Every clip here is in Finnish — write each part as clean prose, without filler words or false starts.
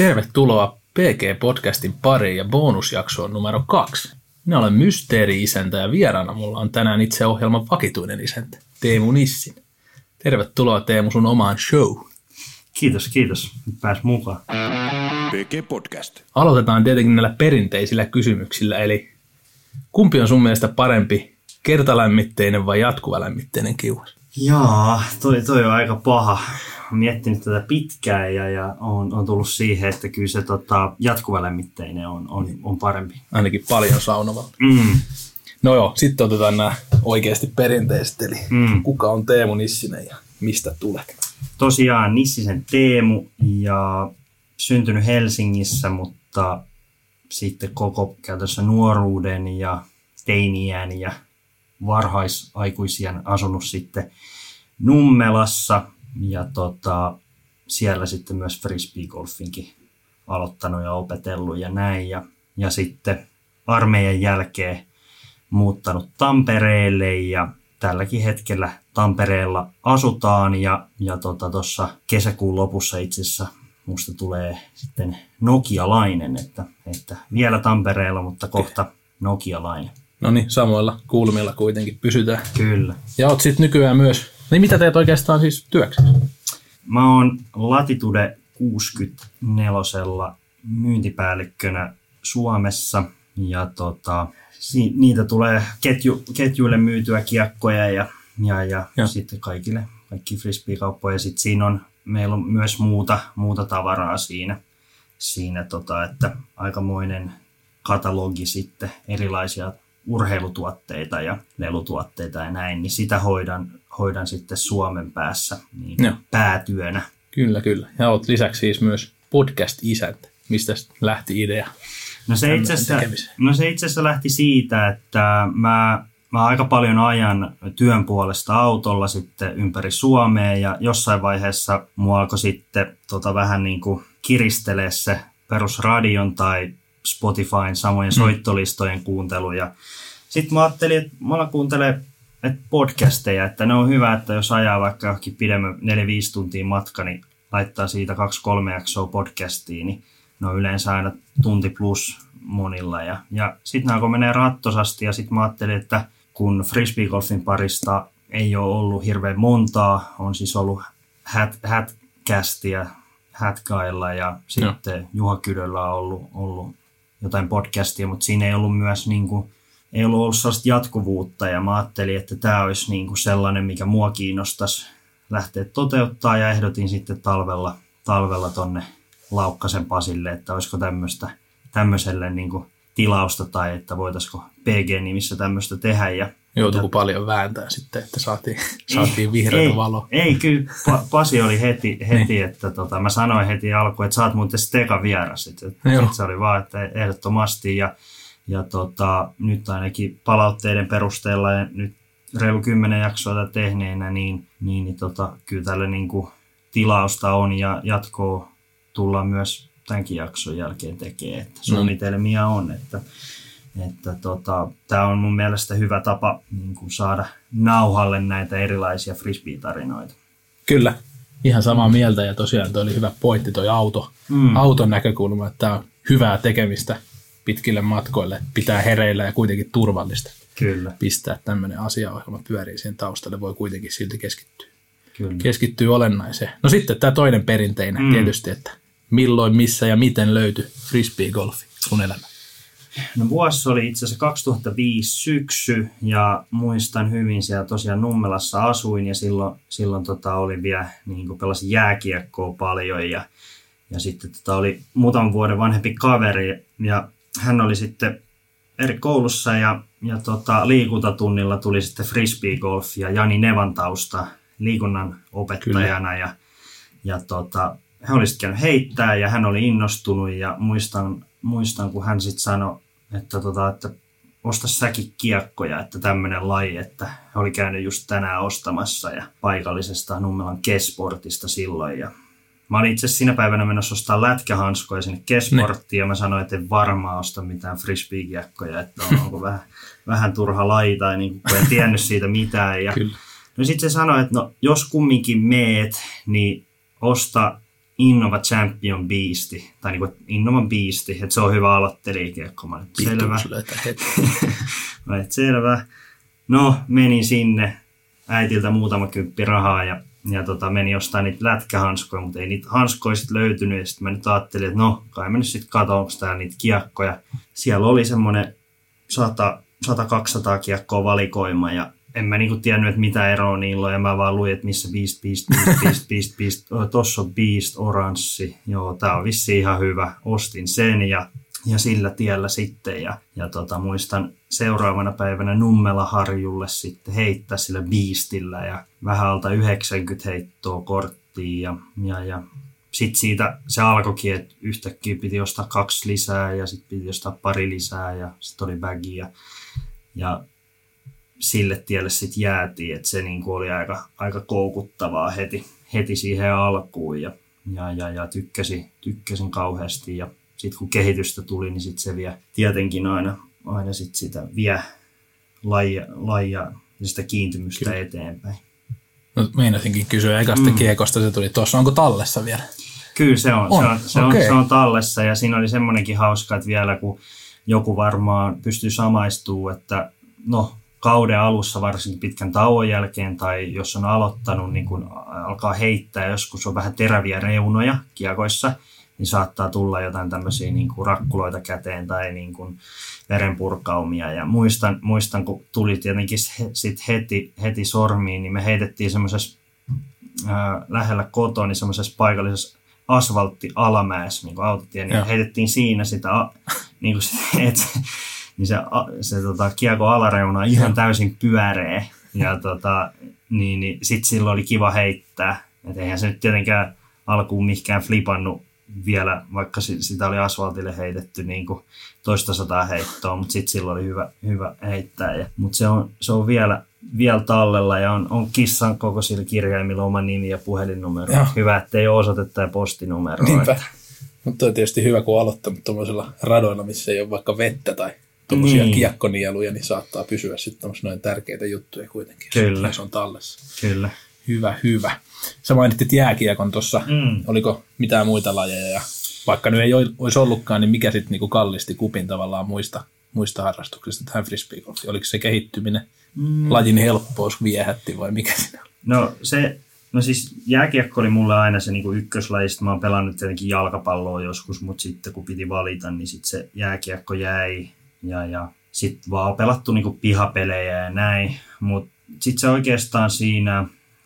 Tervetuloa PG-podcastin pariin ja bonusjaksoon numero 2. Minä olen mysteeri-isäntä ja vieraana mulla on tänään itse ohjelman vakituinen isäntä, Teemu Nissin. Tervetuloa Teemu sun omaan show. Kiitos. Pääs mukaan. PG-podcast. Aloitetaan tietenkin näillä perinteisillä kysymyksillä, eli kumpi on sun mielestä parempi, kertalämmitteinen vai jatkuvalämmitteinen kiuas? Jaa, toi on aika paha. Olen miettinyt tätä pitkään ja on tullut siihen, että kyllä se jatkuvalämmitteinen on parempi. Ainakin paljon saunovalta. No joo, sitten otetaan nämä oikeasti perinteiset, eli kuka on Teemu Nissinen ja mistä tulet? Tosiaan Nissisen Teemu ja syntynyt Helsingissä, mutta sitten koko käytössä nuoruuden ja teiniään ja varhaisaikuisien asunut sitten Nummelassa ja siellä sitten myös frisbeegolfinkin aloittanut ja opetellut ja näin ja sitten armeijan jälkeen muuttanut Tampereelle ja tälläkin hetkellä Tampereella asutaan ja tuossa kesäkuun lopussa itse asiassa musta tulee sitten nokialainen, että vielä Tampereella, mutta kohta nokialainen. No niin, samoilla kulmilla kuitenkin pysytään. Kyllä. Ja oot sitten nykyään myös, niin mitä teet oikeastaan siis työksesi? Mä oon Latitude 64 myyntipäällikkönä Suomessa ja niitä tulee ketjuille myytyä kiekkoja ja. Sitten kaikki frisbeekauppoja. Sitten meillä on myös muuta tavaraa siinä että aikamoinen katalogi sitten erilaisia urheilutuotteita ja lelutuotteita ja näin, niin sitä hoidan sitten Suomen päässä päätyönä. Kyllä. Ja olet lisäksi siis myös podcast-isäntä. Mistä lähti idea? No se itse asiassa lähti siitä, että mä aika paljon ajan työn puolesta autolla sitten ympäri Suomea ja jossain vaiheessa mua alkoi sitten vähän niin kuin kiristelee se perusradion tai Spotifyn samojen soittolistojen kuuntelu. Ja sitten mä ajattelin, että mä kuuntelen podcasteja, että ne on hyvä, että jos ajaa vaikka johonkin pidemmän 4-5 tuntia matka, niin laittaa siitä 2-3 jaksoa podcastiin, niin ne on yleensä aina tunti plus monilla. Ja sitten ne alkoi menee rattosasti ja sitten mä ajattelin, että kun frisbeegolfin parista ei ole ollut hirveän montaa, on siis ollut Hatcastia Hatkailla ja sitten Juha Kydöllä on ollut jotain podcastia, mutta siinä ei ollut myös ei ollut sellaista jatkuvuutta ja mä ajattelin, että tämä olisi sellainen, mikä mua kiinnostaisi lähteä toteuttaa ja ehdotin sitten talvella tonne Laukkasen Pasille, että olisiko tämmöiselle tilausta tai että voitaisiko PG-nimissä tämmöistä tehdä. Joutuiko paljon vääntää sitten, että saatiin vihreätä valoa? Ei, kyllä Pasi oli heti että mä sanoin heti alkuun, että sä oot muuten Steka vieras. Sitten se oli vaan, että ehdottomasti ja nyt ainakin palautteiden perusteella ja nyt reilu 10 jaksoa tehneenä, niin kyllä tällä tilausta on ja jatkoa tullaan myös tämänkin jakson jälkeen tekemään, että suunnitelmia on, että tämä on mun mielestä hyvä tapa saada nauhalle näitä erilaisia frisbee-tarinoita. Kyllä, ihan samaa mieltä ja tosiaan toi oli hyvä pointti toi auton näkökulma, että tämä on hyvää tekemistä pitkille matkoille, pitää hereillä ja kuitenkin turvallista. Kyllä. Pistää tämmöinen asiaohjelma pyörii siihen taustalle, voi kuitenkin silti keskittyä. Kyllä. Keskittyy olennaiseen. No sitten tämä toinen perinteinen tietysti, että milloin, missä ja miten löytyi frisbeegolfi sun elämä? No vuosi oli itse asiassa 2005 syksy ja muistan hyvin siellä tosiaan Nummelassa asuin ja silloin oli vielä pelasin jääkiekkoa paljon ja sitten oli muutaman vuoden vanhempi kaveri ja hän oli sitten eri koulussa ja liikuntatunnilla tuli sitten frisbeegolf ja Jani Nevantausta liikunnan opettajana. Kyllä. Ja hän oli sitten käynyt heittää ja hän oli innostunut ja muistan kun hän sitten sanoi, että osta säkin kiekkoja, että tämmöinen laji, että hän oli käynyt just tänään ostamassa ja paikallisesta Nummelan Kesportista silloin ja mä olin itse asiassa siinä päivänä menossa ostaa lätkähanskoja sinne Kesporttiin ja mä sanoin, että en varmaan osta mitään frisbee-kiekkoja, että onko vähän turha laji tai kun en tiennyt siitä mitään. Ja no sitten se sanoi, että no, jos kumminkin meet, niin osta Innova Champion Beasti, tai niinku Innova Beasti, että se on hyvä aloittelijakiekko. Mä selvä. Selvä. No, menin sinne, äitiltä muutama kymppi rahaa ja menin jostain niitä lätkähanskoja, mutta ei niitä hanskoja sitten löytynyt. Ja sitten mä nyt ajattelin, että no, kai mä nyt sitten katson, onko täällä niitä kiekkoja. Siellä oli semmoinen 100-200 kiekkoa valikoima ja en mä niinku tiennyt, että mitä eroa niillä on. Ja mä vaan luin, että missä Beast. Tossa on Beast, oranssi. Joo, tää on vissiin ihan hyvä. Ostin sen ja sillä tiellä sitten. Ja muistan seuraavana päivänä Nummela-Harjulle sitten heittää sillä Beastillä ja vähän alta 90 heittoa korttiin. Ja sitten siitä se alkoikin, että yhtäkkiä piti ostaa 2 lisää ja sitten piti ostaa 2 lisää ja sitten oli bagi ja sille tielle sitten jäätiin, että se niinku oli aika koukuttavaa heti siihen alkuun ja tykkäsin kauheasti ja sitten kun kehitystä tuli, niin sitten se vie tietenkin aina sit sitä vie lajia ja sitä kiintymystä eteenpäin. No, meinasinkin kysyä ekasta kiekosta, se tuli tuossa, onko tallessa vielä? Kyllä se on tallessa ja siinä oli semmoinenkin hauska, että vielä kun joku varmaan pystyy samaistumaan, että no kauden alussa varsinkin pitkän tauon jälkeen tai jos on aloittanut, niin kun alkaa heittää, joskus on vähän teräviä reunoja kiekoissa, niin saattaa tulla jotain tämmöisiä niin kuin rakkuloita käteen tai niin kuin verenpurkaumia. Ja muistan, kun tuli tietenkin sit heti sormiin, niin me heitettiin semmoisessa lähellä kotoa, niin semmoisessa paikallisessa asfaltti-alamäessä, niin kuin autotie, niin heitettiin siinä sitä, niin kuin niin se kiekon alareuna on ihan täysin pyöreä ja niin sitten silloin oli kiva heittää. Et eihän se nyt tietenkään alkuun mihinkään flipannut vielä, vaikka sitä oli asfaltille heitetty niin kuin 200 heittoa, mutta sitten silloin oli hyvä heittää. Mutta se on vielä tallella ja on kissan kokoisilla kirjaimilla oma nimi ja puhelinnumero. Hyvä, ettei ole osoitetta ja postinumeroa. Niinpä. Mutta on tietysti hyvä, kun on aloittanut tuollaisilla radoilla, missä ei ole vaikka vettä tai tuollaisia kiekkonieluja, niin saattaa pysyä sitten noin tärkeitä juttuja kuitenkin. Kyllä. Jos on tallessa. Kyllä. Hyvä. Sä mainittit jääkiekon tuossa. Oliko mitään muita lajeja? Ja vaikka nyt ei olisi ollutkaan, niin mikä sitten niinku kallisti kupin tavallaan muista harrastuksista tähän frisbeegolfiin? Oliko se kehittyminen, lajin helppous viehätti vai mikä siinä oli? No siis jääkiekko oli mulle aina se niinku ykköslaji. Sitten mä oon pelannut tietenkin jalkapalloa joskus, mutta sitten kun piti valita, niin sitten se jääkiekko jäi. Ja sitten vaan pelattu niinku pihapelejä ja näin. Mutta sitten se oikeastaan siinä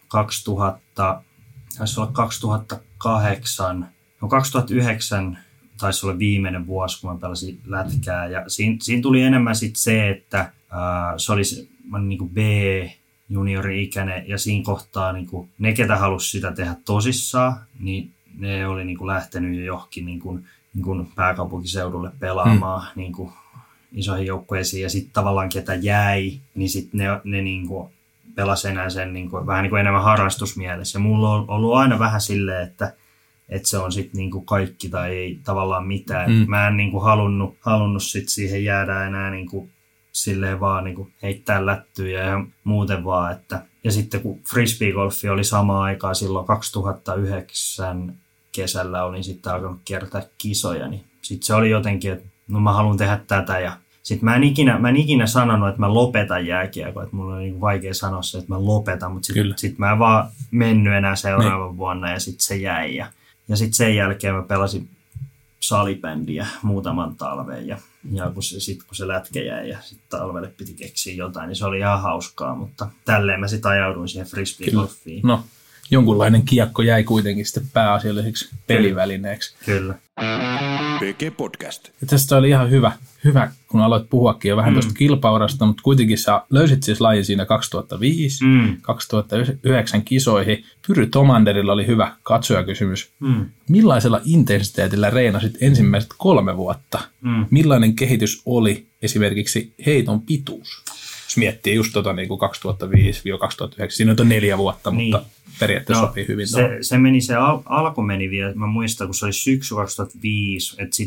2008, 2009 taisi olla viimeinen vuosi, kun mä pelasin lätkää. Ja siinä tuli enemmän sitten se, että se oli niinku B-juniori-ikäinen ja siinä kohtaa niinku, ne, ketä halusi sitä tehdä tosissaan, niin ne oli niinku lähtenyt jo johonkin niinku pääkaupunkiseudulle pelaamaan niinku isoihin joukkueisiin ja sitten tavallaan ketä jäi, niin sitten ne niinku pelasi enää sen niinku, vähän niinku enemmän harrastusmielessä. Ja mulla on ollut aina vähän silleen, että se on sitten niinku kaikki tai ei tavallaan mitään. Mä en niinku halunnut sit siihen jäädä enää niinku silleen vaan niinku heittää lättyjä ja muuten vaan. Ja sitten kun frisbeegolfi oli samaan aikaan silloin 2009 kesällä olin sitten alkanut kiertää kisoja, niin sitten se oli jotenkin, että no mä haluan tehdä tätä ja sitten mä en ikinä sanonut, että mä lopetan jääkiekkoa, että mulla on niin vaikea sanoa se, että mä lopetan, mutta sitten mä en vaan mennyt enää seuraavan vuonna ja sitten se jäi. Ja sitten sen jälkeen mä pelasin salibändiä muutaman talven ja kun se lätkä jäi ja sitten talvelle piti keksiä jotain, niin se oli ihan hauskaa, mutta tälleen mä sitten ajauduin siihen frisbeegolfiin. No, jonkunlainen kiekko jäi kuitenkin sitten pääasialliseksi pelivälineeksi. Kyllä. PG Podcast. Ja tästä oli ihan hyvä, kun aloit puhuakin jo vähän tuosta kilpaurasta, mutta kuitenkin sä löysit siis lajin siinä 2005, 2009 kisoihin. Pyry Tomanderilla oli hyvä katsojakysymys. Millaisella intensiteetillä reenasit ensimmäiset 3 vuotta? Millainen kehitys oli esimerkiksi heiton pituus? Jos miettii just niin kuin 2005-2009, siinä on 4 vuotta, mutta periaatteessa sopii hyvin. Se alku meni vielä, mä muistan, kun se oli syksy 2005, että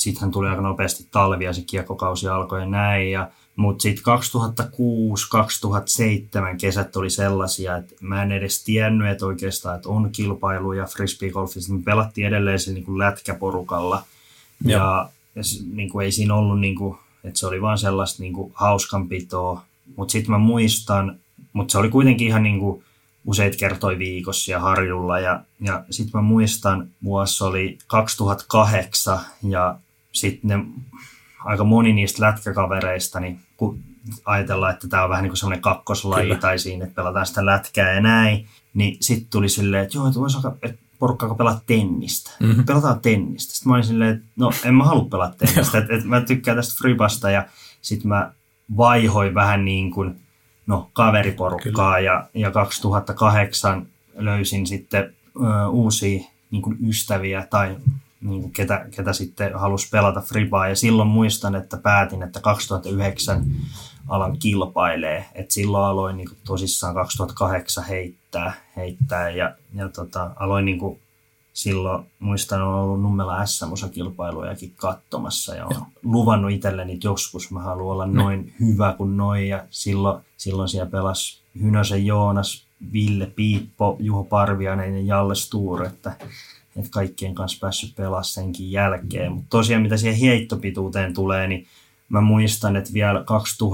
sittenhän tuli aika nopeasti talvi ja se kiekkokausi alkoi ja näin. Mutta sitten 2006-2007 kesät oli sellaisia, että mä en edes tiennyt, että oikeastaan että on kilpailuja frisbeegolfissa. Me pelattiin edelleen se niin kuin lätkäporukalla ja niin kuin ei siinä ollut, niin kuin, että se oli vaan sellaista niin kuin hauskanpitoa. Mutta sitten mä muistan, mutta se oli kuitenkin ihan niin kuin useita kertoja viikossa ja harjulla. Ja sitten mä muistan, vuosi oli 2008 ja sitten aika moni niistä lätkäkavereista, niin kun ajatellaan, että tämä on vähän niin kuin semmoinen kakkoslaji tai siinä, että pelataan sitä lätkää ja näin, niin sitten tuli silleen, että joo, että voisi että porukka alkoi pelaa tennistä. Pelataan tennistä. Sitten mä olin silleen, että no en mä halua pelata tennistä, että mä tykkään tästä fribasta ja sitten mä vaihoin vähän niin kuin kaveriporukkaa ja 2008 löysin sitten uusia niin kuin ystäviä tai niin kuin ketä sitten halusi pelata fribaa. Ja silloin muistan, että päätin, että 2009 alan kilpailee. Et silloin aloin niin kuin tosissaan 2008 heittää ja aloin niin kuin silloin, muistan, olen ollut Nummela SM-osakilpailujakin katsomassa ja olen luvannut itselleni, että joskus mä haluan olla noin hyvä kuin noin. Ja silloin siellä pelasi Hynösen Joonas, Ville Piippo, Juho Parviainen ja Jalle Stuur, että kaikkien kanssa päässyt pelaamaan senkin jälkeen. Mutta tosiaan mitä siihen heittopituuteen tulee, niin mä muistan, että vielä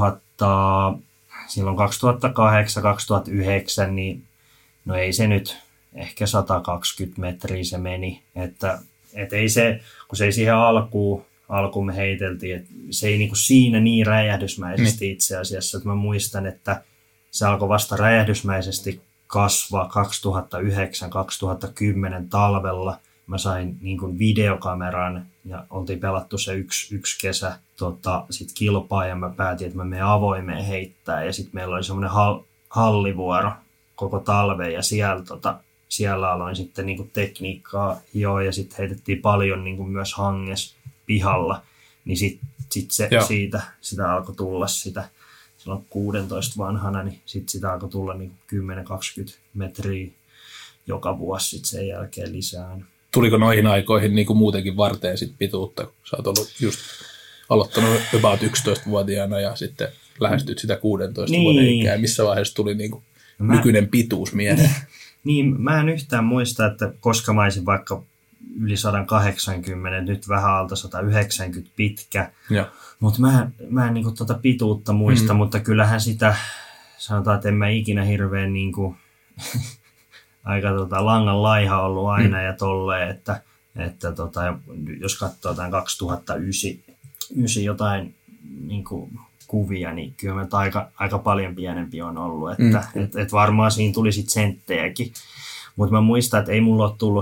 2008-2009, niin no ei se nyt, ehkä 120 metriä se meni. Että ei se, kun se ei siihen alkuun me heiteltiin, että se ei niinku siinä niin räjähdysmäisesti itse asiassa. Että mä muistan, että se alkoi vasta räjähdysmäisesti kasvaa 2009-2010 talvella. Mä sain niin kuin videokameran ja oltiin pelattu se yksi kesä sit kilpaa ja mä päätin, että mä menen avoimeen heittää. Ja sitten meillä oli semmoinen hallivuoro koko talven ja siellä aloin sitten niin kuin tekniikkaa hioa ja sitten heitettiin paljon niin kuin myös hanges pihalla. Niin sit se sitä alkoi tulla sitä. Silloin 16 vanhana, niin sitten sitä alkoi tulla niin 10-20 metriä joka vuosi sit sen jälkeen lisää. Tuliko noihin aikoihin niin kuin muutenkin varteen sit pituutta, kun sä oot ollut just aloittanut about 11-vuotiaana ja sitten lähestyt sitä 16 vuoden ikää. Missä vaiheessa tuli niin kuin nykyinen pituus mieleen? Niin, mä en yhtään muista, että koska mä olisin vaikka yli 180, nyt vähän alta 190 pitkä. Mutta mä en niinku pituutta muista, mutta kyllähän sitä, sanotaan, että en mä ikinä hirveän niinku, aika langan laiha ollut aina ja tolleen, että jos katsoo tämän 2009 jotain niinku kuvia, niin kyllä mä aika paljon pienempi on ollut, että et varmaan siinä tuli sit senttejäkin. Mutta mä muistan, että ei mulla ole tullut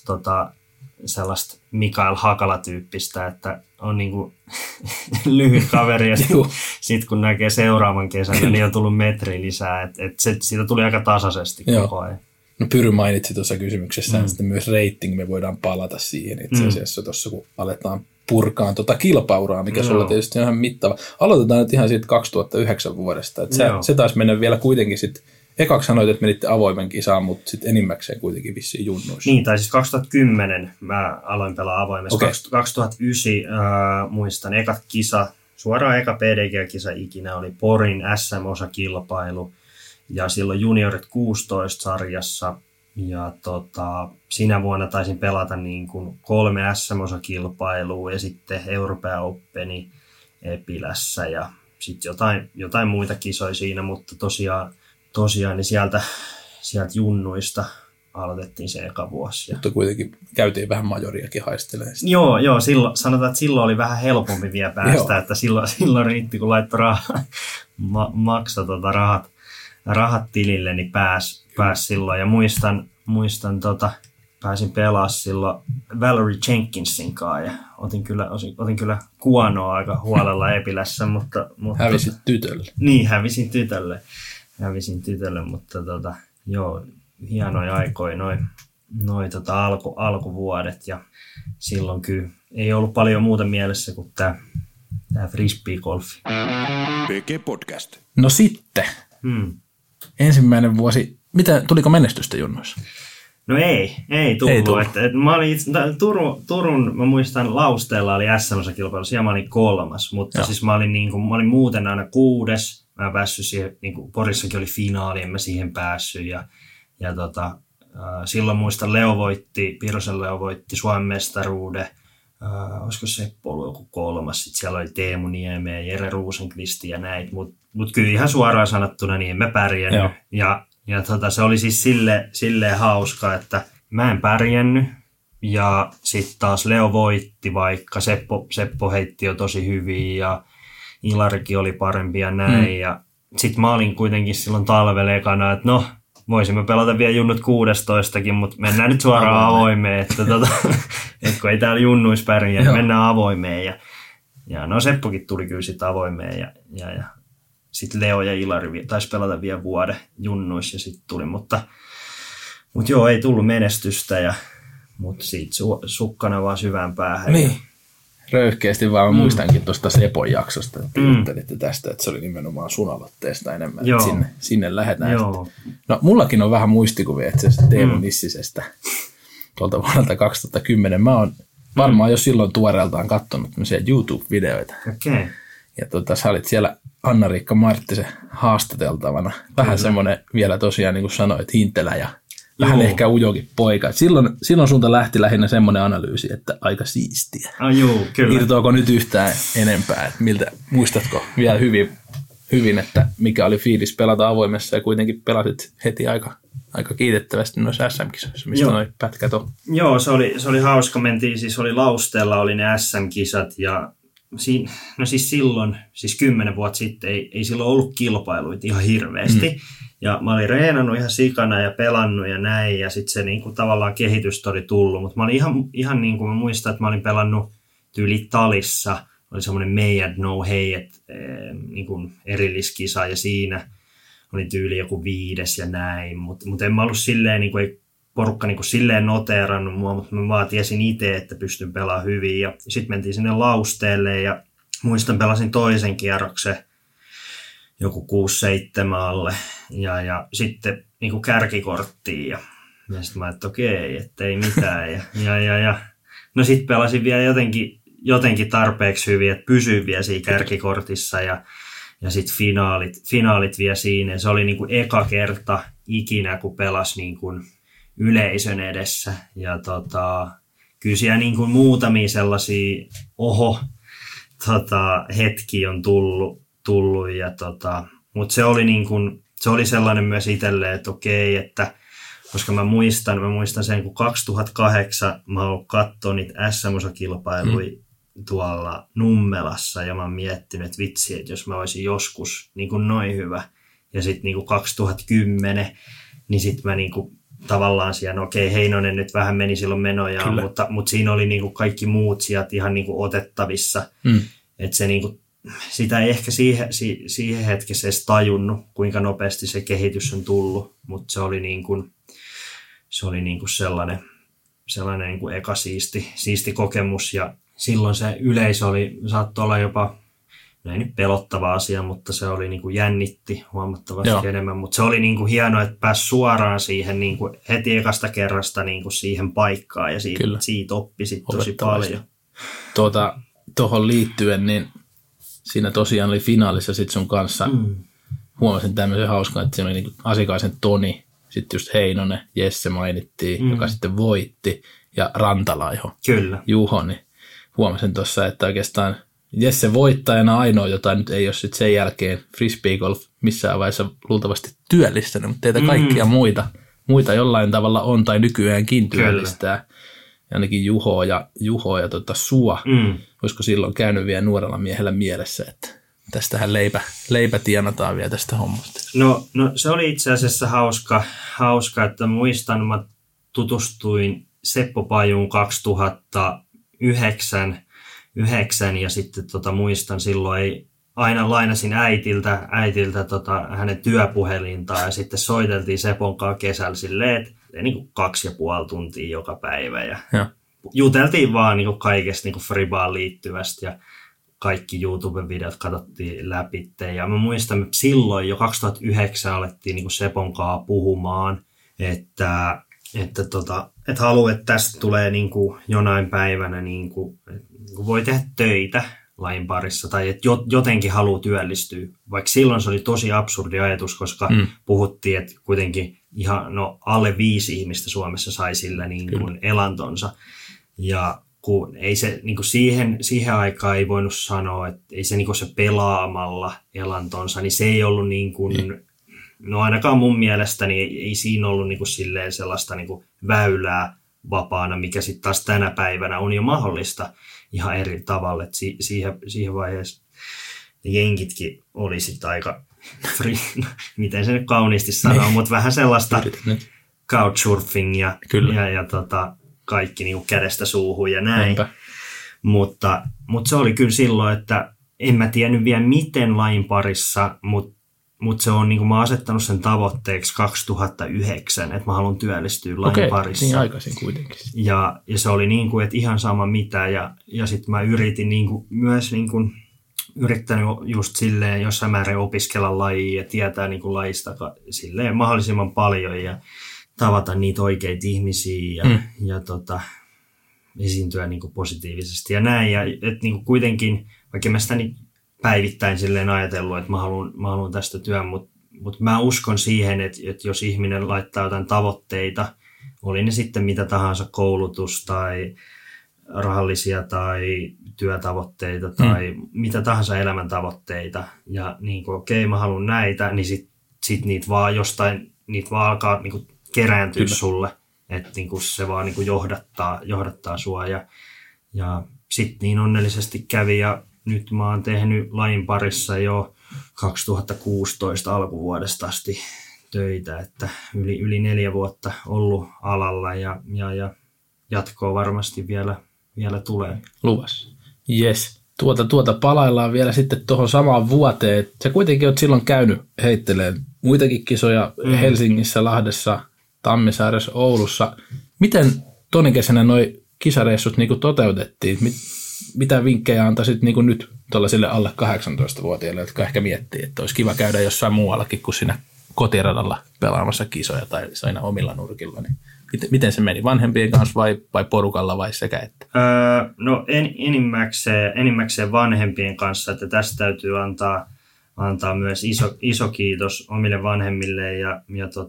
sellaista Mikael Hakala-tyyppistä, että on niinku lyhyt kaveri ja sitten kun näkee seuraavan kesän, niin on tullut metri lisää. Siitä tuli aika tasaisesti koko ajan. No Pyry mainitsi tuossa kysymyksessä, ja sitten myös rating, me voidaan palata siihen itse asiassa tuossa, kun aletaan purkaan kilpauraa, mikä sulla tietysti on ihan mittava. Aloitetaan nyt ihan siitä 2009 vuodesta. Se taisi mennä vielä kuitenkin sitten. Ekaksi sanoit, että menitte avoimen kisaan, mutta sitten enimmäkseen kuitenkin vissiin junnuissa. Niin, tai siis 2010 mä aloin pelaa avoimessa. Okay. 2009 muistan ekat kisa, suoraan eka PDG-kisa ikinä oli Porin SM-osakilpailu. Ja silloin juniorit 16 sarjassa. Ja sinä vuonna taisin pelata niin kuin 3 SM-osakilpailua ja sitten European Openi Epilässä ja sitten jotain muita kisoja siinä, mutta tosiaan niin sieltä junnuista aloitettiin se eka vuosi. Mutta kuitenkin käytiin vähän majoriakin haistelemaan. Joo, sanotaan, että silloin oli vähän helpompi vielä päästä, että silloin riitti, kun laittoi maksoi rahat tilille, niin pääsi silloin. Ja muistan pääsin pelaamaan silloin Valerie Jenkinsin kanssa ja otin kyllä kuonoa aika huolella Epilässä, mutta hävisit tytölle. Niin, hävisin tytölle, mutta hienoja aikoja noi alkuvuodet ja silloin kyllä ei ollut paljon muuta mielessä kuin tämä frisbeegolfi. PG Podcast. No sitten, ensimmäinen vuosi, tuliko menestystä junnoissa? No ei tullut. Et mä olin Turun, mä muistan Lausteella oli SM-kilpailu, siellä mä olin 3. Mutta siis mä olin muuten aina 6. Mä en päässyt siihen, niin kuin Porissakin oli finaali, en mä siihen päässyt. Silloin muistan Piirosen Leo voitti Suomen mestaruuden. Olisiko Seppo ollut joku 3. Sitten siellä oli Teemu Niemeä, Jere Rosenqvist ja näitä. Mutta kyllä ihan suoraan sanottuna niin en mä pärjännyt. Ja se oli siis silleen hauska, että mä en pärjännyt. Ja sitten taas Leo voitti, vaikka Seppo heitti jo tosi hyvin ja Ilarikin oli parempi ja näin. Ja sitten mä olin kuitenkin silloin talvella ekana, että no, voisimme pelata vielä junnut 16kin, mutta mennään nyt suoraan avoimeen. Että kun ei täällä junnuissa pärjää, niin mennään avoimeen. Ja no Seppokin tuli kyllä sitten avoimeen ja sitten Leo ja Ilari taisi pelata vielä vuoden junnuissa ja sitten tuli, mutta joo, ei tullut menestystä, mutta siitä sukkana vaan syvään päähän. Niin, röyhkeästi vaan muistankin tuosta Sepon jaksosta, että juttelitte tästä, että se oli nimenomaan sun aloitteesta enemmän, että sinne lähdetään. No mullakin on vähän muistikuvia itse asiassa Teemu Nissisestä tuolta vuodelta 2010. Mä oon varmaan jo silloin tuoreeltaan katsonut tämmöisiä YouTube-videoita. Okay. Ja sä olit siellä Anna-Riikka Marttisen haastateltavana. Vähän semmoinen vielä tosiaan, niin kuin sanoit, hintelä ja vähän ehkä ujokin poika. Silloin sulta lähti lähinnä semmoinen analyysi, että aika siistiä. Kyllä. Irtoako nyt yhtään enempää? Että muistatko vielä hyvin, että mikä oli fiilis pelata avoimessa ja kuitenkin pelasit heti aika kiitettävästi noissa SM-kisoissa, mistä noi pätkät on. Joo, se oli hauska. Mentiin, siis oli Lausteella oli ne SM-kisat ja silloin, 10 vuotta sitten, ei silloin ollut kilpailuita ihan hirveästi. Ja mä olin reenannut ihan sikana ja pelannut ja näin, ja sitten se niinku tavallaan kehitystä oli tullut. Mutta mä olin ihan niin kuin mä muistan, että mä olin pelannut tyyli Talissa, oli semmoinen Meijad No Hey, niinku erilliskisa, ja siinä oli tyyli joku 5. ja näin. Mutta en mä ollut silleen, niinku, ei porukka niinku silleen noteerannut mua, mutta mä vaan tiesin itse, että pystyn pelaamaan hyvin. Ja sitten mentiin sinne Lausteelle, ja muistan pelasin toisen kierroksen joku 6-7 alle ja sitten niinku kärkikorttiin ja sitten mä että okei, että ei mitään ja no sitten pelasin vielä jotenkin tarpeeksi hyvin, että pysyin vielä siinä kärkikortissa ja sitten finaalit vielä siinä. Se oli niinku eka kerta ikinä, kun pelasi niinku yleisön edessä ja kyllä siellä niinku muutamia sellaisia hetkiä on tullut ja mutta se oli sellainen myös itselle, että okei, että koska mä muistan sen, kun 2008 mä oon katsonut niitä SM-osakilpailuja tuolla Nummelassa ja mä oon miettinyt, että vitsi, että jos mä olisin joskus niin kuin noin hyvä ja sitten niin 2010, niin sitten mä niin kuin tavallaan siellä, no okei, Heinonen nyt vähän meni silloin menojaan, mutta siinä oli niin kuin kaikki muut sieltä ihan niin kuin otettavissa, että se niin kuin sitä ei ehkä siihen hetkessä edes tajunnut, kuinka nopeasti se kehitys on tullut, mutta se oli niin kuin sellainen niin kuin eka siisti kokemus ja silloin se yleisö saattoi olla jopa, ei nyt pelottava asia, mutta se oli niin kuin jännitti huomattavasti enemmän, mutta se oli niin kuin hienoa, että pääsi suoraan siihen niin kuin heti ekasta kerrasta niin kuin siihen paikkaan ja siitä oppi tosi paljon. Tuohon liittyen, niin siinä tosiaan oli finaalissa sit sun kanssa. Huomasin tämmöisen hauskan, että siinä oli niin Asikaisen Toni, sitten just Heinonen, Jesse mainittiin, joka sitten voitti, ja Rantalaiho, Juho, niin huomasin tuossa, että oikeastaan Jesse voittajana ainoa, jota nyt ei ole sitten sen jälkeen Frisbee Golf missään vaiheessa luultavasti työllistänyt, mutta teitä kaikkia muita jollain tavalla on tai nykyäänkin työllistää. Ja ainakin Juho ja Sua. Olisiko silloin käynyt vielä nuorella miehellä mielessä, että tästähän leipä tienataan vielä tästä hommasta? No se oli itse asiassa hauska, että muistan, mä tutustuin Seppo Pajuun 2009 ja sitten muistan silloin aina lainasin äitiltä hänen työpuhelintaan ja sitten soiteltiin Sepon kanssa kesällä silleen, että niin kuin 2,5 tuntia joka päivä ja juteltiin vaan niin kuin kaikesta niin kuin Fribaan liittyvästä ja kaikki YouTube-videot katsottiin läpi. Ja mä muistan, että silloin jo 2009 alettiin niin kuin Sepon kanssa puhumaan, että että haluaa, että tästä tulee niin kuin jonain päivänä niin kuin voi tehdä töitä lajin parissa tai että jotenkin haluaa työllistyä. Vaikka silloin se oli tosi absurdi ajatus, koska puhuttiin, että kuitenkin ihan alle 5 ihmistä Suomessa sai sillä niin kuin elantonsa. Ja kun ei se niin kuin siihen aikaan ei voinut sanoa, että ei se, niin kuin se pelaamalla elantonsa, niin se ei ollut niin kuin, no ainakaan mun mielestäni ei siinä ollut niin kuin silleen sellaista niin kuin väylää vapaana, mikä sitten taas tänä päivänä on jo mahdollista ihan eri tavalla. Että siihen vaiheessa jenkitkin oli sitten aika free, miten se nyt kauniisti sanoo, mutta vähän sellaista couchsurfingia ja kaikki niin kuin kädestä suuhun ja näin. Mutta se oli kyllä silloin, että en mä tiennyt vielä miten lajin parissa, mutta se on, niin kuin mä oon asettanut sen tavoitteeksi 2009, että mä haluan työllistyä lajin parissa. Niin aikaisin kuitenkin. Ja se oli niin kuin, että ihan sama mitä. Ja sitten mä yritin niin kuin, myös niin kuin, yrittänyt just silleen jossain määrin opiskella lajia ja tietää niin kuin lajista silleen mahdollisimman paljon ja tavata niitä oikeita ihmisiä ja esiintyä niin kuin positiivisesti ja näin. Ja että niin kuin kuitenkin, vaikka mä sitä niin päivittäin silleen ajatellut, että mä haluan tästä työn, mutta mä uskon siihen, että jos ihminen laittaa jotain tavoitteita, oli ne sitten mitä tahansa koulutus tai rahallisia tai työtavoitteita tai mitä tahansa elämäntavoitteita ja niin kuin okei, mä haluan näitä, niin sit niitä vaan jostain, niitä vaan alkaa niin kuin kerääntyä sulle, että niin kuin se vaan niin kuin johdattaa sua ja sitten niin onnellisesti kävi ja nyt mä oon tehnyt lajin parissa jo 2016 alkuvuodesta asti töitä, että yli 4 vuotta ollut alalla ja jatkoa varmasti vielä tulee. Luvassa. Yes. Tuota palaillaan vielä sitten tuohon samaan vuoteen. Sä kuitenkin oot silloin käynyt heittelemään muitakin kisoja Helsingissä, Lahdessa, Tammisaaressa, Oulussa. Miten toinen kesänä noi kisareissut niinku toteutettiin? Mitä vinkkejä antaisit niinku nyt tuollaisille alle 18-vuotiaille, jotka ehkä miettii, että olisi kiva käydä jossain muuallakin kuin siinä kotiradalla pelaamassa kisoja tai aina omilla nurkilla? Niin miten se meni? Vanhempien kanssa vai porukalla vai sekä että? No enimmäkseen vanhempien kanssa, että tästä täytyy antaa myös iso kiitos omille vanhemmille ja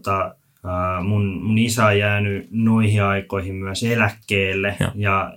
mun isä on jäänyt noihin aikoihin myös eläkkeelle ja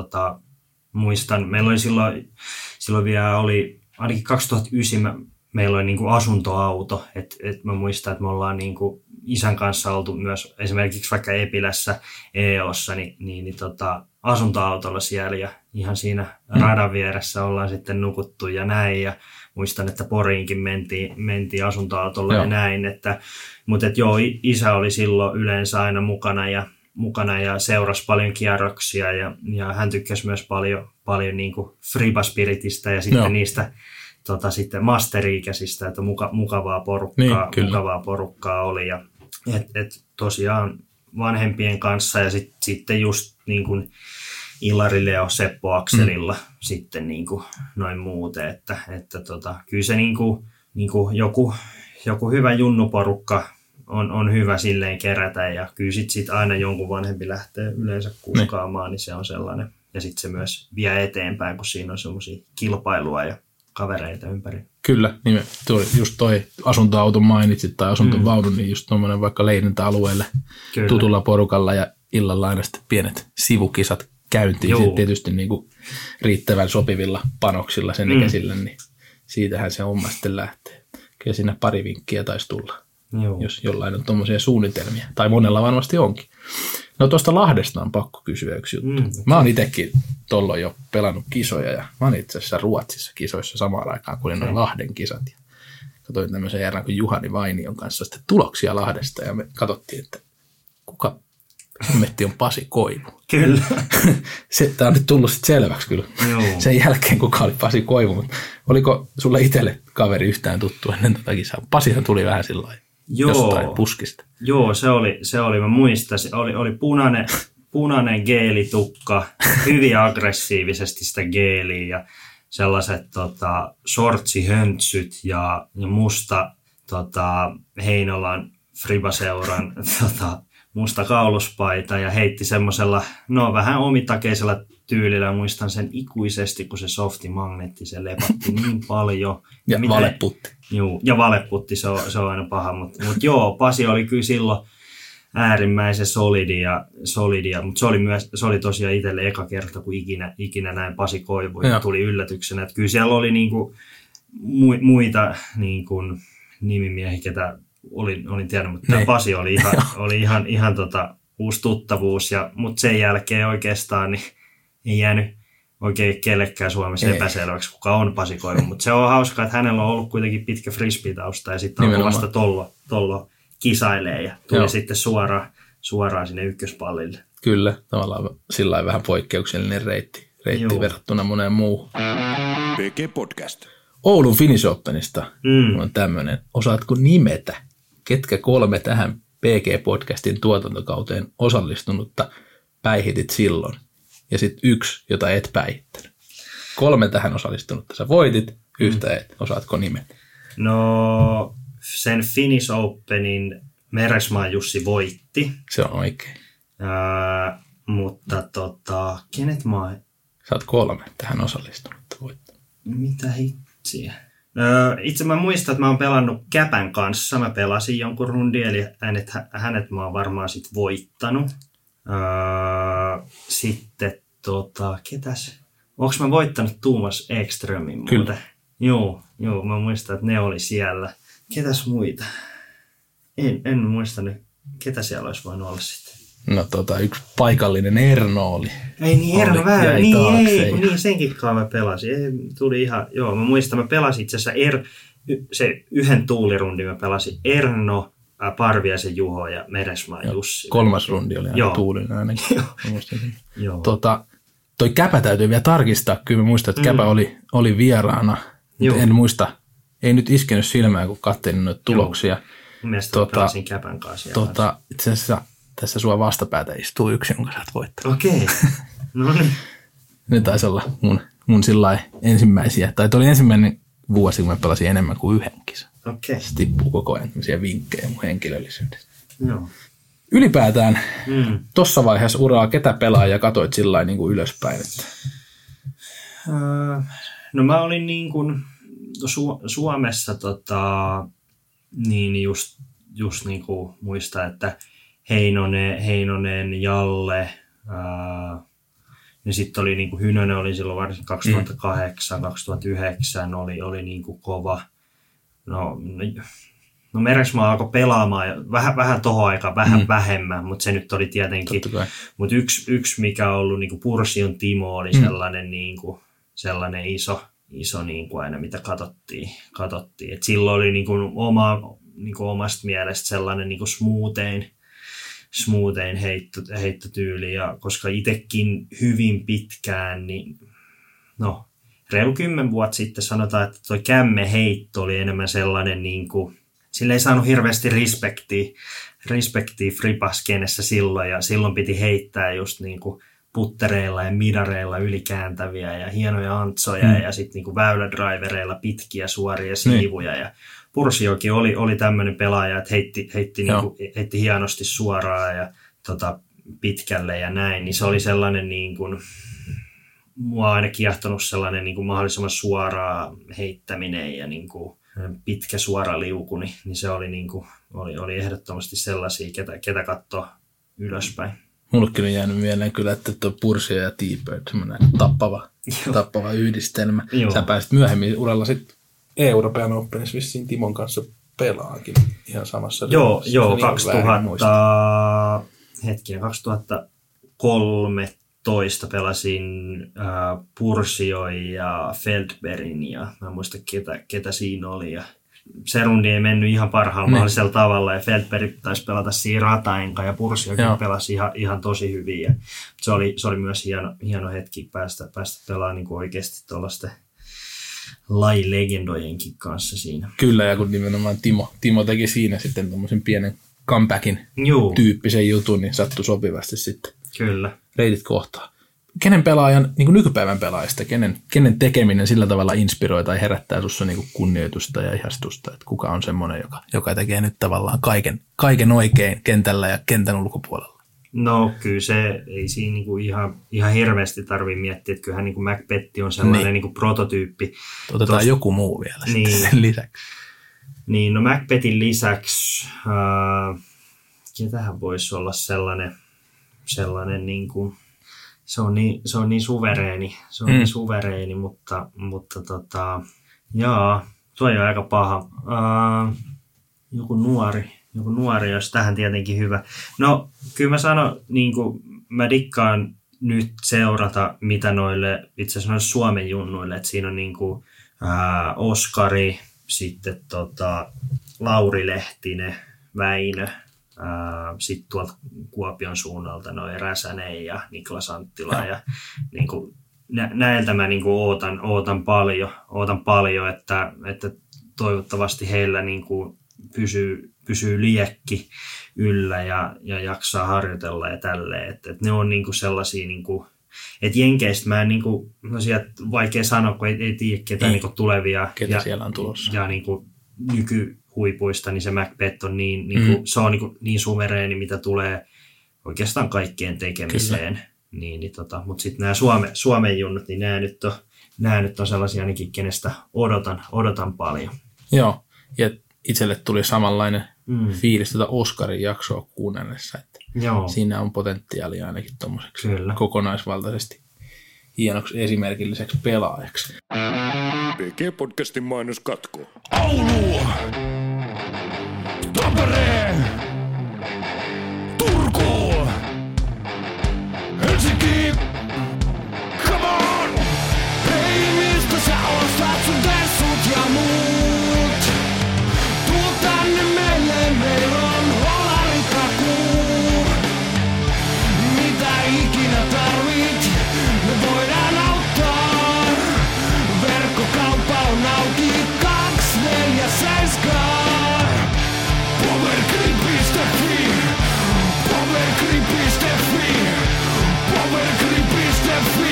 muistan, meillä oli silloin vielä ainakin 2009 meillä oli niin kuin asuntoauto, että mä muistan, että me ollaan niin kuin isän kanssa oltu myös esimerkiksi vaikka Epilässä, EOssa, niin asuntoautolla siellä ja ihan siinä radan vieressä ollaan sitten nukuttu ja näin ja muistan, että Poriinkin mentiin asuntoautolla ja näin, mutta isä oli silloin yleensä aina mukana ja seurasi paljon kierroksia ja hän tykkäsi myös paljon niin kuin Friba-spiritistä ja sitten niistä sitten masteriikäisistä, että mukavaa porukkaa oli ja tosiaan vanhempien kanssa ja sitten just niin kuin Ilari Leo Seppo Akselilla sitten niin kuin noin muuten, että kyllä se niin kuin joku hyvä junnuporukka on hyvä silleen kerätä ja kyllä sit aina jonkun vanhempi lähtee yleensä kuskaamaan, niin se on sellainen. Ja sitten se myös vie eteenpäin, kun siinä on semmoisia kilpailua ja kavereita ympäri. Kyllä, niin just toi asuntoauton mainitsit tai asuntovaunun, niin just tuommoinen vaikka leirintäalueelle tutulla porukalla ja illalla aina sitten pienet sivukisat käyntiin. Sitten tietysti niin kuin riittävän sopivilla panoksilla sen ikäisillä, niin siitähän se homma sitten lähtee. Kyllä siinä pari vinkkiä taisi tulla. Jos jollain on tuommoisia suunnitelmia. Tai monella varmasti onkin. No tuosta Lahdesta on pakko kysyä yksi juttu. Mä oon itsekin tuolloin jo pelannut kisoja ja mä oon itse asiassa Ruotsissa kisoissa samaan aikaan kuin noin Lahden kisat. Ja katsoin tämmöisen järjän kuin Juhani Vainion kanssa sitten tuloksia Lahdesta ja me katsottiin, että kuka hemmetti on Pasi Koivu. Kyllä. Tämä on nyt tullut sitten selväksi kyllä. Sen jälkeen kuka oli Pasi Koivu. Mutta oliko sulle itselle kaveri yhtään tuttu ennen tätä kisaa? Pasihan tuli vähän sillain. Jostain puskista. Joo, se oli, mä muistan, oli punainen geelitukka, hyvin aggressiivisesti sitä geeliä ja sellaiset sortsihöntsyt ja musta Heinolan Fribaseuran musta kauluspaita ja heitti semmoisella, vähän omitakeisella tyylillä. Muistan sen ikuisesti, kun se softimagneetti, se lepatti niin paljon. Ja valeputti. Joo, ja valeputti, se on aina paha. Mutta joo, Pasi oli kyllä silloin äärimmäisen solidia, mutta se oli tosiaan itselle eka kerta, kun ikinä näin Pasi Koivu, tuli yllätyksenä. Että kyllä siellä oli niinku muita niinku nimimiehiä, ketä olin tiennyt, mutta tämä Pasi oli ihan uusi tuttavuus, mutta sen jälkeen oikeastaan niin ei jäänyt oikein kellekään Suomessa epäselväksi, kuka on Pasi Koivu, mutta se on hauskaa, että hänellä on ollut kuitenkin pitkä frisbee-tausta ja sitten on vasta tollo kisailee ja tuli sitten suoraan sinne ykköspallille. Kyllä, tavallaan sillä lailla vähän poikkeuksellinen reitti verrattuna moneen muuhun. PG Podcast. Oulun Finnish Openista on tämmöinen. Osaatko nimetä, ketkä 3 tähän PG-podcastin tuotantokauteen osallistunutta päihitit silloin? Ja sitten 1, jota et päihittänyt. 3 tähän osallistunutta. Sä voitit, yhtä et. Osaatko nimetä? No, sen Finnish Openin Meresmaan Jussi voitti. Se on oikein. Mutta kenet mä... Sä oot 3 tähän osallistunutta voittanut. Mitä hitsiä? Itse mä muistan, että mä oon pelannut Käpän kanssa. Mä pelasin jonkun rundin, eli hänet mä oon varmaan sit voittanut. Sitten ketäs? Onko mä voittanut Tuomas Ekströmin? Kyllä. Joo, mä muistan, että ne oli siellä. Ketäs muita? En muistanut, ketä siellä olisi voinut olla sitten. No yksi paikallinen Erno oli. Ei niin, Erno vähän. Niin, senkin kanssa mä pelasin. Tuli ihan, mä muistan, mä pelasin itse asiassa se yhden tuulirundin mä pelasin Erno, Parviaisen Juho ja Meresmaan Jussi. 3. rundi oli aina tuulinen ainakin. Toi Käpä täytyy vielä tarkistaa. Kyllä mä muistan, että Käpä oli vieraana. En muista, ei nyt iskenyt silmään, kun katselin noita tuloksia. Mielestäni pelasin Käpän kanssa. Itse asiassa tässä sua vastapäätä istuu yksi, jonka sä oot voittanut. Okei. No niin. Ne taisi olla mun sillai ensimmäisiä. Tai toi oli ensimmäinen vuosi, kun mä pelasin enemmän kuin 1 kisan. Okei. Se tippuu koko ajan tämmöisiä vinkkejä mun henkilöllisyydestä. Joo. Ylipäätään tossa vaiheessa uraa, ketä pelaajia katoit sillai niin kuin ylöspäin? Että... No mä olin niin kuin Suomessa niin just niin kuin muista, että Heinonen, Jalle, ja sitten oli niin kuin Hynönen oli silloin varsin 2008, 2009 oli niin kuin kova. No Meresmaa alkoi pelaamaan vähän tohon aikaan, vähän vähemmän, mutta se nyt oli tietenkin. Mutta yksi mikä on ollut niin kuin Pursion Timo oli sellainen niin kuin sellainen iso niin kuin aina mitä katsottiin. Et silloin oli niin kuin omasta mielestä sellainen niin kuin smoothein heittotyyli, ja koska itsekin hyvin pitkään, niin reilu 10 vuotta sitten sanotaan, että toi kämmeheitto oli enemmän sellainen, niin kuin, sillä ei saanut hirveästi respektiä fripaskenessä silloin, ja silloin piti heittää just niin kuin puttereilla ja midareilla ylikääntäviä ja hienoja antsoja ja sitten niin kuin väylädrivereilla pitkiä suoria siivuja, ja Pursiokin oli tämmöinen pelaaja, että heitti hienosti suoraan ja pitkälle ja näin, niin se oli sellainen niin kuin, mua aina kiehtonut sellainen niin kuin mahdollisimman suoraa heittäminen ja niin kuin pitkä suora liuku, niin se oli, niin kuin, oli ehdottomasti sellaisia, ketä katsoo ylöspäin. Mullekin on jäänyt mieleen kyllä, että tuo Pursio ja T-Bird, semmoinen tappava yhdistelmä. Joo. Sä pääsit myöhemmin uralla sitten European Openissa vissiin Timon kanssa pelaakin ihan samassa. Joo, 2013 pelasin Pursio ja Feldbergin ja mä en muista ketä siinä oli. Ja se rundi ei mennyt ihan parhaalla mahdollisella tavalla ja Feldberg taisi pelata siinä Rataenka ja Pursiokin pelasi ihan tosi hyvin. Ja se oli myös hieno hetki päästä pelaamaan niin kuin oikeasti tuollaisten lajilegendojenkin kanssa siinä. Kyllä, ja kun nimenomaan Timo teki siinä sitten tommosen pienen comebackin tyyppisen jutun, niin sattui sopivasti sitten. Kyllä. Reitit kohtaa. kenen pelaajan, niin kuin nykypäivän pelaajista, kenen tekeminen sillä tavalla inspiroi tai herättää sinussa niin kuin kunnioitusta ja ihastusta, että kuka on semmoinen, joka tekee nyt tavallaan kaiken oikein kentällä ja kentän ulkopuolella? No kyllä se ei siinä niinku ihan hirveästi tarvitse miettiä, että kyllähän niinku Macbeth on sellainen niinku prototyyppi. Otetaan joku muu vielä sitten sen lisäksi. Niin, no Macbethin lisäksi, ketähän voisi olla sellainen niinku, se on niin suvereeni, niin suvereeni, mutta toi on aika paha. Joku nuori, jos tähän tietenkin hyvä. No, kyllä mä sanon, niin kuin, mä dikkaan nyt seurata, mitä noille, itse asiassa noille Suomen junnuille, että siinä on niin kuin, Oskari, sitten Lauri Lehtinen, Väinö, sitten tuolta Kuopion suunnalta noin Räsänen ja Niklas Anttila ja niin kuin, näiltä mä niin kuin ootan paljon, että toivottavasti heillä niin kuin pysyy liekki yllä ja jaksaa harjoitella ja tälleen. Että ne on niinku sellaisia, niinku, että jenkeistä mä en, niinku, no sieltä vaikea sanoa, kun ei tiedä ketä niinku tulevia. Ketä siellä on tulossa. Ja niinku, nykyhuipuista, niin se Macbeth on se on niin suvereeni, mitä tulee oikeastaan kaikkien tekemiseen. Mutta sitten nämä Suomen junnut, niin nämä nyt on sellaisia ainakin, kenestä odotan paljon. Joo, ja itselle tuli samanlainen fiilis tätä Oskarin jaksoa kuunnellessa, että siinä on potentiaalia ainakin tuommoiseksi kokonaisvaltaisesti hienoksi esimerkilliseksi pelaajaksi. PG-podcastin mainos katkoo. Oulu! Tampere! Turku! Helsinki! Come on! Hei, mistä sä ostat sun tessut ja muut? Tuu tänne meillä on holaritakuu. Mitä ikinä tarvit, me voidaan auttaa. Verkkokauppa on auki 247. Powergrip.fi. Powergrip.fi. Powergrip.fi.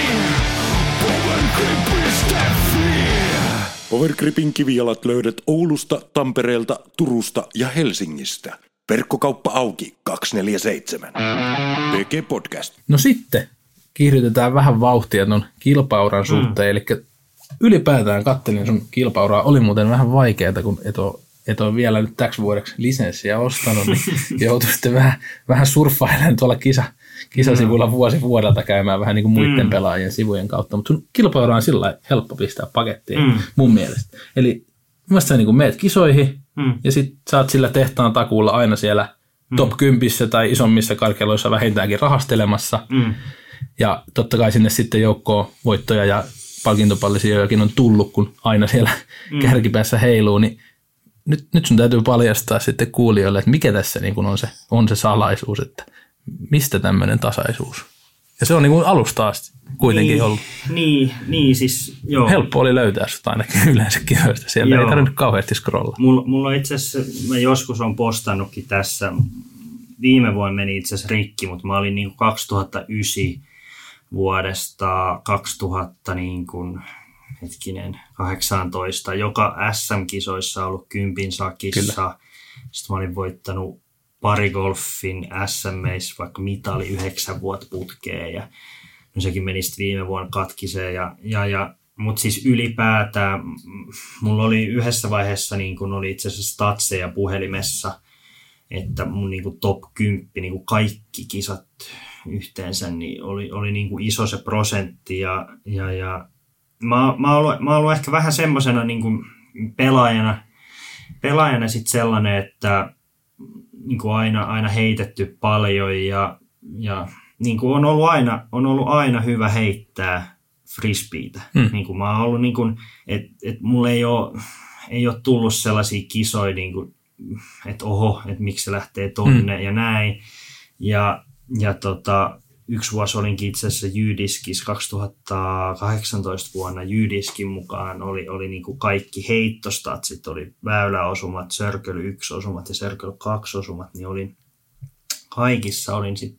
Powergrip.fi. Powergripin kivijalat löydät Oulusta, Tampereelta, Turusta ja Helsingistä. Verkkokauppa auki 247. PG Podcast. No sitten kiihdytetään vähän vauhtia ton kilpauran suhteen, eli ylipäätään kattelin sun kilpauraa. Oli muuten vähän vaikeaa, kun et ole vielä nyt täksi vuodeksi lisenssiä ostanut, niin joutui sitten vähän surffailemaan tuolla kisasivuilla vuosi vuodelta käymään vähän niin kuin muiden pelaajien sivujen kautta. Mutta sun kilpaura on sillä helppo pistää pakettiin mun mielestä. Eli mielestäni sä niin kuin meet kisoihin ja sit sä oot sillä tehtaan takuulla aina siellä top 10 tai isommissa karkeloissa vähintäänkin rahastelemassa. Ja totta kai sinne sitten joukkoon voittoja ja palkintopallisijojakin on tullut, kun aina siellä kärkipäässä heiluu, niin nyt sun täytyy paljastaa sitten kuulijoille, että mikä tässä niin kuin on se salaisuus, että mistä tämmöinen tasaisuus. Ja se on niin kuin alusta asti kuitenkin ollut. Niin, siis joo. Helppo oli löytää sut ainakin yleensä kisoista. Sieltä ei tarvinnut kauheasti scrollaa. Mulla on itse asiassa, mä joskus on postannutkin tässä, viime vuonna meni itse asiassa rikki, mutta mä olin niin kuin 2009 vuodesta 2000 niin kuin 18, joka SM-kisoissa ollut 10 sakissa. Kyllä. Sitten mä olin voittanut parigolfin SM-meissä vaikka mitali 9 vuotta putkeen ja no sekin meni sitten viime vuonna katkiseen. Mutta siis ylipäätään mulla oli yhdessä vaiheessa niin kun oli itse asiassa statseja puhelimessa, että mun niin kun top 10 niin kun kaikki kisat yhteensä niin oli niin kun iso se prosentti ja Mä oon ollut ehkä vähän semmosena niin kuin pelaajana sit sellainen, että niin kuin aina heitetty paljon ja niin kuin on ollut aina hyvä heittää frisbeitä. Niin kuin mä oon ollut niin kuin, että mulle ei ole tullut sellaisia kisoja niin kuin, että että miksi se lähtee tonne ja näin. Ja yksi vuosi olinkin itse asiassa Jydiskis 2018 vuonna Jydiskin mukaan oli niin kuin kaikki heittostatsit, oli väyläosumat, Circle 1 osumat ja Circle 2 osumat, niin kaikissa olin sitten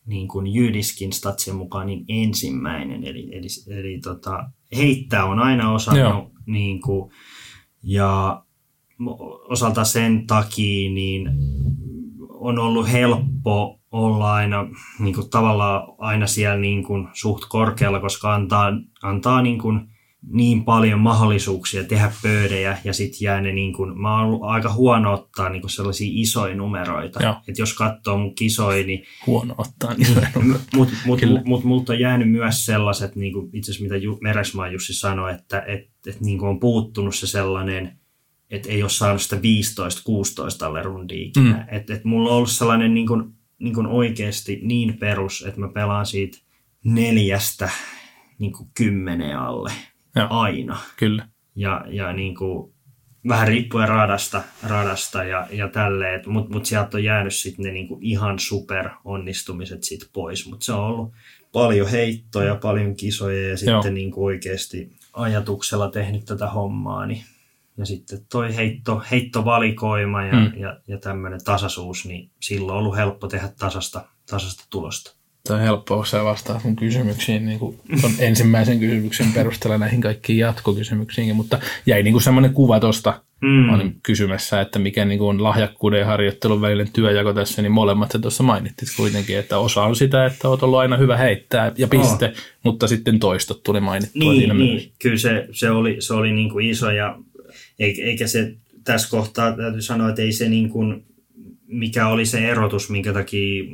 niin kuin Jydskin statsin mukaan niin ensimmäinen. Eli heittää on aina osannut niin kuin, ja osalta sen takia niin on ollut helppo olla aina niin kuin, tavallaan aina siellä niin kuin, suht korkealla, koska antaa niin paljon mahdollisuuksia tehdä pöydejä ja sitten jää ne niin kuin, mä oon ollut aika huono ottaa niin kuin sellaisia isoja numeroita. Että jos katsoo mun kisoja, niin huono ottaa isoja numeroita. Mutta multa on jäänyt myös sellaiset, niin kuin itse asiassa mitä Meresmaan Jussi sanoi, että niin kuin on puuttunut se sellainen, että ei ole saanut sitä 15-16 alle rundia ikinä. Että mulla on ollut sellainen niin kuin oikeasti niin perus, että mä pelaan siitä 4 niin kuin 10 alle. Aina. Kyllä. Ja niin kuin, vähän riippuen radasta ja tälleen, mutta sieltä on jäänyt sitten ne niin kuin ihan super onnistumiset sit pois. Mutta se on ollut paljon heittoja, paljon kisoja ja sitten niin kuin oikeasti ajatuksella tehnyt tätä hommaa. Niin. Ja sitten toi heittovalikoima ja tämmöinen tasaisuus, niin silloin on ollut helppo tehdä tasasta tulosta. Tämä on helppoa, se vastaa sun kysymyksiin niin kuin ton ensimmäisen kysymyksen perusteella näihin kaikkiin jatkokysymyksiinkin, mutta jäi niin kuin semmoinen kuva tuosta, olin kysymässä, että mikä niin kuin on lahjakkuuden ja harjoittelun välinen työjako tässä, niin molemmat se tuossa mainittit kuitenkin, että osa on sitä, että olet ollut aina hyvä heittää ja piste, mutta sitten toistot tuli mainittua siinä myös. Niin, kyllä se oli niin kuin iso ja eikä se tässä kohtaa täytyy sanoa, että ei se niin kuin, mikä oli se erotus, minkä takia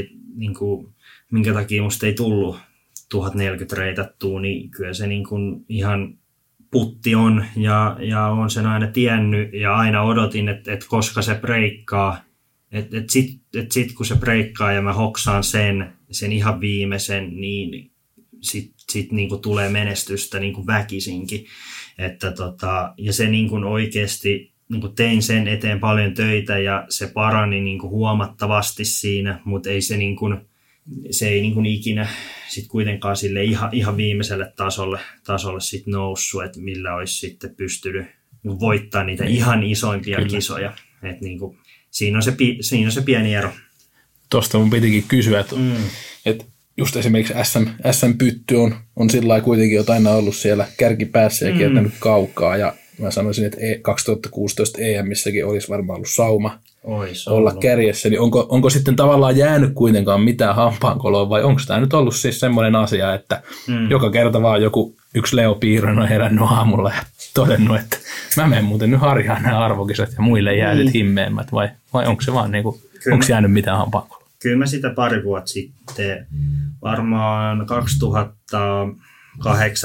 musta ei tullut 1040 reitattua, niin kyllä se niin kuin ihan putti on ja on sen aina tiennyt ja aina odotin, että koska se breikkaa, että sit kun se breikkaa ja mä hoksaan sen ihan viimeisen, niin sit niin kuin tulee menestystä niin kuin väkisinkin. Ja se niin kuin oikeasti niin kuin tein sen eteen paljon töitä ja se parani niin kuin huomattavasti siinä, mutta ei se niin kuin se ei niin kuin ikinä sit kuitenkaan sille ihan viimeiselle tasolle sit noussut, että millä olisi sitten pystynyt voittaa niitä ihan isoimpia kisoja. Et niin kuin, siinä on se pieni ero. Tuosta mun pitikin kysyä, että just esimerkiksi SM-pytty on sillä lailla kuitenkin aina ollut siellä kärkipäässä ja kiertänyt kaukaa. Ja mä sanoisin, että 2016 EM:ssäkin olisi varmaan ollut sauma olla kärjessä. Niin onko sitten tavallaan jäänyt kuitenkaan mitään hampaankoloa vai onko tämä nyt ollut siis semmoinen asia, että joka kerta vaan yksi Leo Piiron on herännyt aamulla ja todennut, että mä menen muuten nyt harjaan nämä arvokisat ja muille jää sitten himmeemmät vai onko se vaan niinku, onko jäänyt mitään hampaankoloa? Kyllä mä sitä pari vuotta sitten, varmaan 2018-2017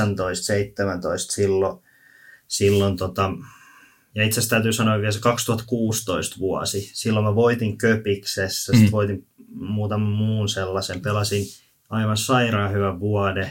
silloin ja itse asiassa täytyy sanoa vielä se 2016 vuosi. Silloin mä voitin Köpiksessä, sitten voitin muutaman muun sellaisen, pelasin aivan sairaan hyvän vuoden.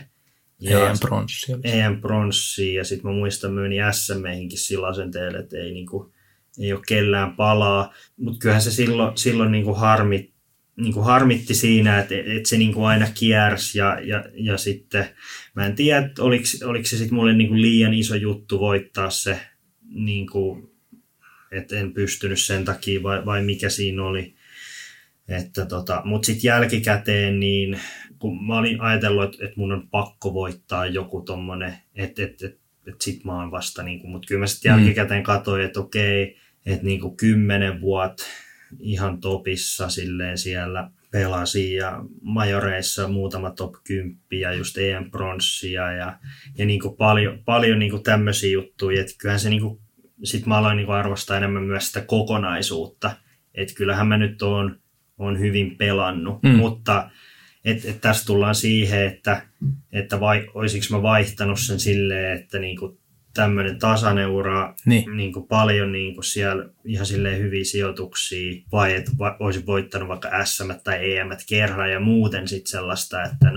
EM-pronssia ja sitten mä muistan myyni SM-meihinkin sillä asenteella, että ei ole kellään palaa. Mutta kyllähän se silloin niinku harmitti siinä, että se niinku aina kiersi ja sitten mä en tiedä, oliko se sitten mulle niinku liian iso juttu voittaa se, niinku, että en pystynyt sen takia vai mikä siinä oli. Mutta sitten jälkikäteen, niin kun mä olin ajatellut, että mun on pakko voittaa joku tommonen, että sit mä oon vasta, niinku, mutta kyllä mä sitten jälkikäteen katsoin, että okei, että niinku 10 vuotta ihan topissa silleen siellä pelasin ja majoreissa muutama top 10 ja just EM-pronssia ja niinku paljon niinku tämmöisiä juttuja, että kyllähän se niinku, sit mä aloin niinku arvostaa enemmän myös sitä kokonaisuutta, että kyllähän mä nyt oon hyvin pelannut, mutta tässä tullaan siihen, että olisiko mä vaihtanut sen silleen, että niinku tämmöinen tasainen ura, niin kuin paljon niin kuin siellä ihan silleen hyviä sijoituksia, vai että olisin voittanut vaikka SM tai EM kerran ja muuten sitten sellaista, että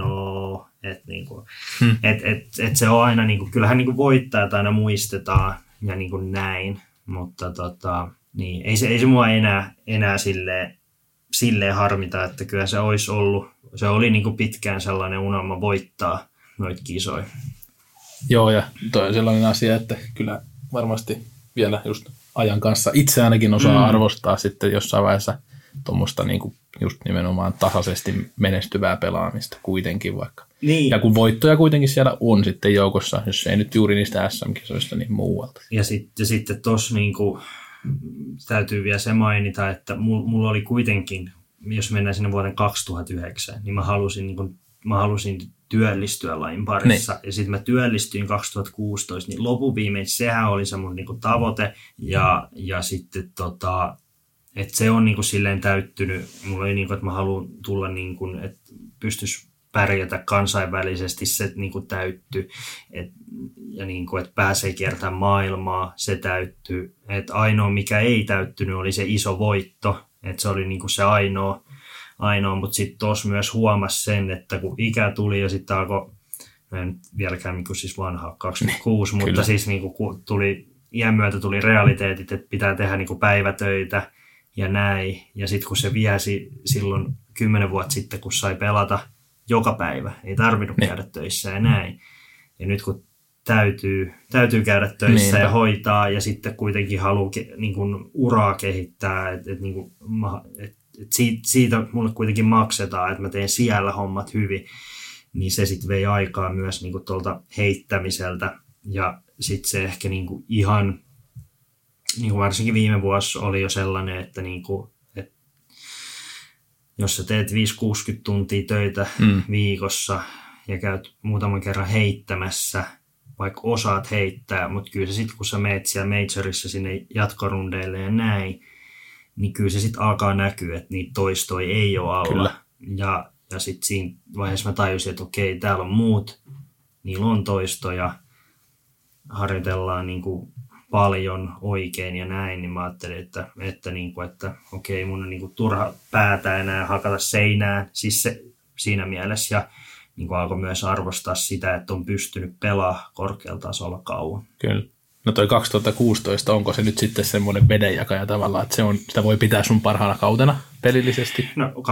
että se on aina, niin kuin, kyllähän niin kuin voittajat aina muistetaan ja niin kuin näin, mutta niin, ei se mua enää silleen harmita, että kyllä se olisi ollut, se oli niin kuin pitkään sellainen unelma voittaa noita kisoja. Joo, ja toi on sellainen asia, että kyllä varmasti vielä just ajan kanssa itse ainakin osaa arvostaa sitten jossain vaiheessa tuommoista niin kuin just nimenomaan tasaisesti menestyvää pelaamista kuitenkin vaikka. Niin. Ja kun voittoja kuitenkin siellä on sitten joukossa, jos ei nyt juuri niistä SM-kisoista, niin muualta. Ja sitten tuossa niinku, täytyy vielä se mainita, että mulla oli kuitenkin, jos mennään sinne vuoden 2009, niin mä halusin työllistyä lajin parissa. Niin. Ja sitten mä työllistyin 2016, niin lopun sehän oli se mun niinku tavoite. Ja sitten että se on niinku silleen täyttynyt. Mulla oli niinku, että mä haluan tulla niinku, että pystyisi pärjätä kansainvälisesti, se niinku täyttyi. Ja niinku, että pääsee kiertämään maailmaa, se täyttyi. Että ainoa mikä ei täyttynyt oli se iso voitto. Että se oli niinku se ainoa, mutta sitten tuossa myös huomasi sen, että kun ikä tuli ja sitten alkoi, en vieläkään niin siis vanha 26, mutta siis niin kun iän myötä tuli realiteetit, että pitää tehdä niin päivätöitä ja näin. Ja sitten kun se viesi silloin 10 vuotta sitten, kun sai pelata joka päivä, ei tarvinnut käydä töissä ja näin. Ja nyt kun täytyy käydä töissä ja hoitaa ja sitten kuitenkin haluaa niin kun uraa kehittää, että siitä mulle kuitenkin maksetaan, että mä teen siellä hommat hyvin, niin se sitten vei aikaa myös niinku tuolta heittämiseltä. Ja sitten se ehkä niinku ihan, niinku varsinkin viime vuosi oli jo sellainen, että jos sä teet 5-60 tuntia töitä viikossa ja käyt muutaman kerran heittämässä, vaikka osaat heittää, mutta kyllä se sitten kun sä meet siellä majorissa sinne jatkorundeille ja näin, niin kyllä se sitten alkaa näkyä, että niitä toistoja ei ole alla. Kyllä. Ja sitten siinä vaiheessa mä tajusin, että okei, täällä on muut, niillä on toistoja, harjoitellaan niin kuin paljon oikein ja näin, niin mä ajattelin, että okei, mun on niin kuin turha päätä enää hakata seinään, siis se, siinä mielessä, ja niin kuin alkoi myös arvostaa sitä, että on pystynyt pelaamaan korkealla tasolla kauan. Kyllä. No toi 2016, onko se nyt sitten semmoinen vedenjakaja tavallaan, että sitä voi pitää sun parhaana kautena pelillisesti? No 2016-2017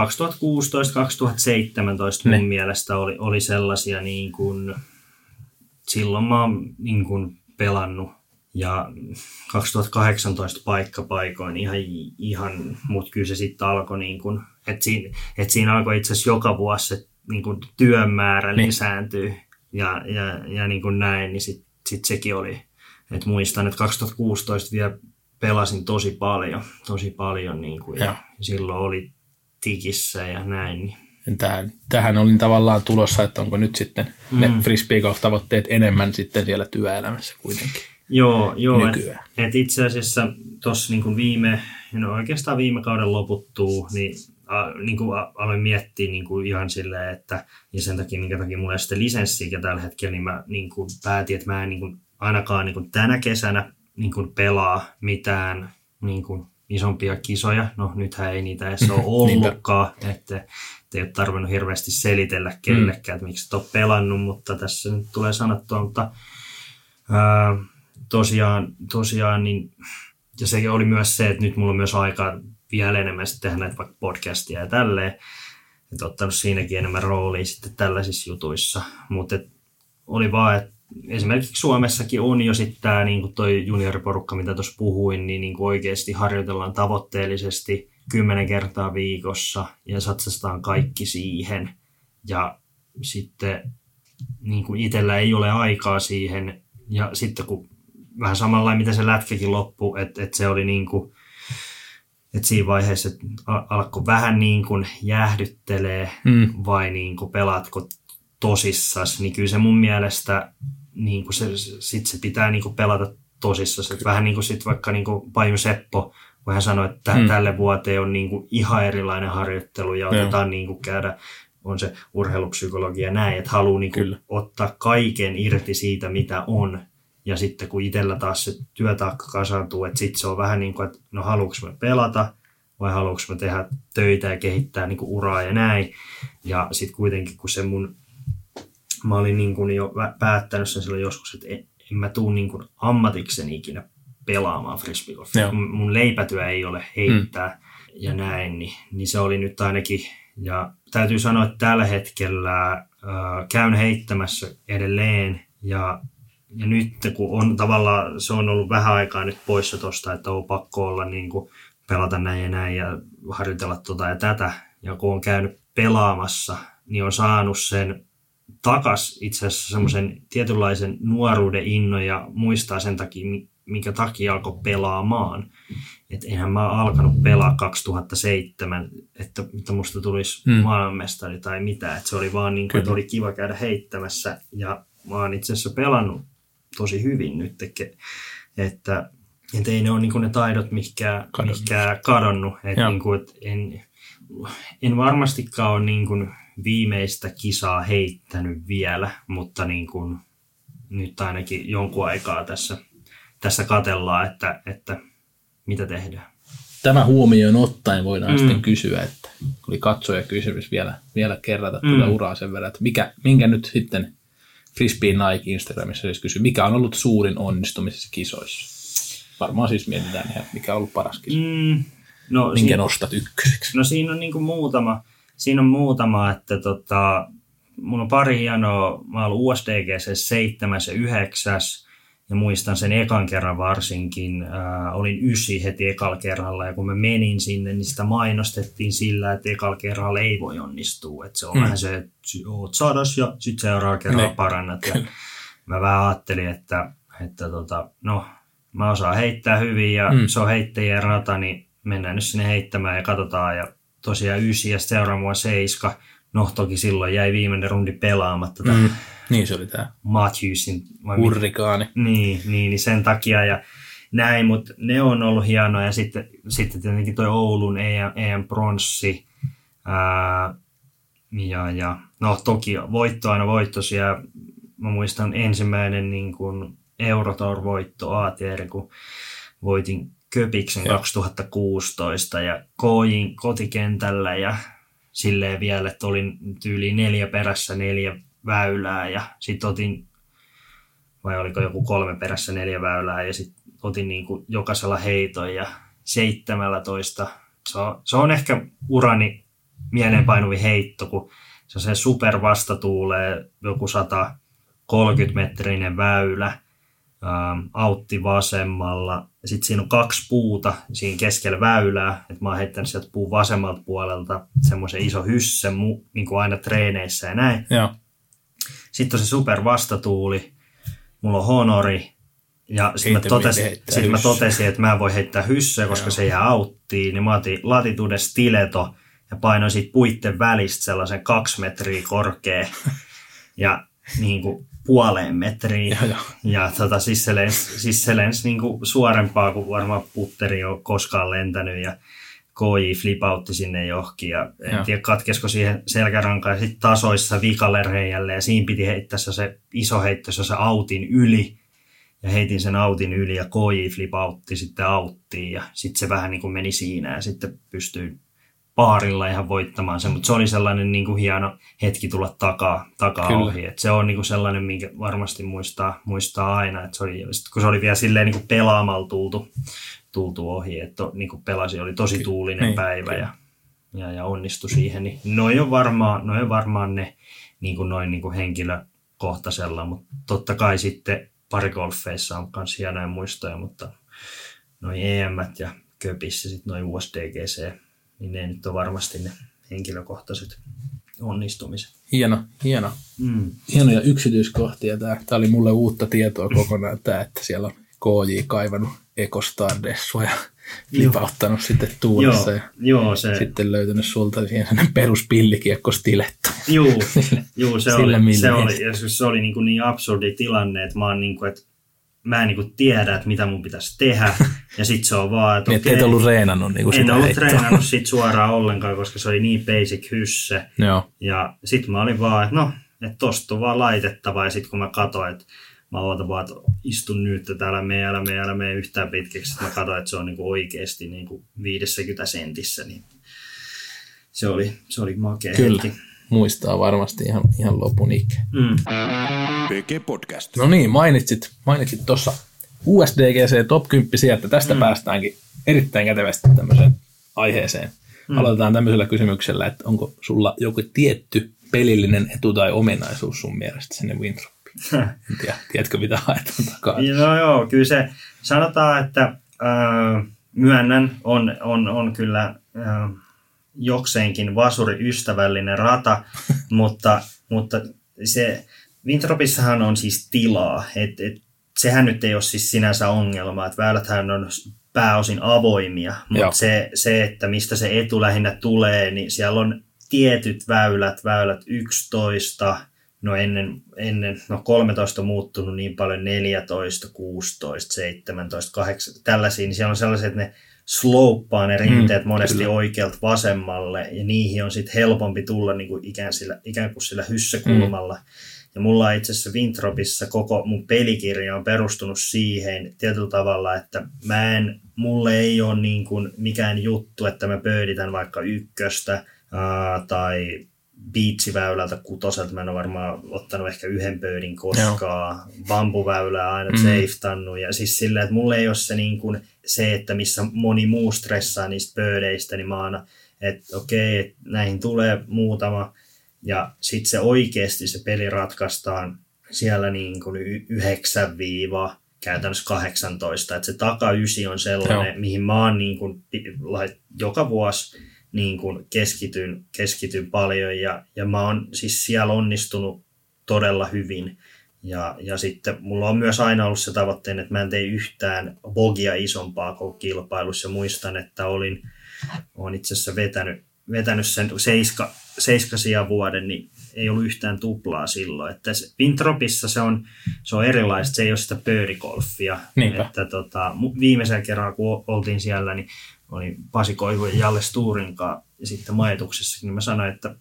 mun mielestä oli sellaisia, niin kuin, silloin mä oon niin kuin pelannut ja 2018 paikkapaikoin ihan mutta kyllä se sitten alkoi, niin kuin, että siinä alkoi itse asiassa joka vuosi se niin kuin työn määrä lisääntyy ja niin kuin näin, niin sit sekin oli. Et muistan, että 2016 vielä pelasin tosi paljon niin kuin, ja silloin oli tikissä ja näin. Niin. Tähän olin tavallaan tulossa, että onko nyt sitten ne frisbeegolf-tavoitteet enemmän sitten siellä työelämässä kuitenkin. Joo, et itse asiassa tuossa niin oikeastaan viime kauden loputtuu, niin aloin miettiä niin kuin ihan silleen, että ja sen takia, minkä takia mulla ei sitten lisenssiä tällä hetkellä, niin mä niin kuin päätin, että mä en niin kuin ainakaan niin kuin tänä kesänä niin kuin pelaa mitään niin kuin isompia kisoja. No nythän ei niitä edes ole ollutkaan, että ei ole tarvinnut hirveästi selitellä kellekään, että miksi et ole pelannut, mutta tässä nyt tulee sanottua, mutta tosiaan niin, ja se oli myös se, että nyt mulla on myös aikaa vielä enemmän sitten tehdä näitä vaikka podcastia ja tälleen, että ottanut siinäkin enemmän roolia sitten tällaisissa jutuissa, mutta oli vaan, että esimerkiksi Suomessakin on jo sitten tämä niin toi junioriporukka, mitä tuossa puhuin, niin oikeasti harjoitellaan tavoitteellisesti 10 kertaa viikossa ja satsataan kaikki siihen. Ja sitten niin itsellä ei ole aikaa siihen. Ja sitten kun vähän samalla mitä se lätkäkin loppui, että se oli niin kuin, että siinä vaiheessa että alkoi vähän niin kuin jäähdyttelee vai niin kuin pelaatko tosissas, niin kyllä se mun mielestä niin kuin se pitää niin kuin pelata tosissaan. Että vähän niin kuin sit vaikka niin kuin Paju Seppo vähän sanoi, että tälle vuoteen on niin kuin ihan erilainen harjoittelu ja otetaan niin kuin käydä, on se urheilupsykologia näin, että haluaa niin kuin ottaa kaiken irti siitä, mitä on. Ja sitten kun itsellä taas se työtaakka kasaantuu, että sitten se on vähän niin kuin, että no haluanko mä pelata vai haluanko mä tehdä töitä ja kehittää niin kuin uraa ja näin. Ja sitten kuitenkin kun se mä olin niin kuin jo päättänyt sen silloin joskus, että en mä tuu niin kuin ammatikseni ikinä pelaamaan frisbeegolfia. Mun leipätyö ei ole heittää ja näin, niin se oli nyt ainakin. Ja täytyy sanoa, että tällä hetkellä käyn heittämässä edelleen ja nyt kun on tavallaan, se on ollut vähän aikaa nyt poissa tosta, että on pakko olla niin kuin pelata näin ja näin ja harjoitella tota ja tätä. Ja kun on käynyt pelaamassa, niin on saanut sen takas itse asiassa semmoisen tietynlaisen nuoruuden innon ja muistaa sen takia, minkä takia alkoi pelaamaan. Että eihän mä alkanut pelaa 2007, että musta tulisi maailmanmestari tai mitä. Että se oli vaan niin kuin, että oli kiva käydä heittämässä ja mä oon itse asiassa pelannut tosi hyvin nyt. Että ei ne ole niin kuin ne taidot mihinkään kadonnut. Että niin kuin, että en varmastikaan ole niin kuin viimeistä kisaa heittänyt vielä, mutta niin kuin nyt ainakin jonkun aikaa tässä katsellaan, että mitä tehdään. Tämä huomioon ottaen voidaan sitten kysyä, että oli katsojakysymys vielä kerrata tätä uraa sen verran, että minkä nyt sitten Frisbee Nike Instagramissa siis kysyy, mikä on ollut suurin onnistumisessa kisoissa? Varmaan siis mietitään ihan, mikä on ollut paras kiso. Minkä nostat ykköseksi? No siinä on niin kuin muutama, että mulla on pari hienoa, mä oon ollut USDGC 7 ja 9 ja muistan sen ekan kerran varsinkin, olin 9 heti ekalla kerralla ja kun mä menin sinne, niin sitä mainostettiin sillä, että ekalla kerralla ei voi onnistua, että se on vähän se, että oot 100 ja sitten seuraava kerralla parannat ja mä vähän ajattelin, että no mä osaan heittää hyvin ja se on heittäjien rata, niin mennään nyt sinne heittämään ja katsotaan ja tosiaan 9 ja seuraava 7. No toki silloin jäi viimeinen rundi pelaamatta. Niin se oli tämä Matthewsin. Hurrikaani. Niin sen takia ja näin, mutta ne on ollut hienoja. Ja sitten tietenkin toi Oulun EM Bronssi. Ja no toki voitto aina voittosia. Mä muistan ensimmäinen niin kuin Eurotour-voitto ATR, kun voitin Köpiksen 2016 ja KJ:n kotikentällä ja silleen vielä, että olin tyyliin 4 perässä 4 väylää ja sitten otin, vai oliko joku 3 perässä 4 väylää ja sitten otin niin kuin jokaisella heiton ja 17. Se on ehkä urani mieleenpainuvin heitto, kun se super vastatuulee joku 130-metrinen väylä, autti vasemmalla. Sitten siinä on 2 puuta siinä keskellä väylää, että mä oon heittänyt sieltä puun vasemmalta puolelta semmoisen iso hyssen, niin kuin aina treeneissä ja näin. Joo. Sitten on se super vastatuuli, mulla on honori, ja sitten mä totesin, että mä en voi heittää hysseä, koska se jää auttiin, niin mä otin latitude stiletto ja painoin siitä puitten välistä sellaisen 2 metriä korkea ja niin kuin 0,5 metriä. Ja siis se lensi niin kuin suorempaa kuin varmaan putteri on koskaan lentänyt ja KJ flipautti sinne johonkin ja en tiedä katkesko siihen selkärankaan ja sitten tasoissa vikalle reijälle ja siinä piti heittää se iso heitto se autin yli ja heitin sen autin yli ja KJ flipautti sitten auttiin ja sitten se vähän niin kuin meni siinä ja sitten pystyi paarilla ihan voittamaan sen, mutta se oli sellainen niin kuin hieno hetki tulla takaa ohi. Et se on niin kuin sellainen, minkä varmasti muistaa aina, että se oli, kun se oli vielä silleen niin kuin pelaamalla tultu ohi, että niin kuin pelasi, oli tosi tuulinen päivä ja onnistui siihen. Niin noi on varmaan ne niin kuin noin niin kuin henkilökohtaisella, mutta totta kai sitten parigolfeissa on myös hienoja muistoja, mutta noi EM-t ja Köpissä sitten noi USDGC, niin ne nyt on varmasti ne henkilökohtaiset onnistumiset. Hienoja yksityiskohtia. Tämä oli mulle uutta tietoa kokonaan, että siellä on KJ kaivannut Ecostar-dessua ja flipauttanut sitten tuulissa ja sitten löytänyt sulta siihen peruspillikiekko stiletto. Joo, se oli niin absurdi tilanne, että mä en niin tiedä, että mitä mun pitäisi tehdä. Ja sitten se on vaan, että et ollut reenannut niin en ollut treenannut sit suoraan ollenkaan, koska se oli niin basic hysse. Joo. Ja sitten mä olin vaan, että tosta on vaan laitettava. Ja sitten kun mä katsoin, että mä ootan vaan, että istun nyt, että älä mene yhtään pitkäksi. Sitten mä katsoin, että se on niin oikeasti niin 50 sentissä. Niin se oli makea hetki. Muistaa varmasti ihan lopun ikä. PG Podcast. No niin, mainitsit tuossa USDGC Top 10 sieltä. Tästä päästäänkin erittäin kätevästi tämmöiseen aiheeseen. Aloitetaan tämmöisellä kysymyksellä, että onko sulla joku tietty pelillinen etu tai ominaisuus sun mielestä sinne Winthropiin? En tiedä, tiedätkö mitä haetaan takaa? No joo, kyllä se sanotaan, että myönnän, on kyllä jokseenkin vasuriystävällinen rata, mutta se Winthropissahan on siis tilaa, sehän nyt ei ole siis sinänsä ongelma, että väyläthän on pääosin avoimia, mutta se, että mistä se etu lähinnä tulee, niin siellä on tietyt väylät 11, ennen 13 on muuttunut niin paljon, 14, 16, 17, 18, tällaisia, niin siellä on sellaiset, että ne slopea ne rinteet monesti kyllä oikealta vasemmalle, ja niihin on sitten helpompi tulla niin kuin ikään kuin sillä hyssäkulmalla. Ja mulla on itse asiassa Winthropissa koko mun pelikirja on perustunut siihen tietyllä tavalla, että mulle ei ole niin kuin mikään juttu, että mä pöyditän vaikka 1 tai beachiväylältä 6, mä en ole varmaan ottanut ehkä 1 pöydin koskaan, bambuväylää aina seiftannut, ja siis silleen, että mulle ei ole se, niin kuin, se että missä moni muu stressaa niistä pöydeistä, niin mä aina, että okei, näihin tulee muutama, ja sitten se oikeasti se peli ratkaistaan siellä niin kuin 9-käytännössä 18, että se taka 9 on sellainen, mihin mä oon niin kuin, joka vuosi niin kuin keskityn paljon, ja mä oon siis siellä onnistunut todella hyvin. Ja sitten mulla on myös aina ollut se tavoitteen, että mä en tee yhtään bogia isompaa kuin kilpailussa. Muistan, että olen itse asiassa vetänyt sen 7 vuoden, niin ei ollut yhtään tuplaa silloin. Että Winthropissa se on erilaista, se ei ole sitä pöydigolfia. Että viimeisellä kerralla, kun oltiin siellä, niin oli Pasi Koivu ja Jalle Sturinkaan ja sitten majoituksessakin, niin mä sanoin, että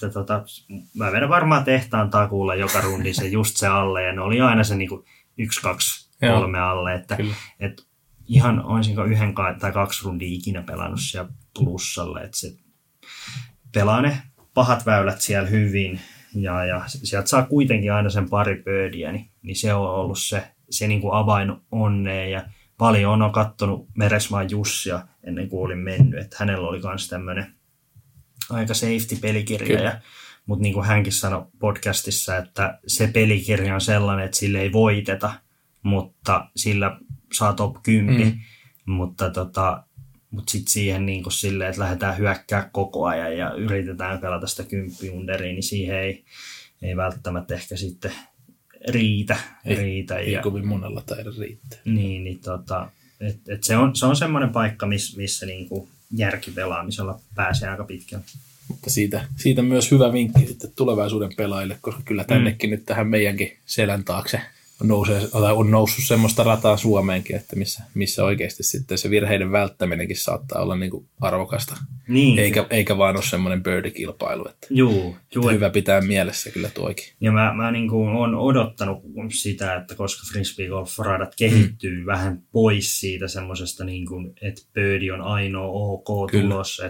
mä vedän varmaan tehtaan takuulla joka rundin se just se alle, ja ne oli aina se niinku 1, 2, 3 alle, että ihan olisinko 1 tai 2 rundia ikinä pelannut siellä plussalle, että se pelaa ne pahat väylät siellä hyvin, ja sieltä saa kuitenkin aina sen pari pöydiä, niin se on ollut se niinku avain onneen, ja paljon on katsonut Meresmaan Jussia ennen kuin olin mennyt, että hänellä oli myös tämmöinen aika safety-pelikirja, mutta niin kuin hänkin sanoi podcastissa, että se pelikirja on sellainen, että sille ei voiteta, mutta sillä saa top 10, mutta sitten siihen niin kuin silleen, että lähdetään hyökkää koko ajan ja yritetään pelata sitä 10 underia, niin siihen ei välttämättä ehkä sitten riitä. Ei kovin monella taida riittää. Se on semmoinen paikka, missä niinku järkipelaamisella pääsee aika pitkälle. Mutta siitä myös hyvä vinkki sitten tulevaisuuden pelaajille, koska kyllä tännekin nyt tähän meidänkin selän taakse on noussut semmoista rataa Suomeenkin, että missä oikeasti sitten se virheiden välttäminenkin saattaa olla niinku arvokasta, eikä vaan ole semmoinen birdie-kilpailu. Että hyvä pitää mielessä kyllä tuokin. Ja mä niinku olen odottanut sitä, että koska frisbeegolf-radat kehittyy vähän pois siitä semmoisesta, niinku, että birdie on ainoa ok tulos,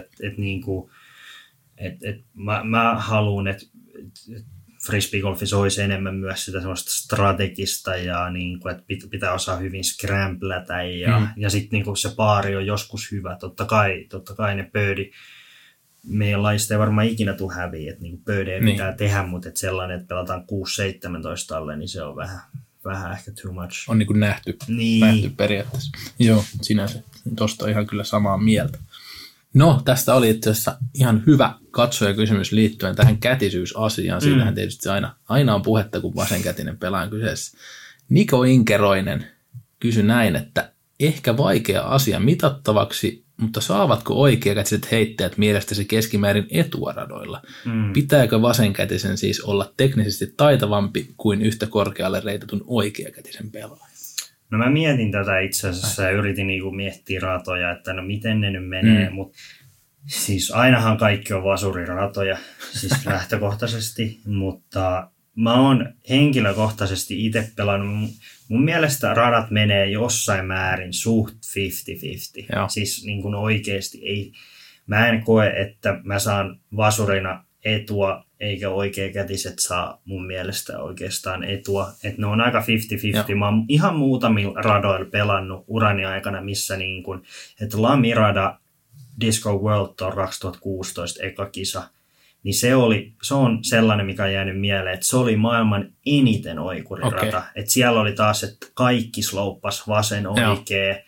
että mä haluan, että frisbeegolfissa olisi enemmän myös sitä semmoista strategista ja niin kuin, että pitää osaa hyvin scramblätä ja sitten niin kuin se paari on joskus hyvä. Totta kai ne birdie, meidän lajista ei varmaan ikinä tule häviä, että niin birdie pitää tehdä, mutta että sellainen, että pelataan 6-17 alle, niin se on vähän ehkä too much. On niin kuin nähty periaatteessa. Joo, sinänsä. Tuosta on ihan kyllä samaa mieltä. No, tästä oli itse asiassa ihan hyvä katsojakysymys liittyen tähän kätisyysasiaan. Siitähän tietysti aina on puhetta, kun vasenkätinen pelaaja on kyseessä. Niko Inkeroinen kysyi näin, että ehkä vaikea asia mitattavaksi, mutta saavatko oikeakätiset heittäjät mielestäsi keskimäärin etuaradoilla? Pitääkö vasenkätisen siis olla teknisesti taitavampi kuin yhtä korkealle reitatun oikeakätisen pelaaja? No mä mietin tätä itse asiassa ja yritin niinku miettiä ratoja, että no miten ne nyt menee, mutta siis ainahan kaikki on vasuriratoja, siis lähtökohtaisesti, mutta mä oon henkilökohtaisesti itse pelannut, mun mielestä radat menee jossain määrin suht 50-50, siis niin kuin oikeasti ei, mä en koe, että mä saan vasurina etua, eikä oikeakätiset saa mun mielestä oikeastaan etua. Että ne on aika 50-50. Mä oon ihan muutamilla radoilla pelannut urani aikana, missä niin kuin, että Lamirada Disco World Tour 2016 eka kisa, niin se on sellainen, mikä on jäänyt mieleen, että se oli maailman eniten oikurirata. Että siellä oli taas, että kaikki slouppas vasen oikea,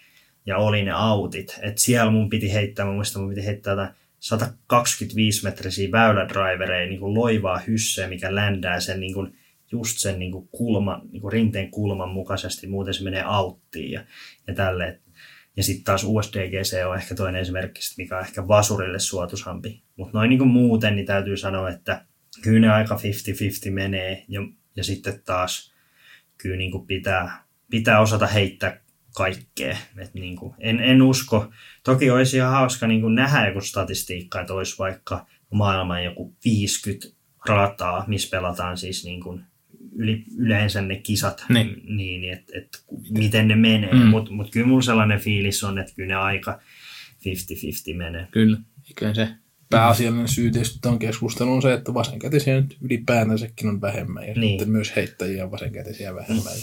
ja oli ne autit. Et siellä mun piti heittää, mä muistan, mun piti heittää 125-metrisiä väylädrivereja, niin kuin loivaa hysseä, mikä ländää sen niin kuin, just sen niin kuin rinteen kulman mukaisesti, muuten se menee auttiin ja tälleen. Ja sitten taas USDGC on ehkä toinen esimerkki, mikä on ehkä vasurille suotuisampi. Mutta noin niin kuin muuten, niin täytyy sanoa, että kyllä ne aika 50-50 menee. Ja sitten taas kyllä niin kuin pitää osata heittää kaikkea. Et niin kuin, en usko. Toki olisi ihan hauska niin kuin nähdä joku statistiikka, että olisi vaikka maailman joku 50 rataa, missä pelataan siis niin kuin yleensä ne kisat, niin että miten ne menee. Mut kyllä mulla sellainen fiilis on, että kyllä ne aika 50-50 menee. Kyllä, eiköhän se pääasiallinen syy tietysti tuon keskustelun on se, että vasenkätisiä nyt ylipäätänsäkin on vähemmän ja sitten myös heittäjiä on vasenkätisiä vähemmän.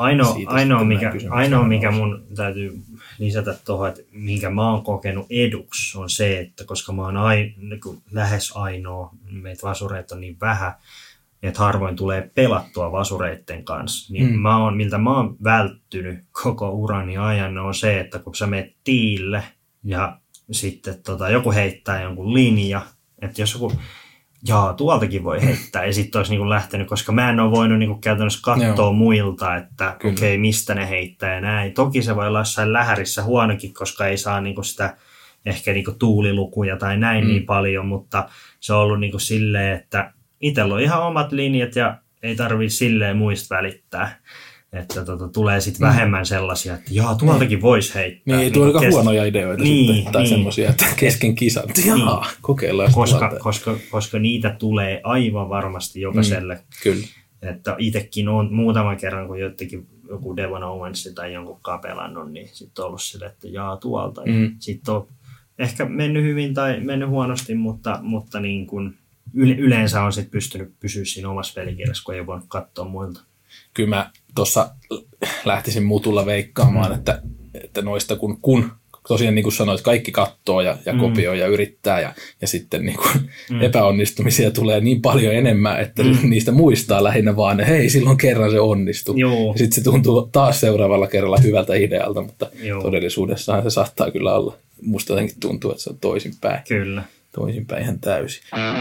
Ainoa mikä mun täytyy lisätä tuohon, että minkä mä oon kokenut eduksi, on se, että koska mä oon lähes ainoa, meitä vasureita on niin vähän, että harvoin tulee pelattua vasureitten kanssa, niin miltä mä oon välttynyt koko urani ajan, on se, että kun sä menet tiille ja sitten joku heittää jonkun linja, että jos joku, tuoltakin voi heittää, ja sitten olisi niinku lähtenyt, koska mä en ole voinut niinku käytännössä katsoa muilta, että okei, mistä ne heittää ja näin. Toki se voi olla jossain lähärissä huonokin, koska ei saa niinku sitä ehkä niinku tuulilukuja tai näin niin paljon, mutta se on ollut niinku silleen, että itsellä on ihan omat linjat ja ei tarvitse silleen muista välittää. Että tulee sitten vähemmän sellaisia, että tuoltakin voisi heittää. Niin, tuo aika huonoja ideoita sitten, tai semmoisia, että kesken kisan, kokeillaan. Koska niitä tulee aivan varmasti jokaiselle. Kyllä. Että itsekin on muutaman kerran, kun joku Devon Owens tai jonkun pelannut, niin sitten on ollut sille, että tuolta. Sitten on ehkä mennyt hyvin tai mennyt huonosti, mutta niin kuin yleensä on sitten pystynyt pysyä siinä omassa pelikirjassa, kun ei voinut katsoa muilta. Kyllä mä tuossa lähtisin mutulla veikkaamaan, että noista kun tosiaan niin kuin sanoit, kaikki katsoo ja kopioi ja yrittää ja sitten niin kuin epäonnistumisia tulee niin paljon enemmän, että niistä muistaa lähinnä vaan, että hei, silloin kerran se onnistui. Ja sitten se tuntuu taas seuraavalla kerralla hyvältä idealta, mutta todellisuudessahan se saattaa kyllä olla. Musta jotenkin tuntuu, että se on toisinpäin. Kyllä. Toisinpäin ihan täysin.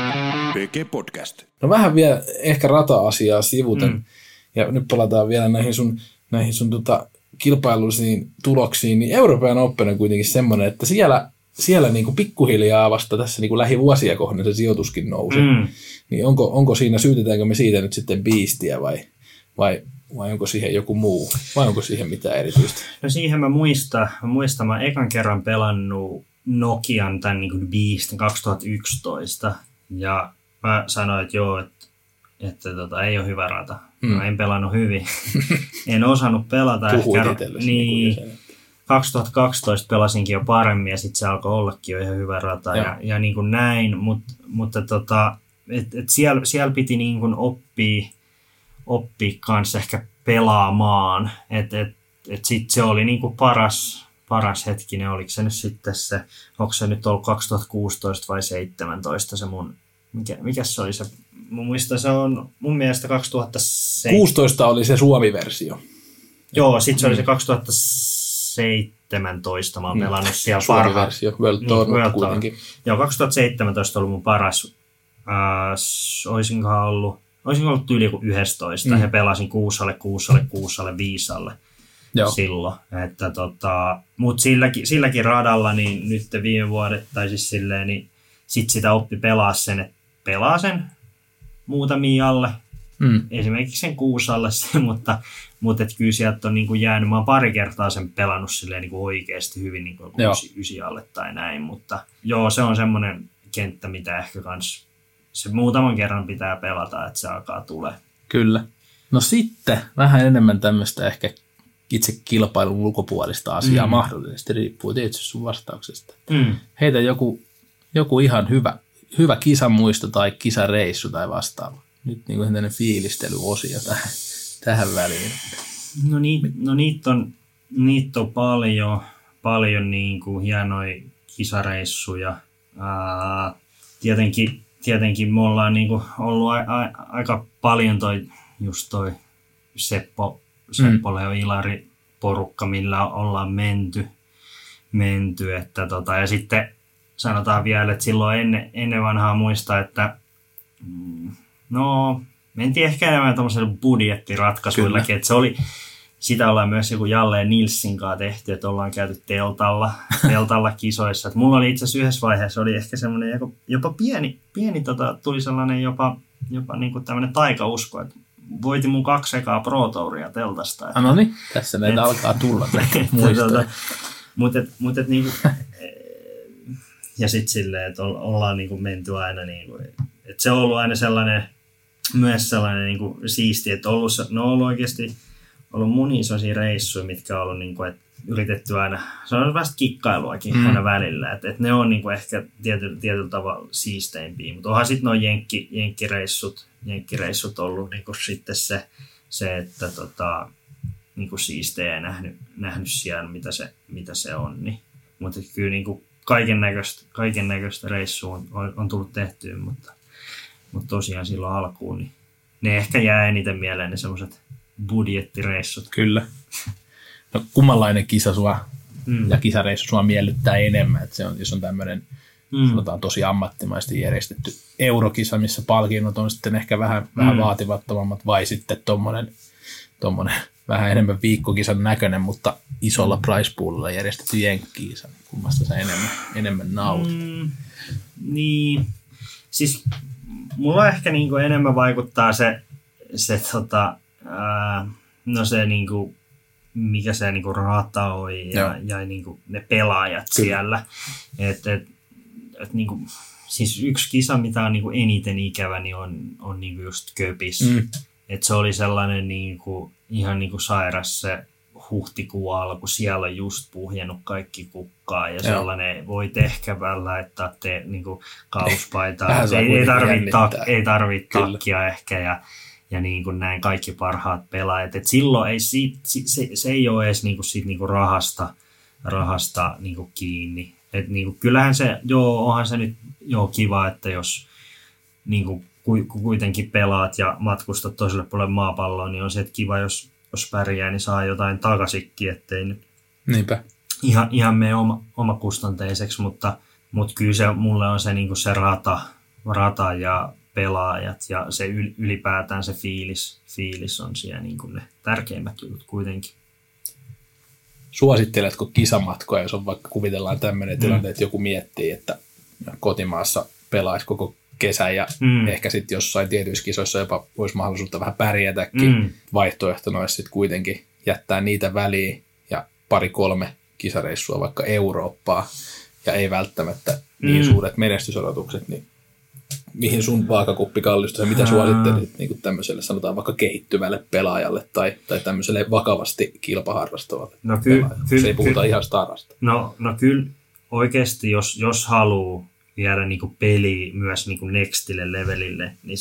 PG Podcast. No vähän vielä ehkä rata-asiaa sivuten. Ja nyt palataan vielä näihin sun kilpailullisiin tuloksiin. Niin Euroopan Open on kuitenkin semmoinen, että siellä niin kuin pikkuhiljaa vasta tässä niin kuin lähivuosia kohden se sijoituskin nousee. Niin onko siinä, syytetäänkö me siitä nyt sitten Beastia vai onko siihen joku muu? Vai onko siihen mitään erityistä? No siihen mä muistan mä ekan kerran pelannut Nokian tämän niin kuin Beastin 2011. Ja mä sanoin, että ei ole hyvä rata. No, en pelannut hyvin. En osannut pelata. Niin 2012 pelasinkin jo paremmin ja sitten se alkoi ollakin jo ihan hyvä rata ja niin kuin näin. Mutta siellä piti niin kuin oppia kanssa ehkä pelaamaan. Sitten se oli niin kuin paras hetkinen. Oliko se nyt sitten onko se nyt ollut 2016 vai 2017 se mun, mikä se oli se? Muistan, se on mun mielestä 2016 oli se Suomi-versio. Joo, sitten se oli se 2017. Mä oon pelannut siellä Suomi-versio, World Tour kuitenkin. Joo, 2017 oli mun paras. Olisinko ollut yli kuin 11 ja pelasin Kuusalle, Viisalle silloin. Mutta silläkin radalla niin nyt viime vuodet, tai siis silleen, niin sit sitä oppi pelaa sen muutamia alle, esimerkiksi sen Kuusalle, mutta et kyllä sieltä on niin kuin jäänyt, mä oon pari kertaa sen pelannut silleen niin kuin oikeasti hyvin niin kuin 9 alle tai näin, mutta se on semmoinen kenttä, mitä ehkä kans se muutaman kerran pitää pelata, että se alkaa tulee. Kyllä. No sitten vähän enemmän tämmöistä ehkä itse kilpailun ulkopuolista asiaa mahdollisesti, riippuu tietysti sun vastauksesta. Heitä joku ihan hyvä kisamuisto tai kisareissu tai vastaava. Nyt niin kuin tämmöinen fiilistelyosio tähän väliin. No niitä on paljon niin kuin hienoja kisareissulla. Tietenkin me ollaan niin kuin ollut aika paljon toi Seppo Leo Ilari porukka, millä ollaan menty. menty. Ja sitten sanotaan vielä, että silloin ennen vanhaa muista, että mentiin ehkä enemmän tämmöisellä budjettiratkaisuillakin, että se oli, sitä ollaan myös joku Jalle Nilssin kanssa tehty, että ollaan käyty teltalla kisoissa. Et mulla oli itse asiassa yhdessä vaiheessa oli ehkä semmoinen jopa pieni tuli sellainen jopa niin kuin tämmöinen taikausko, että voitin mun 2 ekaa Pro Touria teltasta. No niin, tässä näitä alkaa tulla muistoja. Mutta niinku, ja sitten silleen, että ollaan niinku menty aina, niinku, että se on ollut aina myös sellainen niinku siisti, että on ollut oikeasti monia sellaisia reissuja, mitkä on ollut, niinku, että yritetty aina, se on vasta kikkailuakin aina välillä, että ne on niinku ehkä tietyllä tavalla siisteimpiä, mutta onhan sitten nuo jenkkireissut ollut niinku sitten se että niinku siistejä nähnyt siellä, mitä se on. Niin. Mutta kyllä niinku kaiken näköistä reissua on tullut tehtyä, mutta tosiaan silloin alkuun, niin ne ehkä jää eniten mieleen ne semmoiset budjettireissut. Kyllä. No kummanlainen kisa sua ja kisareissu sua miellyttää enemmän? Että se on, jos on tämmöinen sanotaan tosi ammattimaisesti järjestetty eurokisa, missä palkinnot on sitten ehkä vähän vaativattomammat, vai sitten tommonen vähän enemmän viikkokisan näköinen, mutta isolla price poolilla järjestetty jenkkikisa. Kummasta sä enemmän nautit? Niin, siis mulla ehkä niinku enemmän vaikuttaa se niinku, mikä se niinku rata on ja niinku ne pelaajat siellä. Et niinku, siis yksi kisa, mitä on niinku eniten ikävä, niin on niinku just Köpis. Et se oli sellainen niinku, ihan niinku sairas se huhtikuun alku. Siellä on just puhjennut kaikki kukkaa ja sellainen voit ehkä vähän laittaa niinku kauspaitaa. ei tarvitse takkia ehkä ja niin kuin näin kaikki parhaat pelaajat. Et silloin ei se ei ole edes niinku siitä niinku rahasta niinku kiinni. Et niinku, kyllähän se, onhan se nyt kiva, että jos niinku, kuitenkin pelaat ja matkustat toiselle puolelle maapalloa, niin on se, että kiva, jos pärjää, niin saa jotain takaisinkin, ettei nyt ihan mene omakustanteiseksi, mutta kyllä se, mulle on se, niinku se rata ja pelaajat ja se ylipäätään se fiilis on siellä niin kuin ne tärkeimmät jutut kuitenkin. Suositteletko kisamatkoja, jos on vaikka kuvitellaan tämmöinen tilanne, että joku miettii, että kotimaassa pelaisi koko kesän ja ehkä sitten jossain tietyissä kisoissa jopa olisi mahdollisuutta vähän pärjätäkin. Vaihtoehtona olisi sitten kuitenkin jättää niitä väliin ja 2-3 kisareissua vaikka Eurooppaa ja ei välttämättä niin suuret menestysodotukset, niin mihin sun vaakakuppi kallistuu ja mitä suosittelisit niin tämmöiselle sanotaan vaikka kehittyvälle pelaajalle tai tämmöiselle vakavasti kilpaharrastavalle pelaajalle? Se ei puhuta ihan starasta. No kyllä oikeasti, jos haluaa viedä niinku peliä myös niinku nextille levelille, niin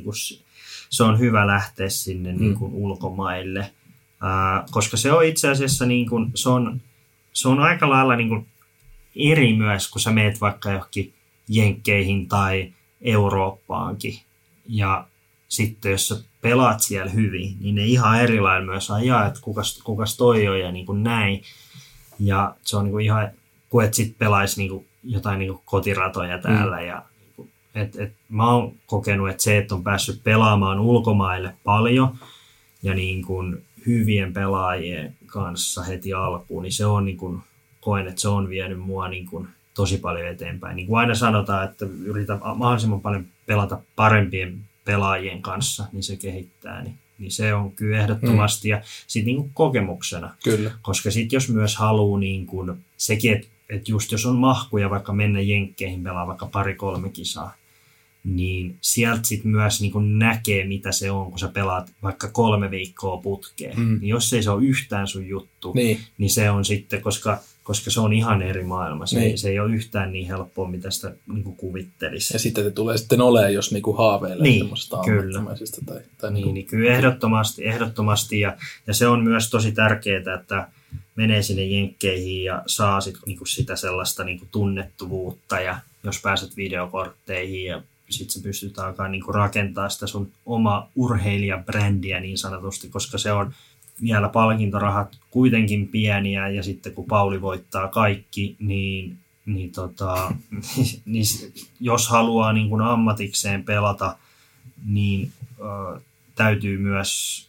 se on hyvä lähteä sinne niinku ulkomaille. Koska se on itse asiassa niinku, se on aika lailla niinku eri myös, kun sä meet vaikka johonkin Jenkkeihin tai Eurooppaankin. Ja sitten jos sä pelaat siellä hyvin, niin ne ihan eri lailla myös ajaa, että kukas toi on ja niin kuin näin. Ja se on niin kuin ihan, kun et sit pelaisi niin kuin jotain niin kuin kotiratoja täällä. Ja, mä oon kokenut, että se, että on päässyt pelaamaan ulkomaille paljon ja niin kuin hyvien pelaajien kanssa heti alkuun, niin se on niin kuin, koen, että se on vienyt mua niin kuin tosi paljon eteenpäin. Niin kuin aina sanotaan, että yritä mahdollisimman paljon pelata parempien pelaajien kanssa, niin se kehittää. Niin se on kyllä ehdottomasti. Ja sitten niin kokemuksena. Kyllä. Koska sitten jos myös haluaa niin kuin, sekin, että just jos on mahkuja vaikka mennä jenkkeihin pelaa vaikka 2-3 kisaa, niin sieltä sitten myös niin kuin näkee, mitä se on, kun sä pelaat vaikka 3 viikkoa putkeen. Niin jos ei se ole yhtään sun juttu, niin se on sitten, koska se on ihan eri maailma. Se ei ole yhtään niin helppoa, mitä sitä niin kuin kuvittelisi. Ja sitten te tulee sitten olemaan, jos niin kuin haaveilee semmoista ammattimaisesta. Niin kyllä ehdottomasti. Ja se on myös tosi tärkeää, että menee sinne jenkkeihin ja saa sit, niin kuin sitä sellaista niin kuin tunnettuvuutta. Ja jos pääset videokortteihin ja sitten sä pystyt alkaa niin kuin rakentaa sitä sun oma urheilijabrändiä niin sanotusti, koska se on vielä palkintorahat kuitenkin pieniä ja sitten kun Pauli voittaa kaikki, niin jos haluaa niin kuin ammatikseen pelata, niin täytyy myös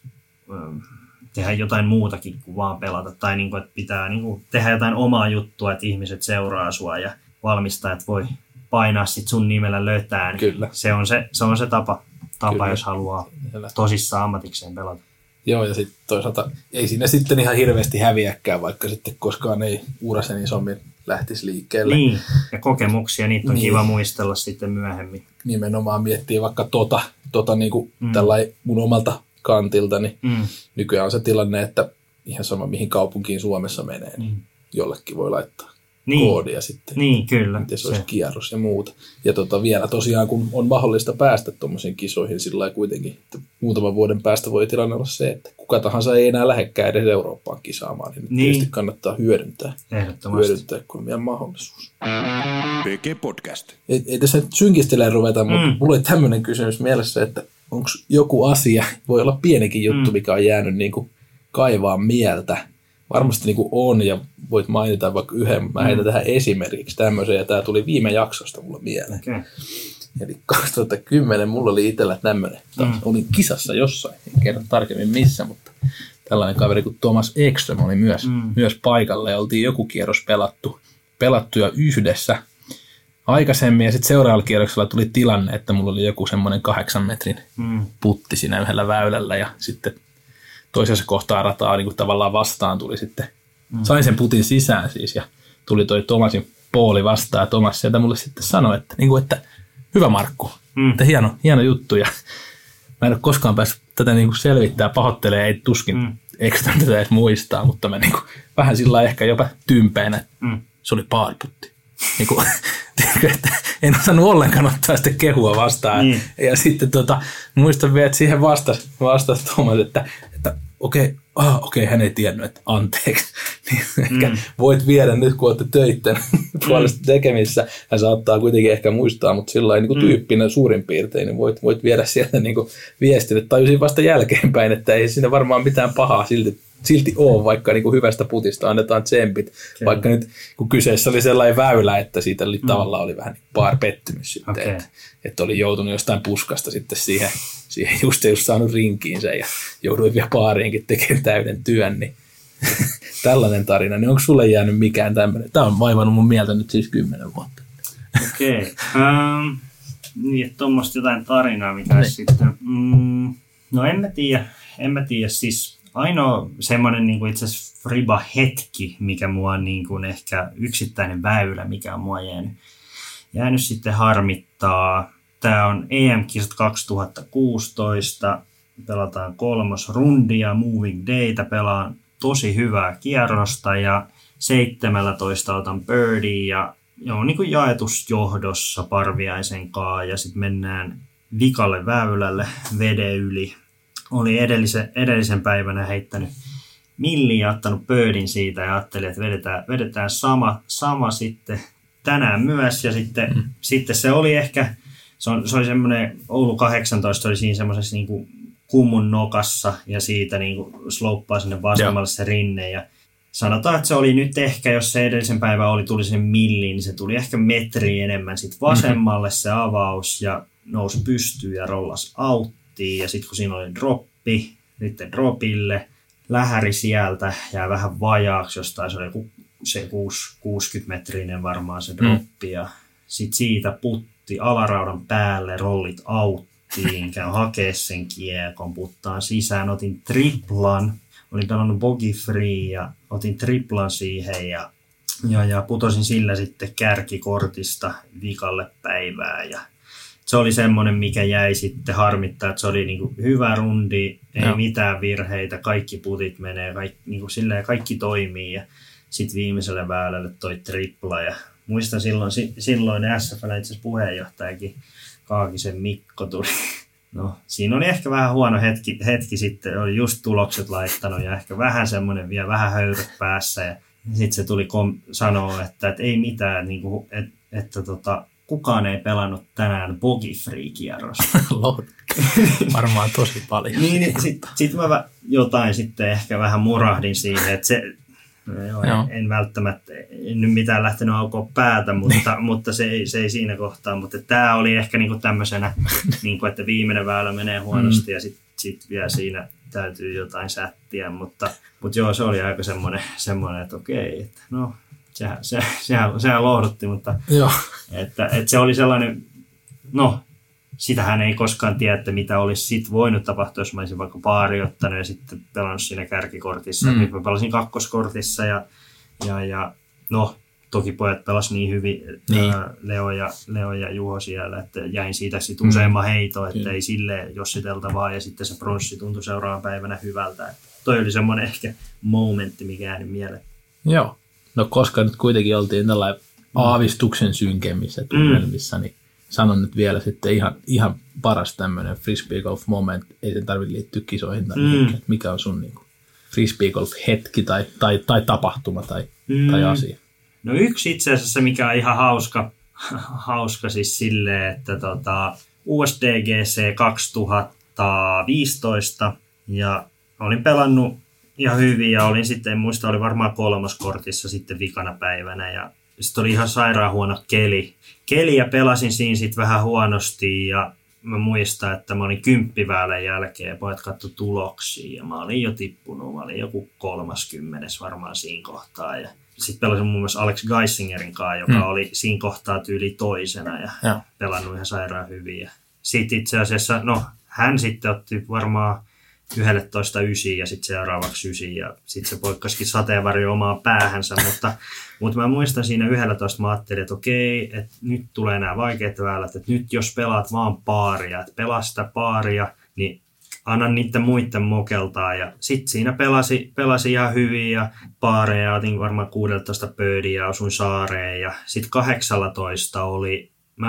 tehdä jotain muutakin kuin vaan pelata. Tai niin kuin, että pitää niin kuin tehdä jotain omaa juttua, että ihmiset seuraa sua ja valmistajat voi painaa sit sun nimellä lötään. Kyllä. Se on se tapa jos haluaa tosissaan ammatikseen pelata. Joo, ja sitten toisaalta ei siinä sitten ihan hirveästi häviäkään, vaikka sitten koskaan ei ura sen isommin lähtisi liikkeelle. Niin, ja kokemuksia, niitä on kiva muistella sitten myöhemmin. Nimenomaan miettii vaikka niin kuin tällainen mun omalta kantilta, niin nykyään on se tilanne, että ihan sama mihin kaupunkiin Suomessa menee, niin jollekin voi laittaa koodia sitten. Niin, kyllä. Miten se olisi kierros ja muuta. Ja vielä tosiaan, kun on mahdollista päästä tuommoisiin kisoihin sillä lailla kuitenkin, että muutaman vuoden päästä voi tilanne olla se, että kuka tahansa ei enää lähdekään edes Eurooppaan kisaamaan, niin tietysti kannattaa hyödyntää. Ehdottomasti. Hyödyntää, kun on vielä mahdollisuus. PG Podcast. Ei tässä nyt synkistelemään ruveta, mutta mulla oli tämmöinen kysymys mielessä, että onko joku asia, voi olla pienikin juttu, mikä on jäänyt niin kuin kaivaa mieltä. Varmasti niin kuin on, ja voit mainita vaikka yhden. Mä heitän tähän esimerkiksi tämmöisen, ja tämä tuli viime jaksosta mulle mieleen. Okay. Eli 2010 mulla oli itsellä tämmöinen. Olin kisassa jossain, en kerro tarkemmin missä, mutta tällainen kaveri kuin Thomas Ekström oli myös paikalla, ja oltiin joku kierros pelattu jo yhdessä aikaisemmin, ja sitten seuraavalla kierroksella tuli tilanne, että mulla oli joku semmoinen 8 metrin putti siinä yhdellä väylällä, ja sitten toisessa kohtaa rataa niin kuin tavallaan vastaan tuli sitten. Sain sen putin sisään siis ja tuli toi Thomasin pooli vastaan ja Thomas sieltä mulle sitten sanoi, että, niin kuin, että hyvä Markku, että hieno juttu ja mä en ole koskaan päässyt tätä niin kuin selvittää, pahoittelee, ei tuskin ekstra tätä edes muistaa, mutta mä niin kuin, vähän sillä ehkä jopa tympeenä, että se oli paariputti. Niin kuin, että en osannut ollenkaan ottaa sitä kehua vastaan. Ja sitten muistan vielä, että siihen vastasi Thomas, että okei, hän ei tiennyt, että anteeksi. Niin ehkä voit viedä nyt, kun olette töitten puolesta tekemissä. Hän saattaa kuitenkin ehkä muistaa, mutta sillä niin tyyppinen suurin piirtein, niin voit viedä sieltä niin viestin. Että tajusin vasta jälkeenpäin, että ei siinä varmaan mitään pahaa silti ole, vaikka niin kuin hyvästä putista annetaan tsempit. Okay. Vaikka nyt, kun kyseessä oli sellainen väylä, että siitä tavallaan oli vähän niin pettymys sitten. Okay. Että oli joutunut jostain puskasta sitten siihen just saanut rinkiinsä ja jouduin vielä baariinkin tekemään täyden työn. Niin tällainen tarina. Niin onko sulle jäänyt mikään tämmöinen? Tämä on vaivannut mun mieltä nyt siis 10 vuotta. Okei. Niin, että tuommoista jotain tarinaa, mitä sitten... no en mä tiedä. Siis ainoa semmoinen niin itse asiassa friba-hetki, mikä mua on niin kuin ehkä yksittäinen väylä, mikä on mua jäänyt sitten harmittaa. Tämä on EM-kisat 2016. Pelataan 3. rundia, Moving Dayta, pelaan tosi hyvää kierrosta ja 17 otan birdie ja on niin kuin jaetusjohdossa Parviaisen kaa ja sitten mennään vikalle väylälle veden yli. Oli edellisen päivänä heittänyt millin ja ottanut birdin siitä ja ajattelin, että vedetään sama sitten tänään myös. Ja sitten se oli ehkä, se oli semmoinen Oulu 18, oli siinä semmoisessa niin kuin kummun nokassa ja siitä niin kuin sloppaa sinne vasemmalle se rinne. Ja sanotaan, että se oli nyt ehkä, jos se edellisen päivän tuli sen milliin, niin se tuli ehkä metri enemmän sitten vasemmalle se avaus ja nousi pystyyn ja rollasi auttiin. Ja sitten kun siinä oli droppi, sitten dropille, lähäri sieltä jää vähän vajaaksi, jostain se oli se 60-metrinen varmaan se droppi. Ja sitten siitä putti alaraudan päälle, rollit auttiin, käyn hakea sen kiekon, puttaan sisään, otin triplan. Olin pelannut bogey free ja otin triplan siihen ja putosin sillä sitten kärkikortista vikalle päivää. Ja se oli semmoinen, mikä jäi sitten harmittaa, että se oli niinku hyvä rundi, ei mitään virheitä, kaikki putit menee, niinku kaikki toimii ja sitten viimeiselle väylälle toi tripla. Ja muistan silloin SFL itse asiassa puheenjohtajakin Kaakisen Mikko tuli. No, siinä oli ehkä vähän huono hetki sitten, oli just tulokset laittanut ja ehkä vähän semmoinen vielä vähän höyrät päässä. Ja sitten se tuli sanoa, että ei mitään, että kukaan ei pelannut tänään bogey free kierrosta. Varmaan tosi paljon. Niin, sit mä jotain sitten ehkä vähän murahdin siihen, että en välttämättä, en nyt mitään lähtenyt aukoa päätä, mutta se ei siinä kohtaa. Mutta tämä oli ehkä niinku tämmöisenä, niinku, että viimeinen väylä menee huonosti ja sit vielä siinä täytyy jotain sättiä. Mutta joo, se oli aika semmoinen että okei, että no sehän lohdutti, mutta että se oli sellainen, no sitähän ei koskaan tiedä, että mitä olisi sit voinut tapahtua, jos mä olisin vaikka baari ottanut ja sitten pelannut siinä kärkikortissa. Nyt mä pelasin kakkoskortissa ja no toki pojat pelasivat niin hyvin, Leo ja Juho siellä, että jäin siitä sitten useamman heitoon, että ei silleen jossiteltavaa ja sitten se pronssi tuntui seuraavan päivänä hyvältä. Että toi oli semmoinen ehkä momentti, mikä jäänyt mieleen. Joo, no koska nyt kuitenkin oltiin tällainen aavistuksen synkemmissä tunnelmissa, niin sanon nyt vielä sitten ihan paras tämmöinen frisbee golf moment, ei sen tarvitse liittyä kisoihin tai mikä on sun niin kuin frisbee golf hetki tai tapahtuma tai asia. No yksi itse asiassa, mikä on ihan hauska siis silleen, että USDGC 2015 ja olin pelannut ihan hyvin ja olin sitten, en muista, oli varmaan kolmoskortissa sitten vikana päivänä ja sitten oli ihan sairaan huono keli ja pelasin siinä sitten vähän huonosti ja mä muistan, että mä olin 10 väylän jälkeen ja pojat katsoi tuloksia ja mä olin jo tippunut, mä olin joku 30 varmaan siinä kohtaa ja sitten pelasin muun muassa Alex Geisingerin kanssa, joka oli siinä kohtaa tyyli toisena ja pelannut ihan sairaan hyvin ja sitten itse asiassa, no hän sitten otti varmaan 11-9 ja sitten seuraavaksi 9 ja sitten se poikkasikin sateenvarjo omaan päähänsä, mutta mä muistan siinä 11 mä ajattelin, että okei, että nyt tulee nämä vaikeat väylät, että nyt jos pelaat vaan paaria, että pelaa sitä paaria, niin anna niiden muiden mokeltaa ja sitten siinä pelasi ihan hyvin ja paareja, otin varmaan 16 birdiä ja osuin saareen ja sitten 18 oli,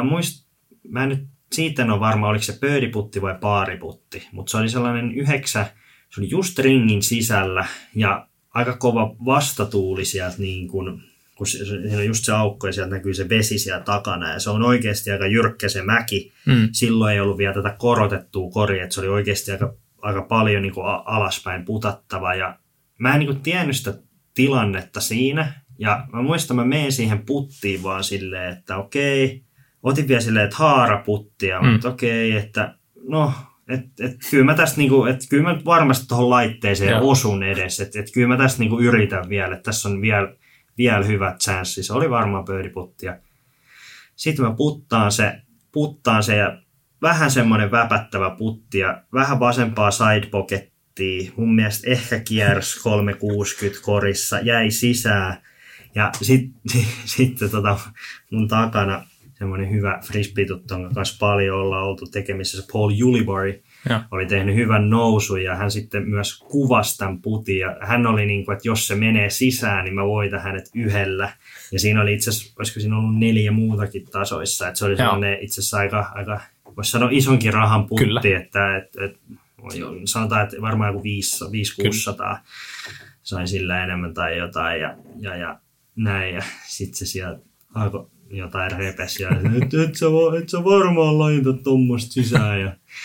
mä en nyt siitä en ole varma, oliko se birdiputti vai paariputti, mutta se oli sellainen 9, se oli just ringin sisällä ja aika kova vastatuuli sieltä, niin kun siinä on just se aukko ja sieltä näkyy se vesi siellä takana ja se on oikeasti aika jyrkkä se mäki. Silloin ei ollut vielä tätä korotettua koria, että se oli oikeasti aika paljon niin kuin alaspäin putattava ja mä en niin kuin tiennyt sitä tilannetta siinä ja mä muistan, mä menen siihen puttiin vaan silleen, että okei, otin vielä silleen, että haaraputtia, mutta okei, että no, kyllä mä tästä niinku, että kyllä mä varmasti tuohon laitteeseen osun edes, että kyllä mä tästä niinku yritän vielä, että tässä on vielä hyvät chanssi. Se oli varmaan birdie-puttia. Sitten mä puttaan se ja vähän semmoinen väpättävä putti ja vähän vasempaa sidepockettia. Mun mielestä ehkä kiersi 360 korissa, jäi sisään ja sitten mun takana semmoinen hyvä frisbee-tuttu, jonka kanssa paljon ollaan oltu tekemissä. Paul Ulibarri oli tehnyt hyvän nousun ja hän sitten myös kuvasi tämän putin. Ja hän oli niin kuin, että jos se menee sisään, niin mä voitan hänet yhdellä. Ja siinä oli itse asiassa, olisiko siinä ollut 4 muutakin tasoissa. Että se oli sellainen itse asiassa aika voisi sanoa isonkin rahan putti. Kyllä. Että sanotaan, että varmaan joku 500-600 sain sillä enemmän tai jotain ja näin. Ja sitten se sieltä alkoi jotain repesi ja et sä varmaan laita tuommoista sisään.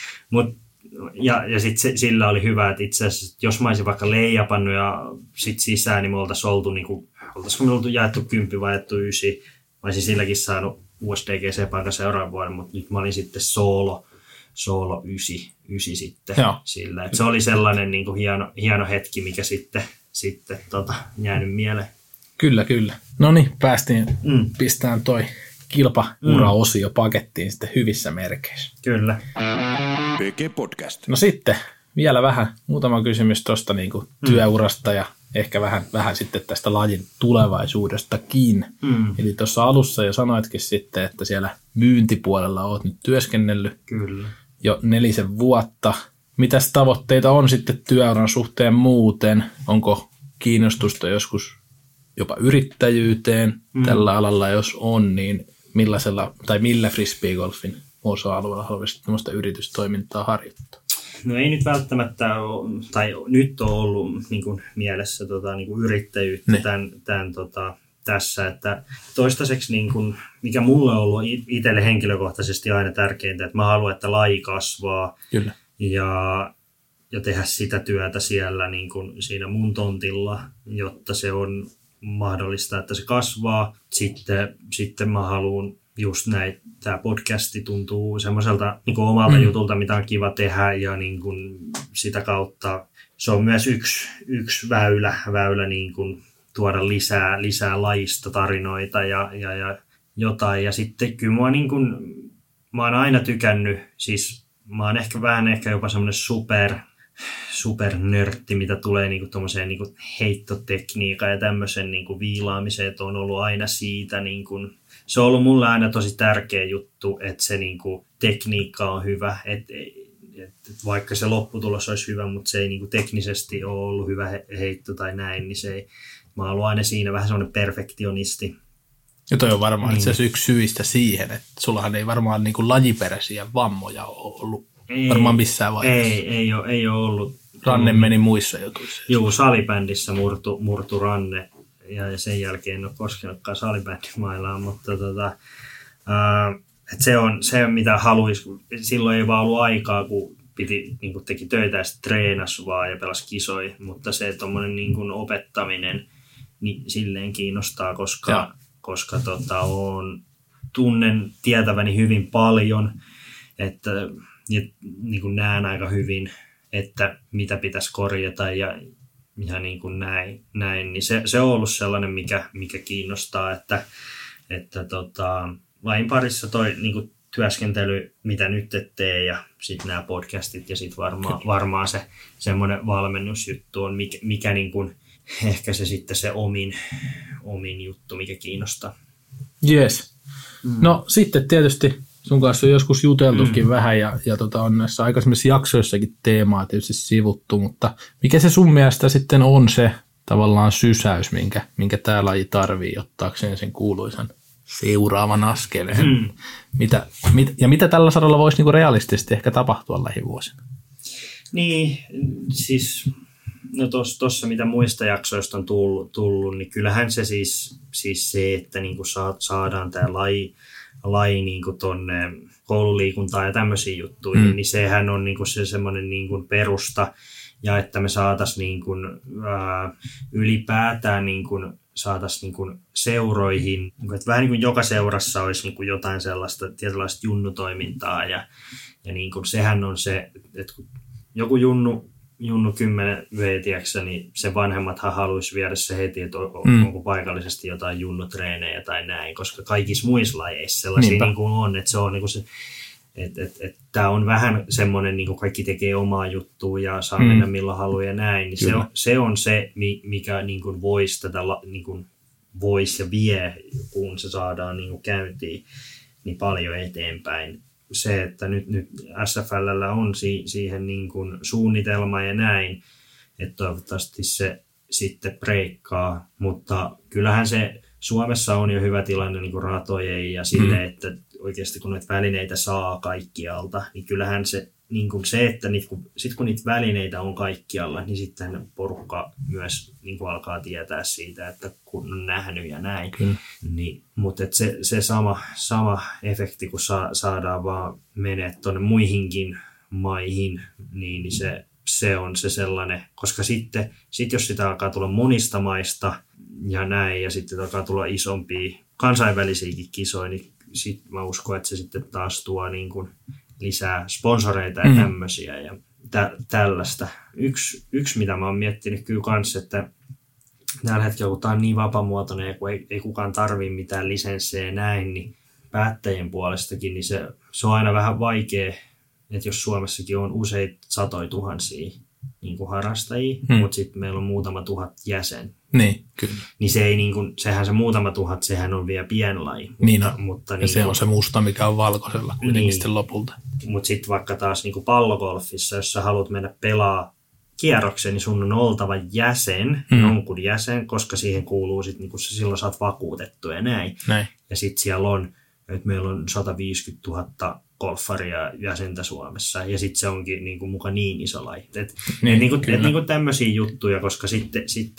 Ja sitten sillä oli hyvä, että itse asiassa jos mä olisin vaikka leijapannut ja sit sisään, niin me oltaisiin oltu, oltaisiko me oltu jaettu 10 vai jaettu 9. Mä olisin silläkin saanut USDGC-paikan seuraavan vuoden, mutta nyt mä olin sitten solo 9 sitten sillä. Et se oli sellainen niin kuin hieno hetki, mikä sitten jäänyt mieleen. Kyllä. No niin, päästiin pistämään toi kilpaura-osio pakettiin sitten hyvissä merkeissä. Kyllä. PG Podcast. No sitten vielä muutama kysymys tuosta niinku työurasta ja ehkä vähän sitten tästä lajin tulevaisuudestakin. Eli tuossa alussa jo sanoitkin sitten, että siellä myyntipuolella olet nyt työskennellyt jo 4 vuotta. Mitäs tavoitteita on sitten työuran suhteen muuten? Onko kiinnostusta joskus jopa yrittäjyyteen tällä alalla, jos on, niin millä frisbeegolfin osa-alueella haluaisit tämmöistä yritystoimintaa harjoittaa? No ei nyt välttämättä ole, tai nyt on ollut niin kuin mielessä niin kuin yrittäjyyttä tämän tässä, että toistaiseksi niin kuin, mikä mulle on ollut itselle henkilökohtaisesti aina tärkeintä, että mä haluan, että laji kasvaa. Kyllä. Ja tehdä sitä työtä siellä niin kuin siinä mun tontilla, jotta se on mahdollista, että se kasvaa. Sitten mä haluan just näin, tämä podcasti tuntuu semmoiselta niin kuin omalta jutulta, mitä on kiva tehdä ja niin kuin sitä kautta se on myös yksi väylä niin kuin tuoda lisää lajista tarinoita ja jotain. Ja sitten kyllä mä oon aina tykännyt, siis mä oon ehkä jopa semmoinen supernörtti, mitä tulee niinku tommoseen niinku heittotekniikan ja tämmöisen niinku viilaamiseen, että on ollut aina siitä niinku, se on ollut mulle aina tosi tärkeä juttu, että se niinku tekniikka on hyvä, että vaikka se lopputulos olisi hyvä, mutta se ei niinku teknisesti ole ollut hyvä heitto tai näin, niin se ei, mä oon ollut aina siinä vähän semmoinen perfektionisti. Ja toi on varmaan itse asiassa yksi syistä siihen, että sullahan ei varmaan niinku lajiperäisiä vammoja ole ollut varmaan missään vaiheessa. Ei ole ollut. Ranne meni muissa jutuissa. Joo, salibändissä murtu ranne ja sen jälkeen en ole koskenutkaan salibändimailaan, mutta se on mitä haluaisi. Silloin ei vaan ollut aikaa, kun niin teki töitä ja sitten treenasi vaan ja pelasi kisoja, mutta se tommoinen niin opettaminen niin silleen kiinnostaa, koska tunnen tietäväni hyvin paljon, että niin kuin näen aika hyvin, että mitä pitäisi korjata ja niin kuin näin. Niin se on ollut sellainen, mikä kiinnostaa, että lain parissa toi niin kuin työskentely, mitä nyt tee ja sitten nämä podcastit ja sitten varmaan se semmoinen valmennusjuttu on, mikä niin kuin, ehkä se sitten se omin juttu, mikä kiinnostaa. Yes. No sitten tietysti sun kanssa on joskus juteltukin vähän ja on näissä aikaisemmissa jaksoissakin teemaa tietysti sivuttu, mutta mikä se sun mielestä sitten on se tavallaan sysäys, minkä tämä laji tarvii ottaakseen sen kuuluisan seuraavan askeleen? Mitä tällä saralla voisi niinku realistisesti ehkä tapahtua lähivuosina? Niin, siis no tuossa mitä muista jaksoista on tullut, niin kyllähän se siis se, että niinku saadaan tämä laji niinku tonne koululiikuntaan ja tämmöisiin juttuihin, niin sehän on niinku se semmoinen niinku perusta, ja että me saataisiin niinku, ylipäätään niinku, saataisiin niinku seuroihin, että vähän niin kuin joka seurassa olisi niinku jotain sellaista tietynlaista junnutoimintaa, ja niinku, sehän on se, että kun joku junnu 10 V-tiäksä, niin se vanhemmathan haluaisi viedä se heti, että onko paikallisesti jotain junnutreenejä tai näin, koska kaikissa muissa lajeissa sellaisia niin kuin on, että se on niin kuin se, että tämä on vähän semmoinen, niin kuin kaikki tekee omaa juttua ja saa mennä milloin haluaa ja näin, niin se on se, mikä niin kuin voisi tätä niin kuin voisi ja vie, kun se saadaan niin kuin käyntiin, niin paljon eteenpäin. Se, että nyt SFL:llä on siihen niin kuin suunnitelma ja näin, että toivottavasti se sitten breikkaa, mutta kyllähän se Suomessa on jo hyvä tilanne niin kuin ratojen ja sille, että oikeasti kun noita välineitä saa kaikkialta, niin kyllähän se, niin kuin se että sit kun niitä välineitä on kaikkialla, niin sitten porukka myös niin kuin alkaa tietää siitä, että kun on nähnyt ja näin. Niin, mutta se sama efekti, kun saadaan vaan menee tuonne muihinkin maihin, niin se on se sellainen, koska sitten jos sitä alkaa tulla monista maista ja näin, ja sitten alkaa tulla isompia kansainvälisiäkin kisoja, niin sitten mä uskon, että se sitten taas tuo niin kuin lisää sponsoreita ja tämmöisiä ja tällaista. Yksi, mitä mä oon miettinyt kyllä kanssa, että tällä hetkellä, kun tää on niin vapamuotoinen ja kun ei kukaan tarvitse mitään lisenssejä näin, niin päättäjien puolestakin, niin se on aina vähän vaikea, että jos Suomessakin on useita satoja tuhansia niin kuin harrastajia, mutta sitten meillä on muutama tuhat jäsen. Niin, kyllä. Niin se ei niin kuin, sehän se muutama tuhat, sehän on vielä pienlaji. Mutta ja niin se on se musta, mikä on valkoisella kuitenkin sitten lopulta. Mutta sitten vaikka taas niin kuin pallogolfissa, jos sä haluat mennä pelaa kierroksen, niin sun on oltava jäsen, jonkun jäsen, koska siihen kuuluu sitten, niin silloin sä oot vakuutettu ja näin. Ja sitten siellä on, että meillä on 150 000 golfaria jäsentä Suomessa, ja sitten se onkin niin kuin muka niin iso laji. Niin kuin tämmöisiä juttuja, koska sitten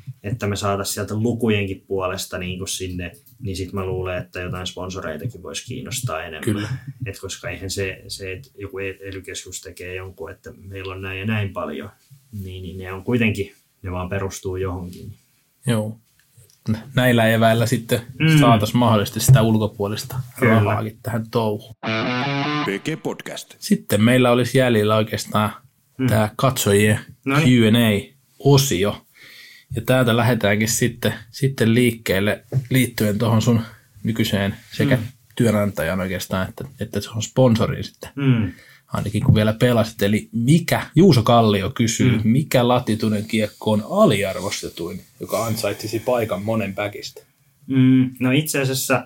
että me saataisiin sieltä lukujenkin puolesta niin kuin sinne, niin sitten mä luulen, että jotain sponsoreitakin voisi kiinnostaa enemmän. Kyllä. Koska eihän se, että joku ely-keskus tekee jonkun, että meillä on näin ja näin paljon, niin ne on kuitenkin, ne vaan perustuu johonkin. Joo. Näillä eväillä sitten saataisiin mahdollisesti sitä ulkopuolista rahaakin tähän touhuun. PG Podcast. Sitten meillä olisi jäljellä oikeastaan tämä katsojien Q&A-osio. Ja täältä lähdetäänkin sitten liikkeelle liittyen tuohon sun nykyiseen sekä työnantajan oikeastaan, että se on sponsoriin sitten. Ainakin kun vielä pelasit. Eli Juuso Kallio kysyy, mikä latituinen kiekko on aliarvostetuin, joka ansaitsisi paikan monen päkistä? No itse asiassa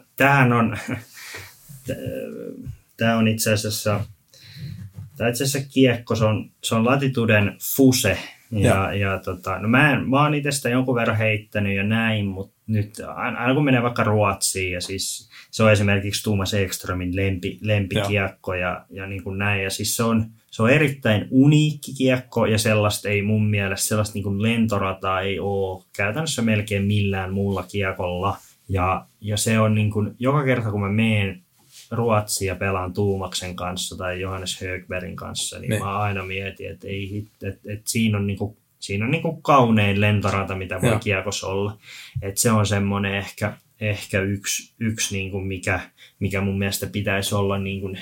tämä on itse asiassa kiekko, se on latituden fuse. No mä oon itse sitä jonkun verran heittänyt ja näin, mutta nyt aina kun menee vaikka Ruotsiin ja siis se on esimerkiksi Thomas Ekströmin lempikiekko ja niin kuin näin. Ja siis se on erittäin uniikki kiekko ja sellaista ei mun mielestä, sellaista niin kuin lentorataa ei ole käytännössä melkein millään muulla kiekolla. Ja se on niin kuin, joka kerta kun mä menen Ruotsiin ja pelaan Tuumaksen kanssa tai Johannes Högbergin kanssa, niin mä aina mietin, että siinä on niinku kaunein lentorata, mitä voi kiekossa olla. Että se on semmoinen ehkä yksi niinku mikä mun mielestä pitäisi olla niinku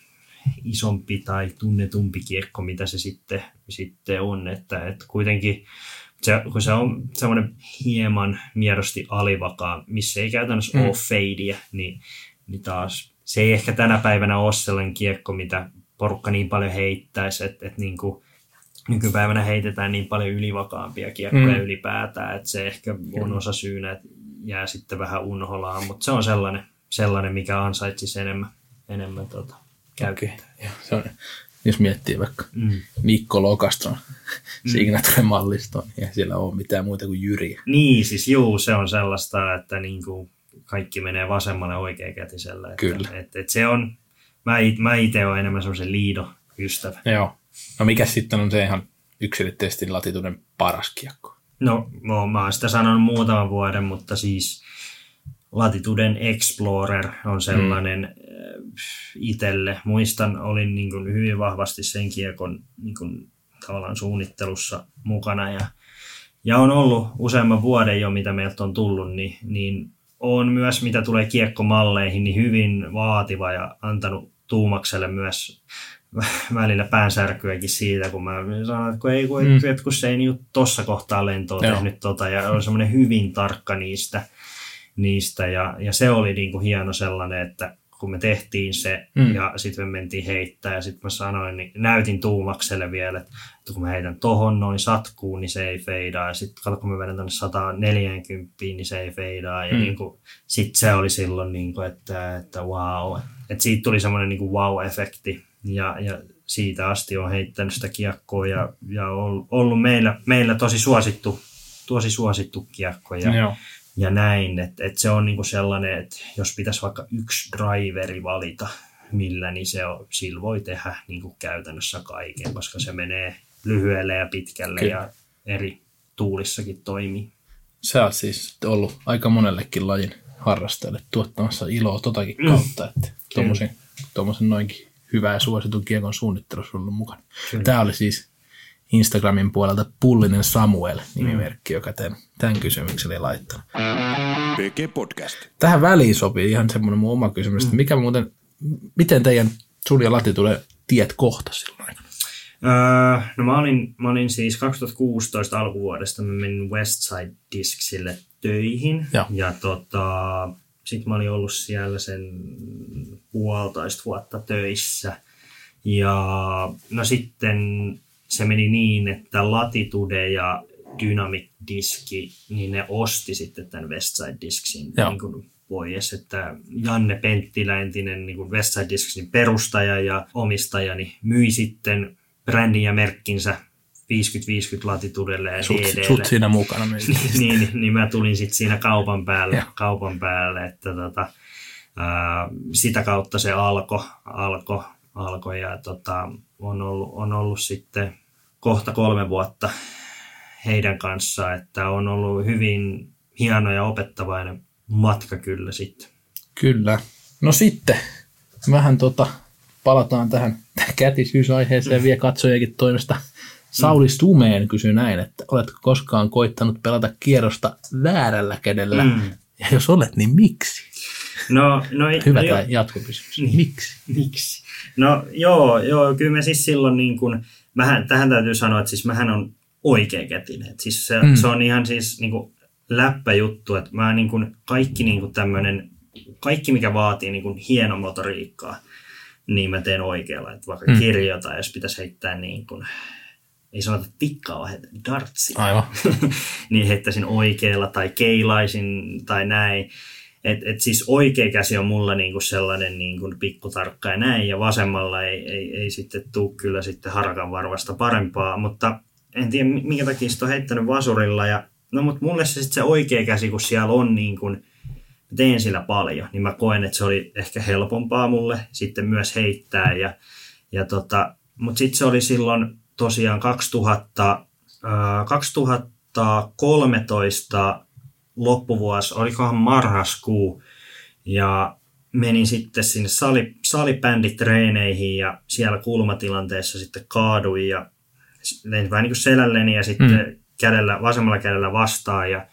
isompi tai tunnetumpi kiekko, mitä se sitten on. Että kuitenkin kun se on semmoinen hieman miedosti alivakaa, missä ei käytännössä ole feidiä, niin taas se ei ehkä tänä päivänä ole sellainen kiekko, mitä porukka niin paljon heittäisi, että niin kuin nykypäivänä heitetään niin paljon ylivakaampia kiekkoja ylipäätään, että se ehkä on osa syynä, että jää sitten vähän unholaan, mutta se on sellainen mikä ansaitsisi enemmän käytettä. Se on, jos miettii vaikka Mikko Lokastron signature-mallistoon, niin ei siellä ole mitään muuta kuin jyriä. Niin, siis se on sellaista, että niinku kaikki menee vasemmalle oikeakätisellä. Kyllä. Että se on, mä itse olen enemmän semmoisen liido-ystävä. Joo. No mikä sitten on se ihan yksilitteisesti latituuden paras kiekko? No mä oon sitä sanonut muutaman vuoden, mutta siis Latituden Explorer on sellainen itselle. Muistan, olin niin kuin hyvin vahvasti sen kiekon niin kuin tavallaan suunnittelussa mukana ja on ollut useamman vuoden jo, mitä meiltä on tullut, niin on myös, mitä tulee kiekkomalleihin, niin hyvin vaativa ja antanut Tuumakselle myös välillä päänsärkyäkin siitä, kun mä sanoin, että kun se ei niin tuossa kohtaa lentoa tehnyt ja on semmoinen hyvin tarkka niistä ja se oli niin kuin hieno sellainen, että kun me tehtiin se ja sitten me mentiin heittää ja sitten mä sanoin, niin näytin Tuumakselle vielä, että kun mä heitän tohon noin satkuun, niin se ei feidaa ja sitten kato, kun mä vedän tänne 140, niin se ei feidaa ja niin kuin, sitten se oli silloin, niin kuin, että wow, että siitä tuli semmoinen niin kuin wow-efekti ja siitä asti on heittänyt sitä kiekkoa ja ollut meillä tosi suosittu kiekko ja näin, että se on niinku sellainen, että jos pitäisi vaikka yksi driveri valita, millä, niin sillä voi tehdä niinku käytännössä kaiken, koska se menee lyhyelle ja pitkälle ja eri tuulissakin toimii. Sä oot siis ollut aika monellekin lajin harrastajalle tuottamassa iloa totakin kautta, että tuommoisen noinkin hyvää ja suositun kiekon suunnittelussa on ollut mukana. Kyllä. Tämä oli siis Instagramin puolelta Pullinen Samuel nimimerkki, joka tämän kysymyksen oli laittanut. PG Podcast. Tähän väliin sopii ihan semmoinen mun oma kysymys, että miten teidän sun ja Latituden tiet kohtasi silloin aikana? No mä olin siis 2016 alkuvuodesta, mä menin Westside Discsille töihin ja sitten mä olin ollut siellä sen 1,5 vuotta töissä ja no sitten se meni niin, että Latitude ja Dynamic Diski, niin ne osti sitten tämän Westside Disksin niin kuin pois, että Janne Penttilä, entinen niin kuin Westside Disksin perustaja ja omistaja, niin myi sitten brändin ja merkkinsä 50-50 Latitudelle ja DDlle. Sut siinä mukana. niin mä tulin sitten siinä kaupan päälle että sitä kautta se alkoi ja on ollut sitten kohta 3 vuotta heidän kanssaan, että on ollut hyvin hieno ja opettavainen matka kyllä sitten. Kyllä. No sitten vähän palataan tähän kätisyysaiheeseen vielä katsojakin toimesta. Sauli Stumeen kysyi näin, että oletko koskaan koittanut pelata kierrosta väärällä kädellä? Ja jos olet, niin miksi? Hyvä tämä jatkokysymys. Miksi? No joo, kyllä me siis silloin niin kuin, tähän täytyy sanoa, että siis mähän on oikeakätinen. Että siis se on ihan siis niin kuin läppäjuttu, että mä niin kuin kaikki niin kuin tämmöinen, kaikki mikä vaatii niin kuin hienomotoriikkaa, niin mä teen oikealla. Että vaikka kirjoita, jos pitäisi heittää niin kuin, ei sanota tikkaa, vaan dartsia. Aivan. Niin heittäisin oikealla tai keilaisin tai näin. Et siis oikea käsi on mulla niinku sellainen niinku pikkutarkka ja näin, ja vasemmalla ei sitten tule kyllä sitten harakan varvasta parempaa, mutta en tiedä minkä takia sitä on heittänyt vasurilla. Mutta mulle se oikea käsi, kun siellä on niin kuin, teen sillä paljon, niin mä koen, että se oli ehkä helpompaa mulle sitten myös heittää. Mutta sitten se oli silloin tosiaan 2013 loppuvuosi, olikohan marraskuu, ja menin sitten sinne salibänditreeneihin ja siellä kulmatilanteessa sitten kaaduin ja lein vähän niin kuin selälleni ja sitten vasemmalla kädellä vastaan ja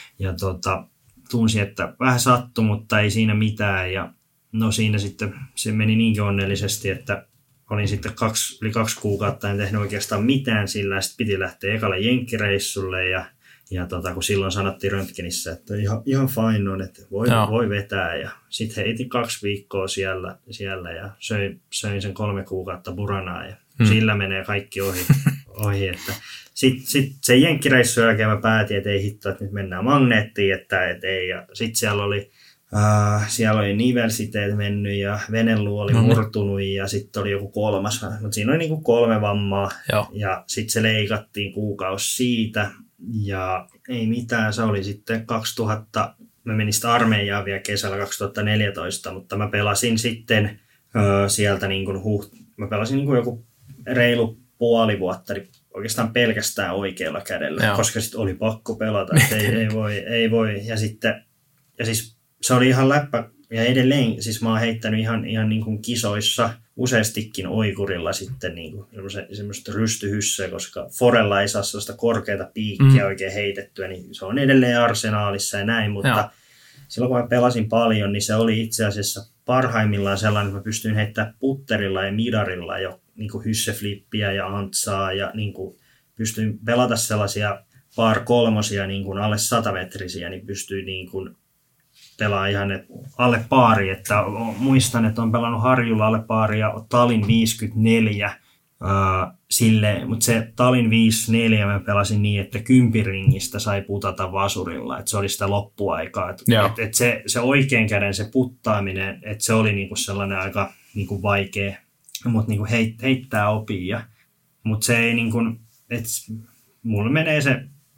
tunsin, että vähän sattui, mutta ei siinä mitään, ja no siinä sitten se meni niinkin onnellisesti, että olin sitten yli 2 kuukautta en tehnyt oikeastaan mitään sillä, ja sitten piti lähteä ekalle jenkkireissulle ja kun silloin sanottiin röntgenissä, että ihan fine on, että voi vetää, ja sitten heitin 2 viikkoa siellä ja söin sen 3 kuukautta buranaa ja sillä menee kaikki ohi että sitten sen jenkkireissun jälkeen mä päätin, että ei hitto, että nyt mennään magneettiin, että ei, ja sitten siellä oli nivelsiteet mennyt ja veneluu oli murtunut ja sitten oli joku 3, mutta siinä oli niinku 3 vammaa. Joo. Ja sitten se leikattiin kuukausi siitä ja ei mitään, se oli sitten 2000, mä menin sitä armeijaan vielä kesällä 2014, mutta mä pelasin sitten sieltä mä pelasin niinku joku reilu puoli vuotta, niin oikeastaan pelkästään oikealla kädellä, koska sitten oli pakko pelata, että ei voi. Ja siis se oli ihan läppä, ja edelleen, siis mä oon heittänyt ihan niin kuin kisoissa useastikin oikurilla sitten niin kuin semmoista rystyhyssyä, koska forella ei saa sellaista korkeata piikkiä oikein heitettyä, niin se on edelleen arsenaalissa ja näin, mutta silloin kun mä pelasin paljon, niin se oli itse asiassa parhaimmillaan sellainen, että mä pystyin heittämään putterilla ja midarilla jo niin kuin hysseflippiä ja antsaa, ja niin kuin pystyin pelata sellaisia par 3 niin kuin alle 100-metrisiä, niin pystyin niin kuin pelaa ihan alle paari, että muistan, että on pelannut Harjulla alle paari ja Talin 54 mutta se Talin 54 mä pelasin niin, että 10 ringistä sai putata vasurilla, että se oli sitä loppuaikaa, että se oikean käden se puttaaminen, että se oli niinku sellainen aika niinku vaikea, mutta niinku heittää opii, mutta se ei niinku, että mulla menee se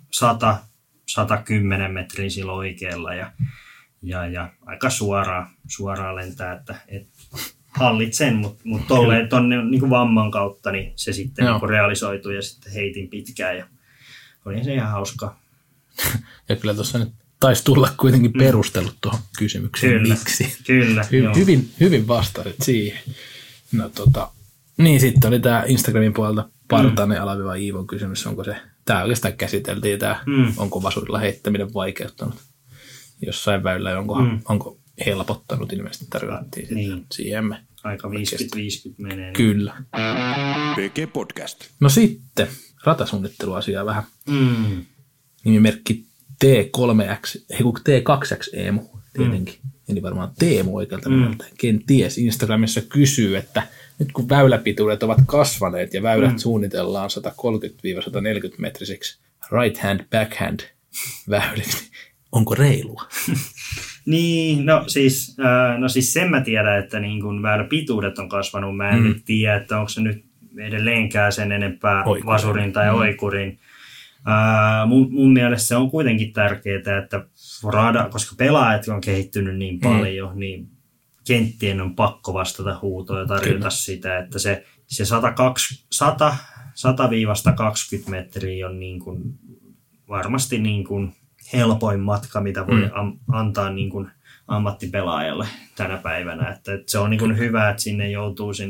110 metriä sillä oikealla ja aika suoraan lentää, että hallitsen, mutta tolleen tonne niin vamman kautta niin se sitten niin realisoitui ja sitten heitin pitkään ja oli se ihan hauskaa. Ja kyllä tuossa nyt taisi tulla kuitenkin perustelut tuohon kysymykseen, miksi. Kyllä, hyvin vastasit siihen. No niin sitten oli tämä Instagramin puolelta Partanen-Iivon kysymys, onko se, tämä oikeastaan käsiteltiin, onko vasurilla heittäminen vaikeuttanut jossain väyllä, onko helpottanut, ilmeisesti tarvittiin siihen. Aika 50-50 menee. Kyllä. PG Podcast. No sitten, ratasuunnitteluasiaa vähän. Nimimerkki T2X Eemu tietenkin. Eli varmaan Teemu oikealta nimeltä. Kenties Instagramissa kysyy, että nyt kun väyläpituudet ovat kasvaneet ja väylät suunnitellaan 130-140 metrisiksi right hand, backhand väyliksi, onko reilua? Niin, no siis sen mä tiedän, että niin kun väyläpituudet on kasvanut. Mä en nyt tiedä, että onko se nyt edelleenkään sen enempää vasurin tai oikurin. Mun mielestä se on kuitenkin tärkeää, että koska pelaajat on kehittynyt niin paljon, niin kenttien on pakko vastata huutoon ja tarjota sitä, että se 100-120 metriä on niin kuin varmasti niin kuin helpoin matka, mitä voi antaa niin kuin ammattipelaajalle tänä päivänä. Että se on niin kuin hyvä, että sinne joutuu sinne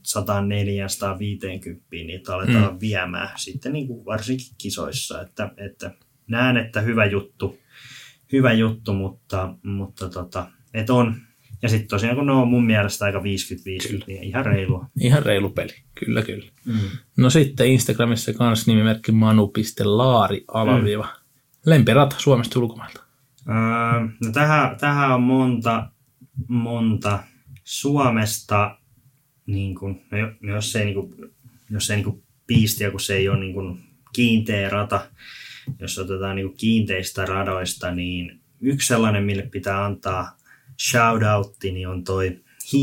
104-150, niitä aletaan viemään sitten niin kuin varsinkin kisoissa. Että näen, että hyvä juttu, mutta että on. Ja sitten tosiaan, kun ne on mun mielestä aika 50-50, niin ihan reilua. Ihan reilu peli, kyllä. No sitten Instagramissa kans nimimerkki manu.laari _ Lempirata Suomesta ulkomailta. No tähän on monta Suomesta, niin kun, no jos ei piistiä, kun se ei ole niin kun kiinteä rata, jos otetaan niin kun kiinteistä radoista, niin yksi sellainen, mille pitää antaa shoutoutti, niin on toi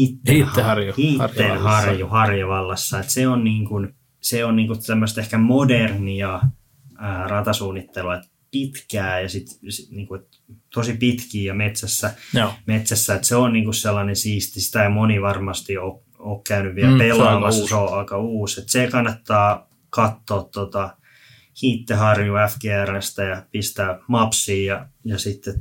Hiittenharju Harjavallassa. Et se on niin kun tämmöistä ehkä modernia ratasuunnittelua, pitkää ja sit niinku tosi pitkiä ja metsässä, että se on niinku sellainen siisti, sitä ei moni varmasti ole käynyt vielä pelaamassa, se on aika uusi. Et se kannattaa katsoa Hiittenharju FGR:stä ja pistää mapsiin ja sitten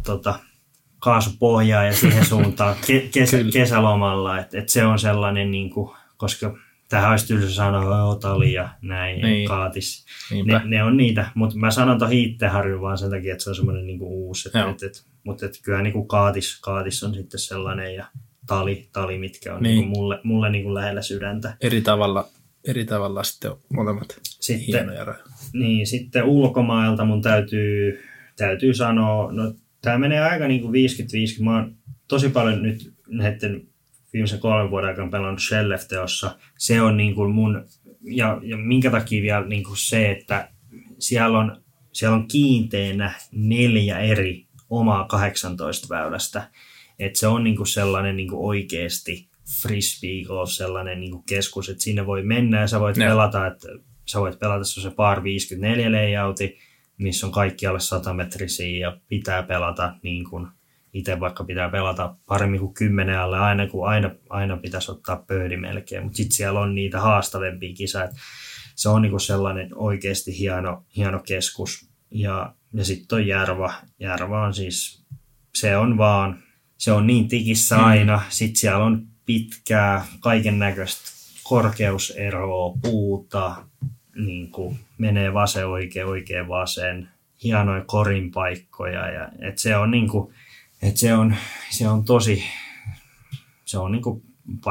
kaasupohjaa ja siihen suuntaan kesälomalla, että se on sellainen niinku, koska tähän olisi tylsä sanoa Otali ja näin, niin. Kaatis. Ne on niitä, mutta mä sanon tuon Hiittenharju vaan sen takia, että se on semmoinen niinku uusi. Mutta kyllä niinku Kaatis on sitten sellainen ja Tali mitkä on niinku mulle niinku lähellä sydäntä. Eri tavalla sitten on molemmat hienoja rajoja. Niin, sitten ulkomailta mun täytyy sanoa, no tää menee aika niinku 50-50. Mä oon tosi paljon nyt näiden viimeisen 3 vuoden aikana pelannut Shellef-teossa. Se on niin kuin mun, ja minkä takia vielä niin kuin se, että siellä on kiinteänä 4 eri omaa 18 väylästä. Että se on niin kuin sellainen niin kuin oikeasti frisbee golf, sellainen niin kuin keskus, että sinne voi mennä ja sä voit pelata se par 54 layouti, missä on kaikki alle 100 metrisiä ja pitää pelata niin kuin itse vaikka pitää pelata paremmin kuin 10 alle, aina pitäisi ottaa pöydi melkein, mutta sitten siellä on niitä haastavempia kisoja. Se on niinku sellainen oikeasti hieno keskus. Ja sitten on Järva on siis, se on niin tikissä aina. Sitten siellä on pitkää, kaiken näköistä korkeuseroa, puuta, niin kuin menee vasen oikein vasen, hienoja korinpaikkoja. Ja, et se on niinku, että se on tosi, se on niinku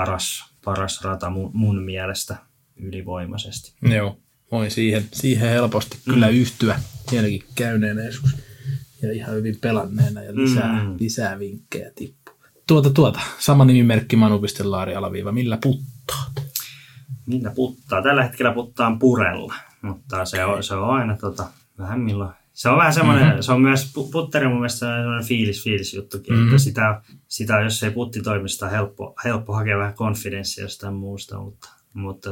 paras rata mun mielestä ylivoimaisesti. Joo, voin siihen helposti kyllä yhtyä sielläkin käyneenä joskus ja ihan hyvin pelanneena ja lisää vinkkejä tippuu. Sama nimimerkki manu.laari _ millä puttaat? Millä puttaa? Tällä hetkellä puttaan purella, mutta se on aina vähän milloin. Se on vähän semmoinen, se on myös putteri mun mielestä semmoinen fiilis-juttukin, että sitä jos ei putti toimi, sitä on helppo hakea vähän konfidenssia jostain muusta, mutta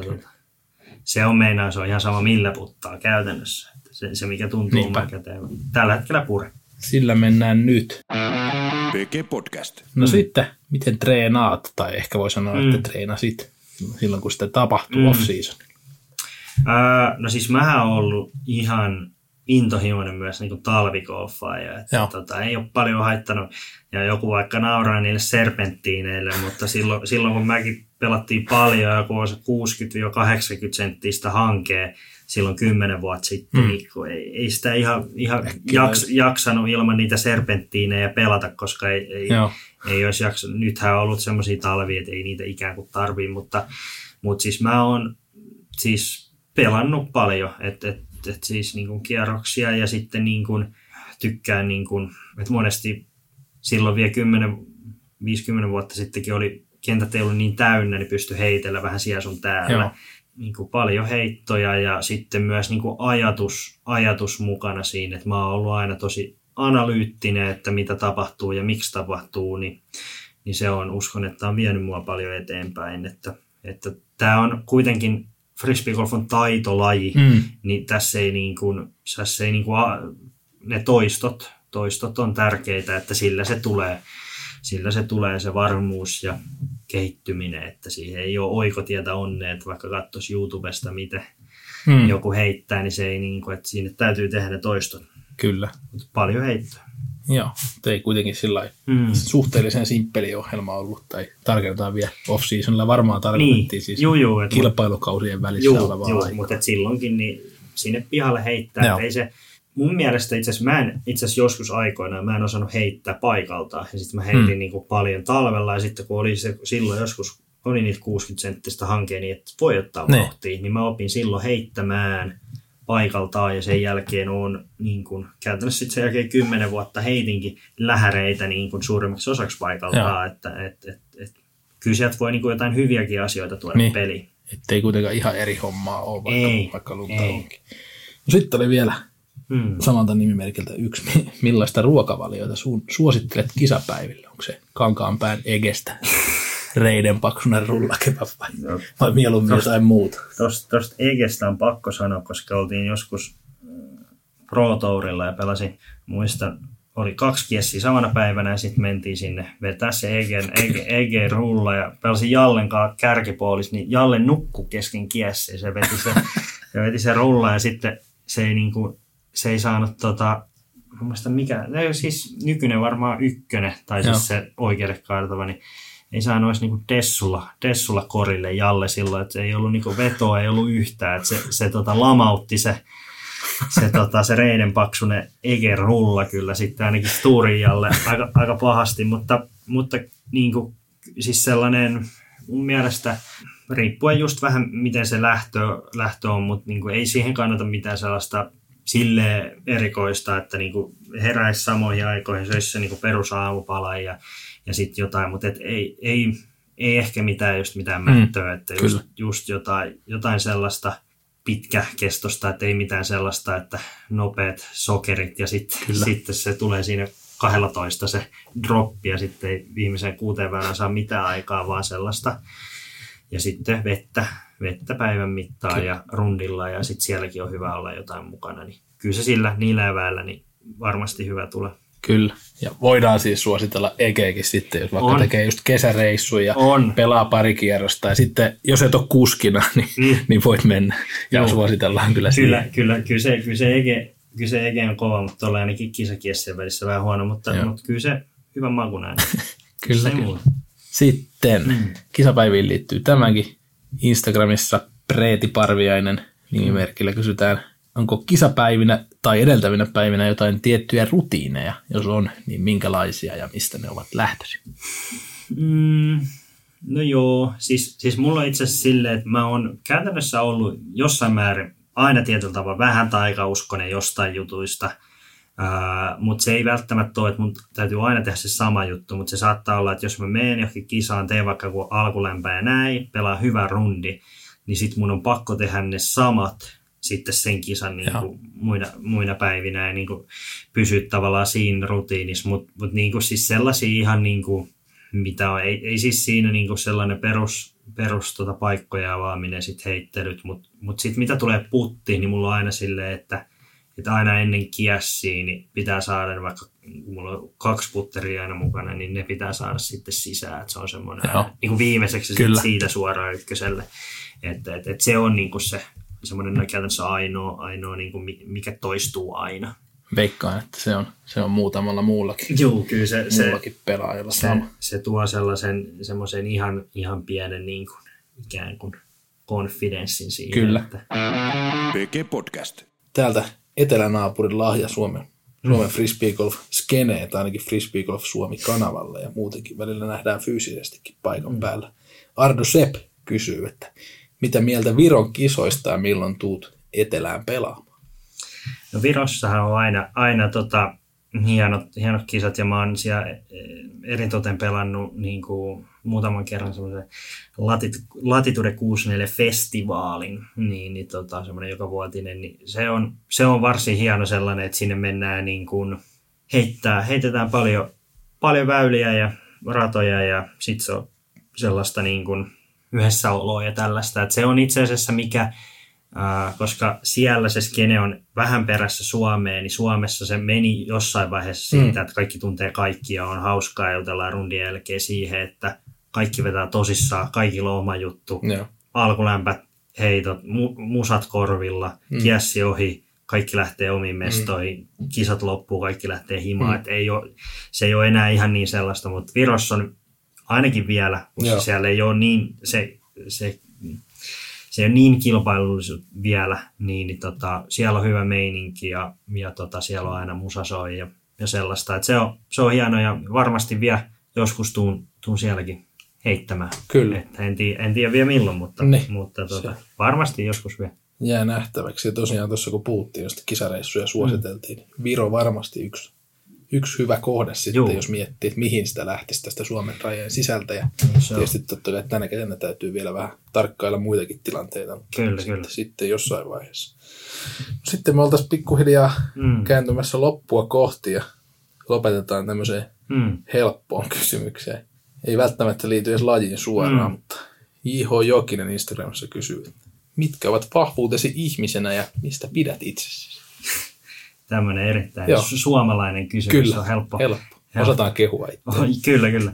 se on ihan sama millä puttaa käytännössä. Se mikä tuntuu oman käteen. Tällä hetkellä pure. Sillä mennään nyt. PG Podcast. No sitten, miten treenaat, tai ehkä voi sanoa, että treenasit silloin, kun sitä tapahtuu off-season? No siis mähän oon ollut ihan intohimoinen myös niin kuin talvikolfaaja. Ei ole paljon haittanut, ja joku vaikka nauraa niille serpenttiineille, mutta silloin kun mäkin pelattiin paljon, joku on se 60-80 senttistä hankea silloin 10 vuotta sitten, niin ei sitä ihan jaksanut ilman niitä serpenttiinejä pelata, koska ei olisi jaksanut. Nythän on ollut semmoisia talvia, että ei niitä ikään kuin tarvii, mutta siis mä oon siis pelannut paljon, että siis niin kuin kierroksia ja sitten niin kuin tykkään, niin kuin, että monesti silloin vielä 50 vuotta sittenkin kentät ei ollut niin täynnä, niin pystyi heitellä vähän siellä sun täällä. Niin kuin paljon heittoja ja sitten myös niin kuin ajatus mukana siinä, että mä oon ollut aina tosi analyyttinen, että mitä tapahtuu ja miksi tapahtuu, niin se on, uskon, että on vienyt mua paljon eteenpäin, että tämä on kuitenkin frisbeegolf on taitolaji, niin tässä ei ne toistot on tärkeitä, että sillä se tulee se varmuus ja kehittyminen, että siihen ei ole oikotietä onnea, että vaikka katsoisi YouTubesta, miten joku heittää, niin se ei että siinä täytyy tehdä ne toistot. Kyllä. Paljon heittoa. Joo, ei kuitenkin sillä suhteellisen simppeli ohjelma ollut, tai tarkennetaan vielä off-seasonilla varmaan tarkoitettiin siis kilpailukausien välissä olevaa aikaa. Mutta silloinkin niin sinne pihalle heittää. Ei se, mun mielestä itse asiassa joskus aikoinaan mä en osannut heittää paikaltaan, ja sitten mä heitin niin kuin paljon talvella, ja sitten kun oli se, silloin joskus oli niitä 60-senttistä hankea, niin että voi ottaa vauhtia, niin mä opin silloin heittämään paikaltaan, ja sen jälkeen on niin kuin, käytännössä sitten sen jälkeen 10 vuotta heitinkin lähäreitä niin kuin suurimmaksi osaksi paikaltaan, että kyllä sieltä voi niin kuin jotain hyviäkin asioita tuoda peliin. Että ei kuitenkaan ihan eri hommaa ole, vaikka lunta onkin. No, sitten oli vielä samalta nimimerkiltä yksi. Millaista ruokavaliota suosittelet kisapäiville? Onko se Kankaanpään Egestä reiden paksunen rullakebab vai mieluummin jotain muuta? Tuosta Egestä on pakko sanoa, koska oltiin joskus Pro Tourilla ja pelasin, muistan, oli 2 kiessiä samana päivänä ja sitten mentiin sinne vetää se Egen rulla ja pelasin Jallen kanssa kärkipoolis, niin Jalle nukkui kesken kiessiä. Se veti se rulla ja sitten se ei saanut muista mikä, siis nykyinen varmaan 1, tai siis se oikealle kaartava, niin ei saanut edes niinku Dessulla korille Jalle silloin, että ei ollut niinku vetoa, ei ollut yhtään, että se lamautti se reiden paksunen Eger rulla kyllä sitten ainakin Turin Jalle aika pahasti, mutta niinku, siis sellainen mun mielestä riippuen just vähän miten se lähtö on, mutta niinku, ei siihen kannata mitään sellaista silleen erikoista, että niinku heräisi samoihin aikoihin, söisi se niinku perusaamupala ja sitten jotain, mutta ei ehkä mitään mättöä, että just jotain sellaista pitkäkestosta, että ei mitään sellaista, että nopeat sokerit ja sitten se tulee siinä 12 se droppi ja sitten ei viimeiseen 6 päivänä saa mitään aikaa, vaan sellaista. Ja sitten vettä päivän mittaan ja rundilla ja sitten sielläkin on hyvä olla jotain mukana, niin kyllä se niillä eväillä niin varmasti hyvä tulee. Kyllä, ja voidaan siis suositella Egeekin sitten, jos vaikka tekee just kesäreissuja ja pelaa pari kierrosta, ja sitten jos et ole kuskina, niin voit mennä, ja suositellaan kyllä siihen. Kyllä se Ege on kova, mutta tuolla ainakin kisakiessien välissä vähän huono, mutta kyllä se hyvän makuinen. Kyllä. Sitten kisapäiviin liittyy tämäkin. Instagramissa Preeti Parviainen nimimerkillä kysytään, onko kisapäivinä tai edeltävinä päivinä jotain tiettyjä rutiineja? Jos on, niin minkälaisia ja mistä ne ovat lähtöisin? No joo, siis mulla on itse asiassa silleen, että mä oon käytännössä ollut jossain määrin aina tietyllä tavalla vähän taikauskonen jostain jutuista, mutta se ei välttämättä ole, että mun täytyy aina tehdä se sama juttu, mutta se saattaa olla, että jos mä menen johonkin kisaan, teen vaikka kun alkulämpää ja näin, pelaa hyvä rundi, niin sit mun on pakko tehdä ne samat sitten sen kisan niin kuin muina päivinä ja niin kuin pysyä tavallaan siinä rutiinissa, mutta niin kuin siis sellaisia ihan niin kuin, mitä on, ei siis siinä niin kuin sellainen perus paikkoja avaaminen, sitten heittelyt, mutta sitten mitä tulee puttiin, niin mulla on aina silleen, että aina ennen kiessiä niin pitää saada, vaikka kun mulla on 2 putteria aina mukana, niin ne pitää saada sitten sisään, että se on semmoinen niin kuin viimeiseksi siitä suoraan ykköselle, että se on niin kuin se semmoinen käytännössä ainoa niin kuin mikä toistuu aina. Veikkaan, että se on muutamalla muullakin. Joo, kyllä muullakin pelaajalla sama. Se tuo semmoisen ihan pienen niin kuin, ikään kuin konfidenssin siihen. Kyllä. PG Podcast. Täältä etelänaapurin lahja Suomen Frisbee Golf skenee, tai ainakin Frisbee Golf Suomi-kanavalla, ja muutenkin välillä nähdään fyysisestikin paikan päällä. Ardo Sepp kysyy, että mitä mieltä Viron kisoista ja milloin tuut etelään pelaamaan? No Virossahan on aina hienot kisat ja mä oon siellä eritoten pelannut niin kuin muutaman kerran semmoisen Latitude 64 festivaalin, niin semmoinen jokavuotinen, niin se on varsin hieno sellainen, että sinne mennään niin kuin heitetään paljon väyliä ja ratoja ja sit se on sellaista niin kuin yhdessäoloa ja tällaista, että se on itse asiassa koska siellä se skene on vähän perässä Suomeen, niin Suomessa se meni jossain vaiheessa siitä, että kaikki tuntee kaikkia, on hauskaa ja jutellaan rundin jälkeen siihen, että kaikki vetää tosissaan, kaikilla on oma juttu, alkulämpät heitot, musat korvilla, kiessi ohi, kaikki lähtee omiin mestoihin, kisat loppuu, kaikki lähtee himaan. Et se ei ole enää ihan niin sellaista, mutta Virossa on ainakin vielä, koska siellä ei ole niin, se ei ole niin kilpailullisuus vielä, niin siellä on hyvä meininki ja siellä on aina musa soi ja sellaista. Et se on hieno ja varmasti vielä joskus tuun sielläkin heittämään. Kyllä. Et en tiedä vielä milloin, mutta varmasti joskus vielä. Jää nähtäväksi. Ja tosiaan tuossa kun puhuttiin, josta kisareissuja suositeltiin, niin Viro varmasti yksi hyvä kohde sitten, jos miettii, että mihin sitä lähtisi tästä Suomen rajojen sisältä. Ja tietysti totta kai tänä kesänä täytyy vielä vähän tarkkailla muitakin tilanteita. Kyllä. Sitten jossain vaiheessa. Sitten me oltaisiin pikkuhiljaa kääntymässä loppua kohti ja lopetetaan tämmöiseen helppoon kysymykseen. Ei välttämättä liity edes lajiin suoraan, mutta J.H. Jokinen Instagramissa kysyy, mitkä ovat vahvuutesi ihmisenä ja mistä pidät itsesi? Tämmöinen erittäin suomalainen kysymys. Kyllä, on helppo. Osataan kehua itse. Kyllä.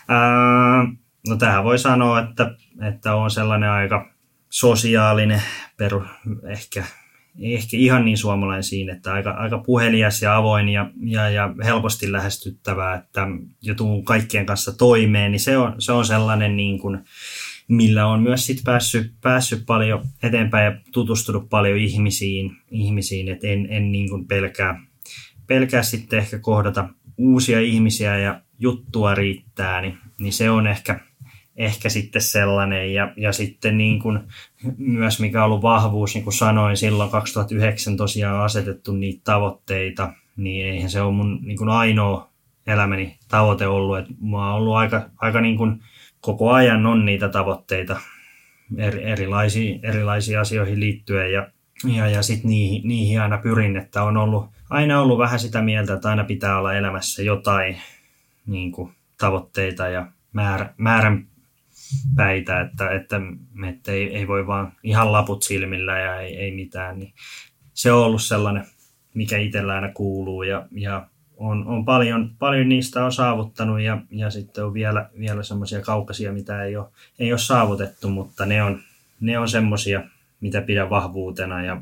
No tähän voi sanoa, että on sellainen aika sosiaalinen, ehkä ihan niin suomalainen siinä, että aika puhelias ja avoin ja helposti lähestyttävää, että jo tuun kaikkien kanssa toimeen, niin se on sellainen niin kuin, millä on myös sit päässyt paljon eteenpäin ja tutustunut paljon ihmisiin, että en niin kuin pelkää sitten ehkä kohdata uusia ihmisiä ja juttua riittää, niin se on ehkä sitten sellainen ja sitten niin kuin myös mikä on ollut vahvuus, niin kuin sanoin silloin 2009 tosiaan asetettu niitä tavoitteita, niin eihän se ole mun niin kuin ainoa elämäni tavoite ollut, että mä oon ollut aika niin kuin koko ajan on niitä tavoitteita erilaisiin asioihin liittyen ja sitten niihin aina pyrin, että on aina ollut vähän sitä mieltä, että aina pitää olla elämässä jotain niin kuin tavoitteita ja määränpäitä, että ei voi vaan ihan laput silmillä ja ei mitään. Niin se on ollut sellainen, mikä itsellä aina kuuluu ja on paljon niistä on saavuttanut ja sitten on vielä semmoisia kaukaisia, mitä ei ole saavutettu, mutta ne on semmoisia, mitä pidän vahvuutena ja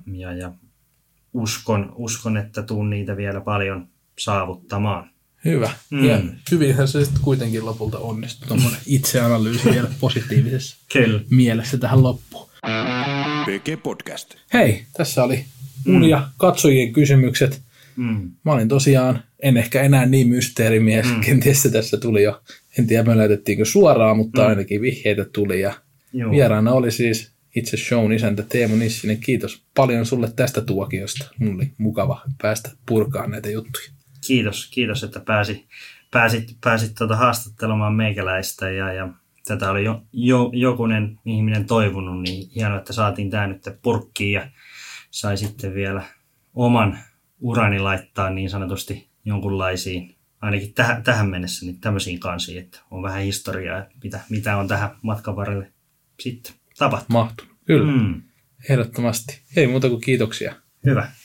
uskon, että tuun niitä vielä paljon saavuttamaan. Hyvä. Ja hyvinhän se sitten kuitenkin lopulta onnistui. Tuommoinen itseanalyysi vielä positiivisessa mielessä tähän loppuun. PG Podcast. Hei, tässä oli mun ja katsojien kysymykset. Mä olin tosiaan, en ehkä enää niin mysteerimies, kenties se tässä tuli jo, en tiedä me lähetettiinkö suoraan, mutta ainakin vihjeitä tuli ja vieraana oli siis itse shown isäntä Teemu Nissinen. Kiitos paljon sulle tästä tuokiosta, mulla oli mukava päästä purkaan näitä juttuja. Kiitos, että pääsit haastattelemaan meikäläistä ja tätä oli jokunen ihminen toivonut, niin hienoa, että saatiin tämä nyt purkkiin ja sai sitten vielä oman urani laittaa niin sanotusti jonkunlaisiin, ainakin tähän mennessä, niin tämmöisiin kansiin, että on vähän historiaa, mitä on tähän matkan varrelle sitten tapahtunut. Mahtunut, kyllä. Ehdottomasti. Ei muuta kuin kiitoksia. Hyvä.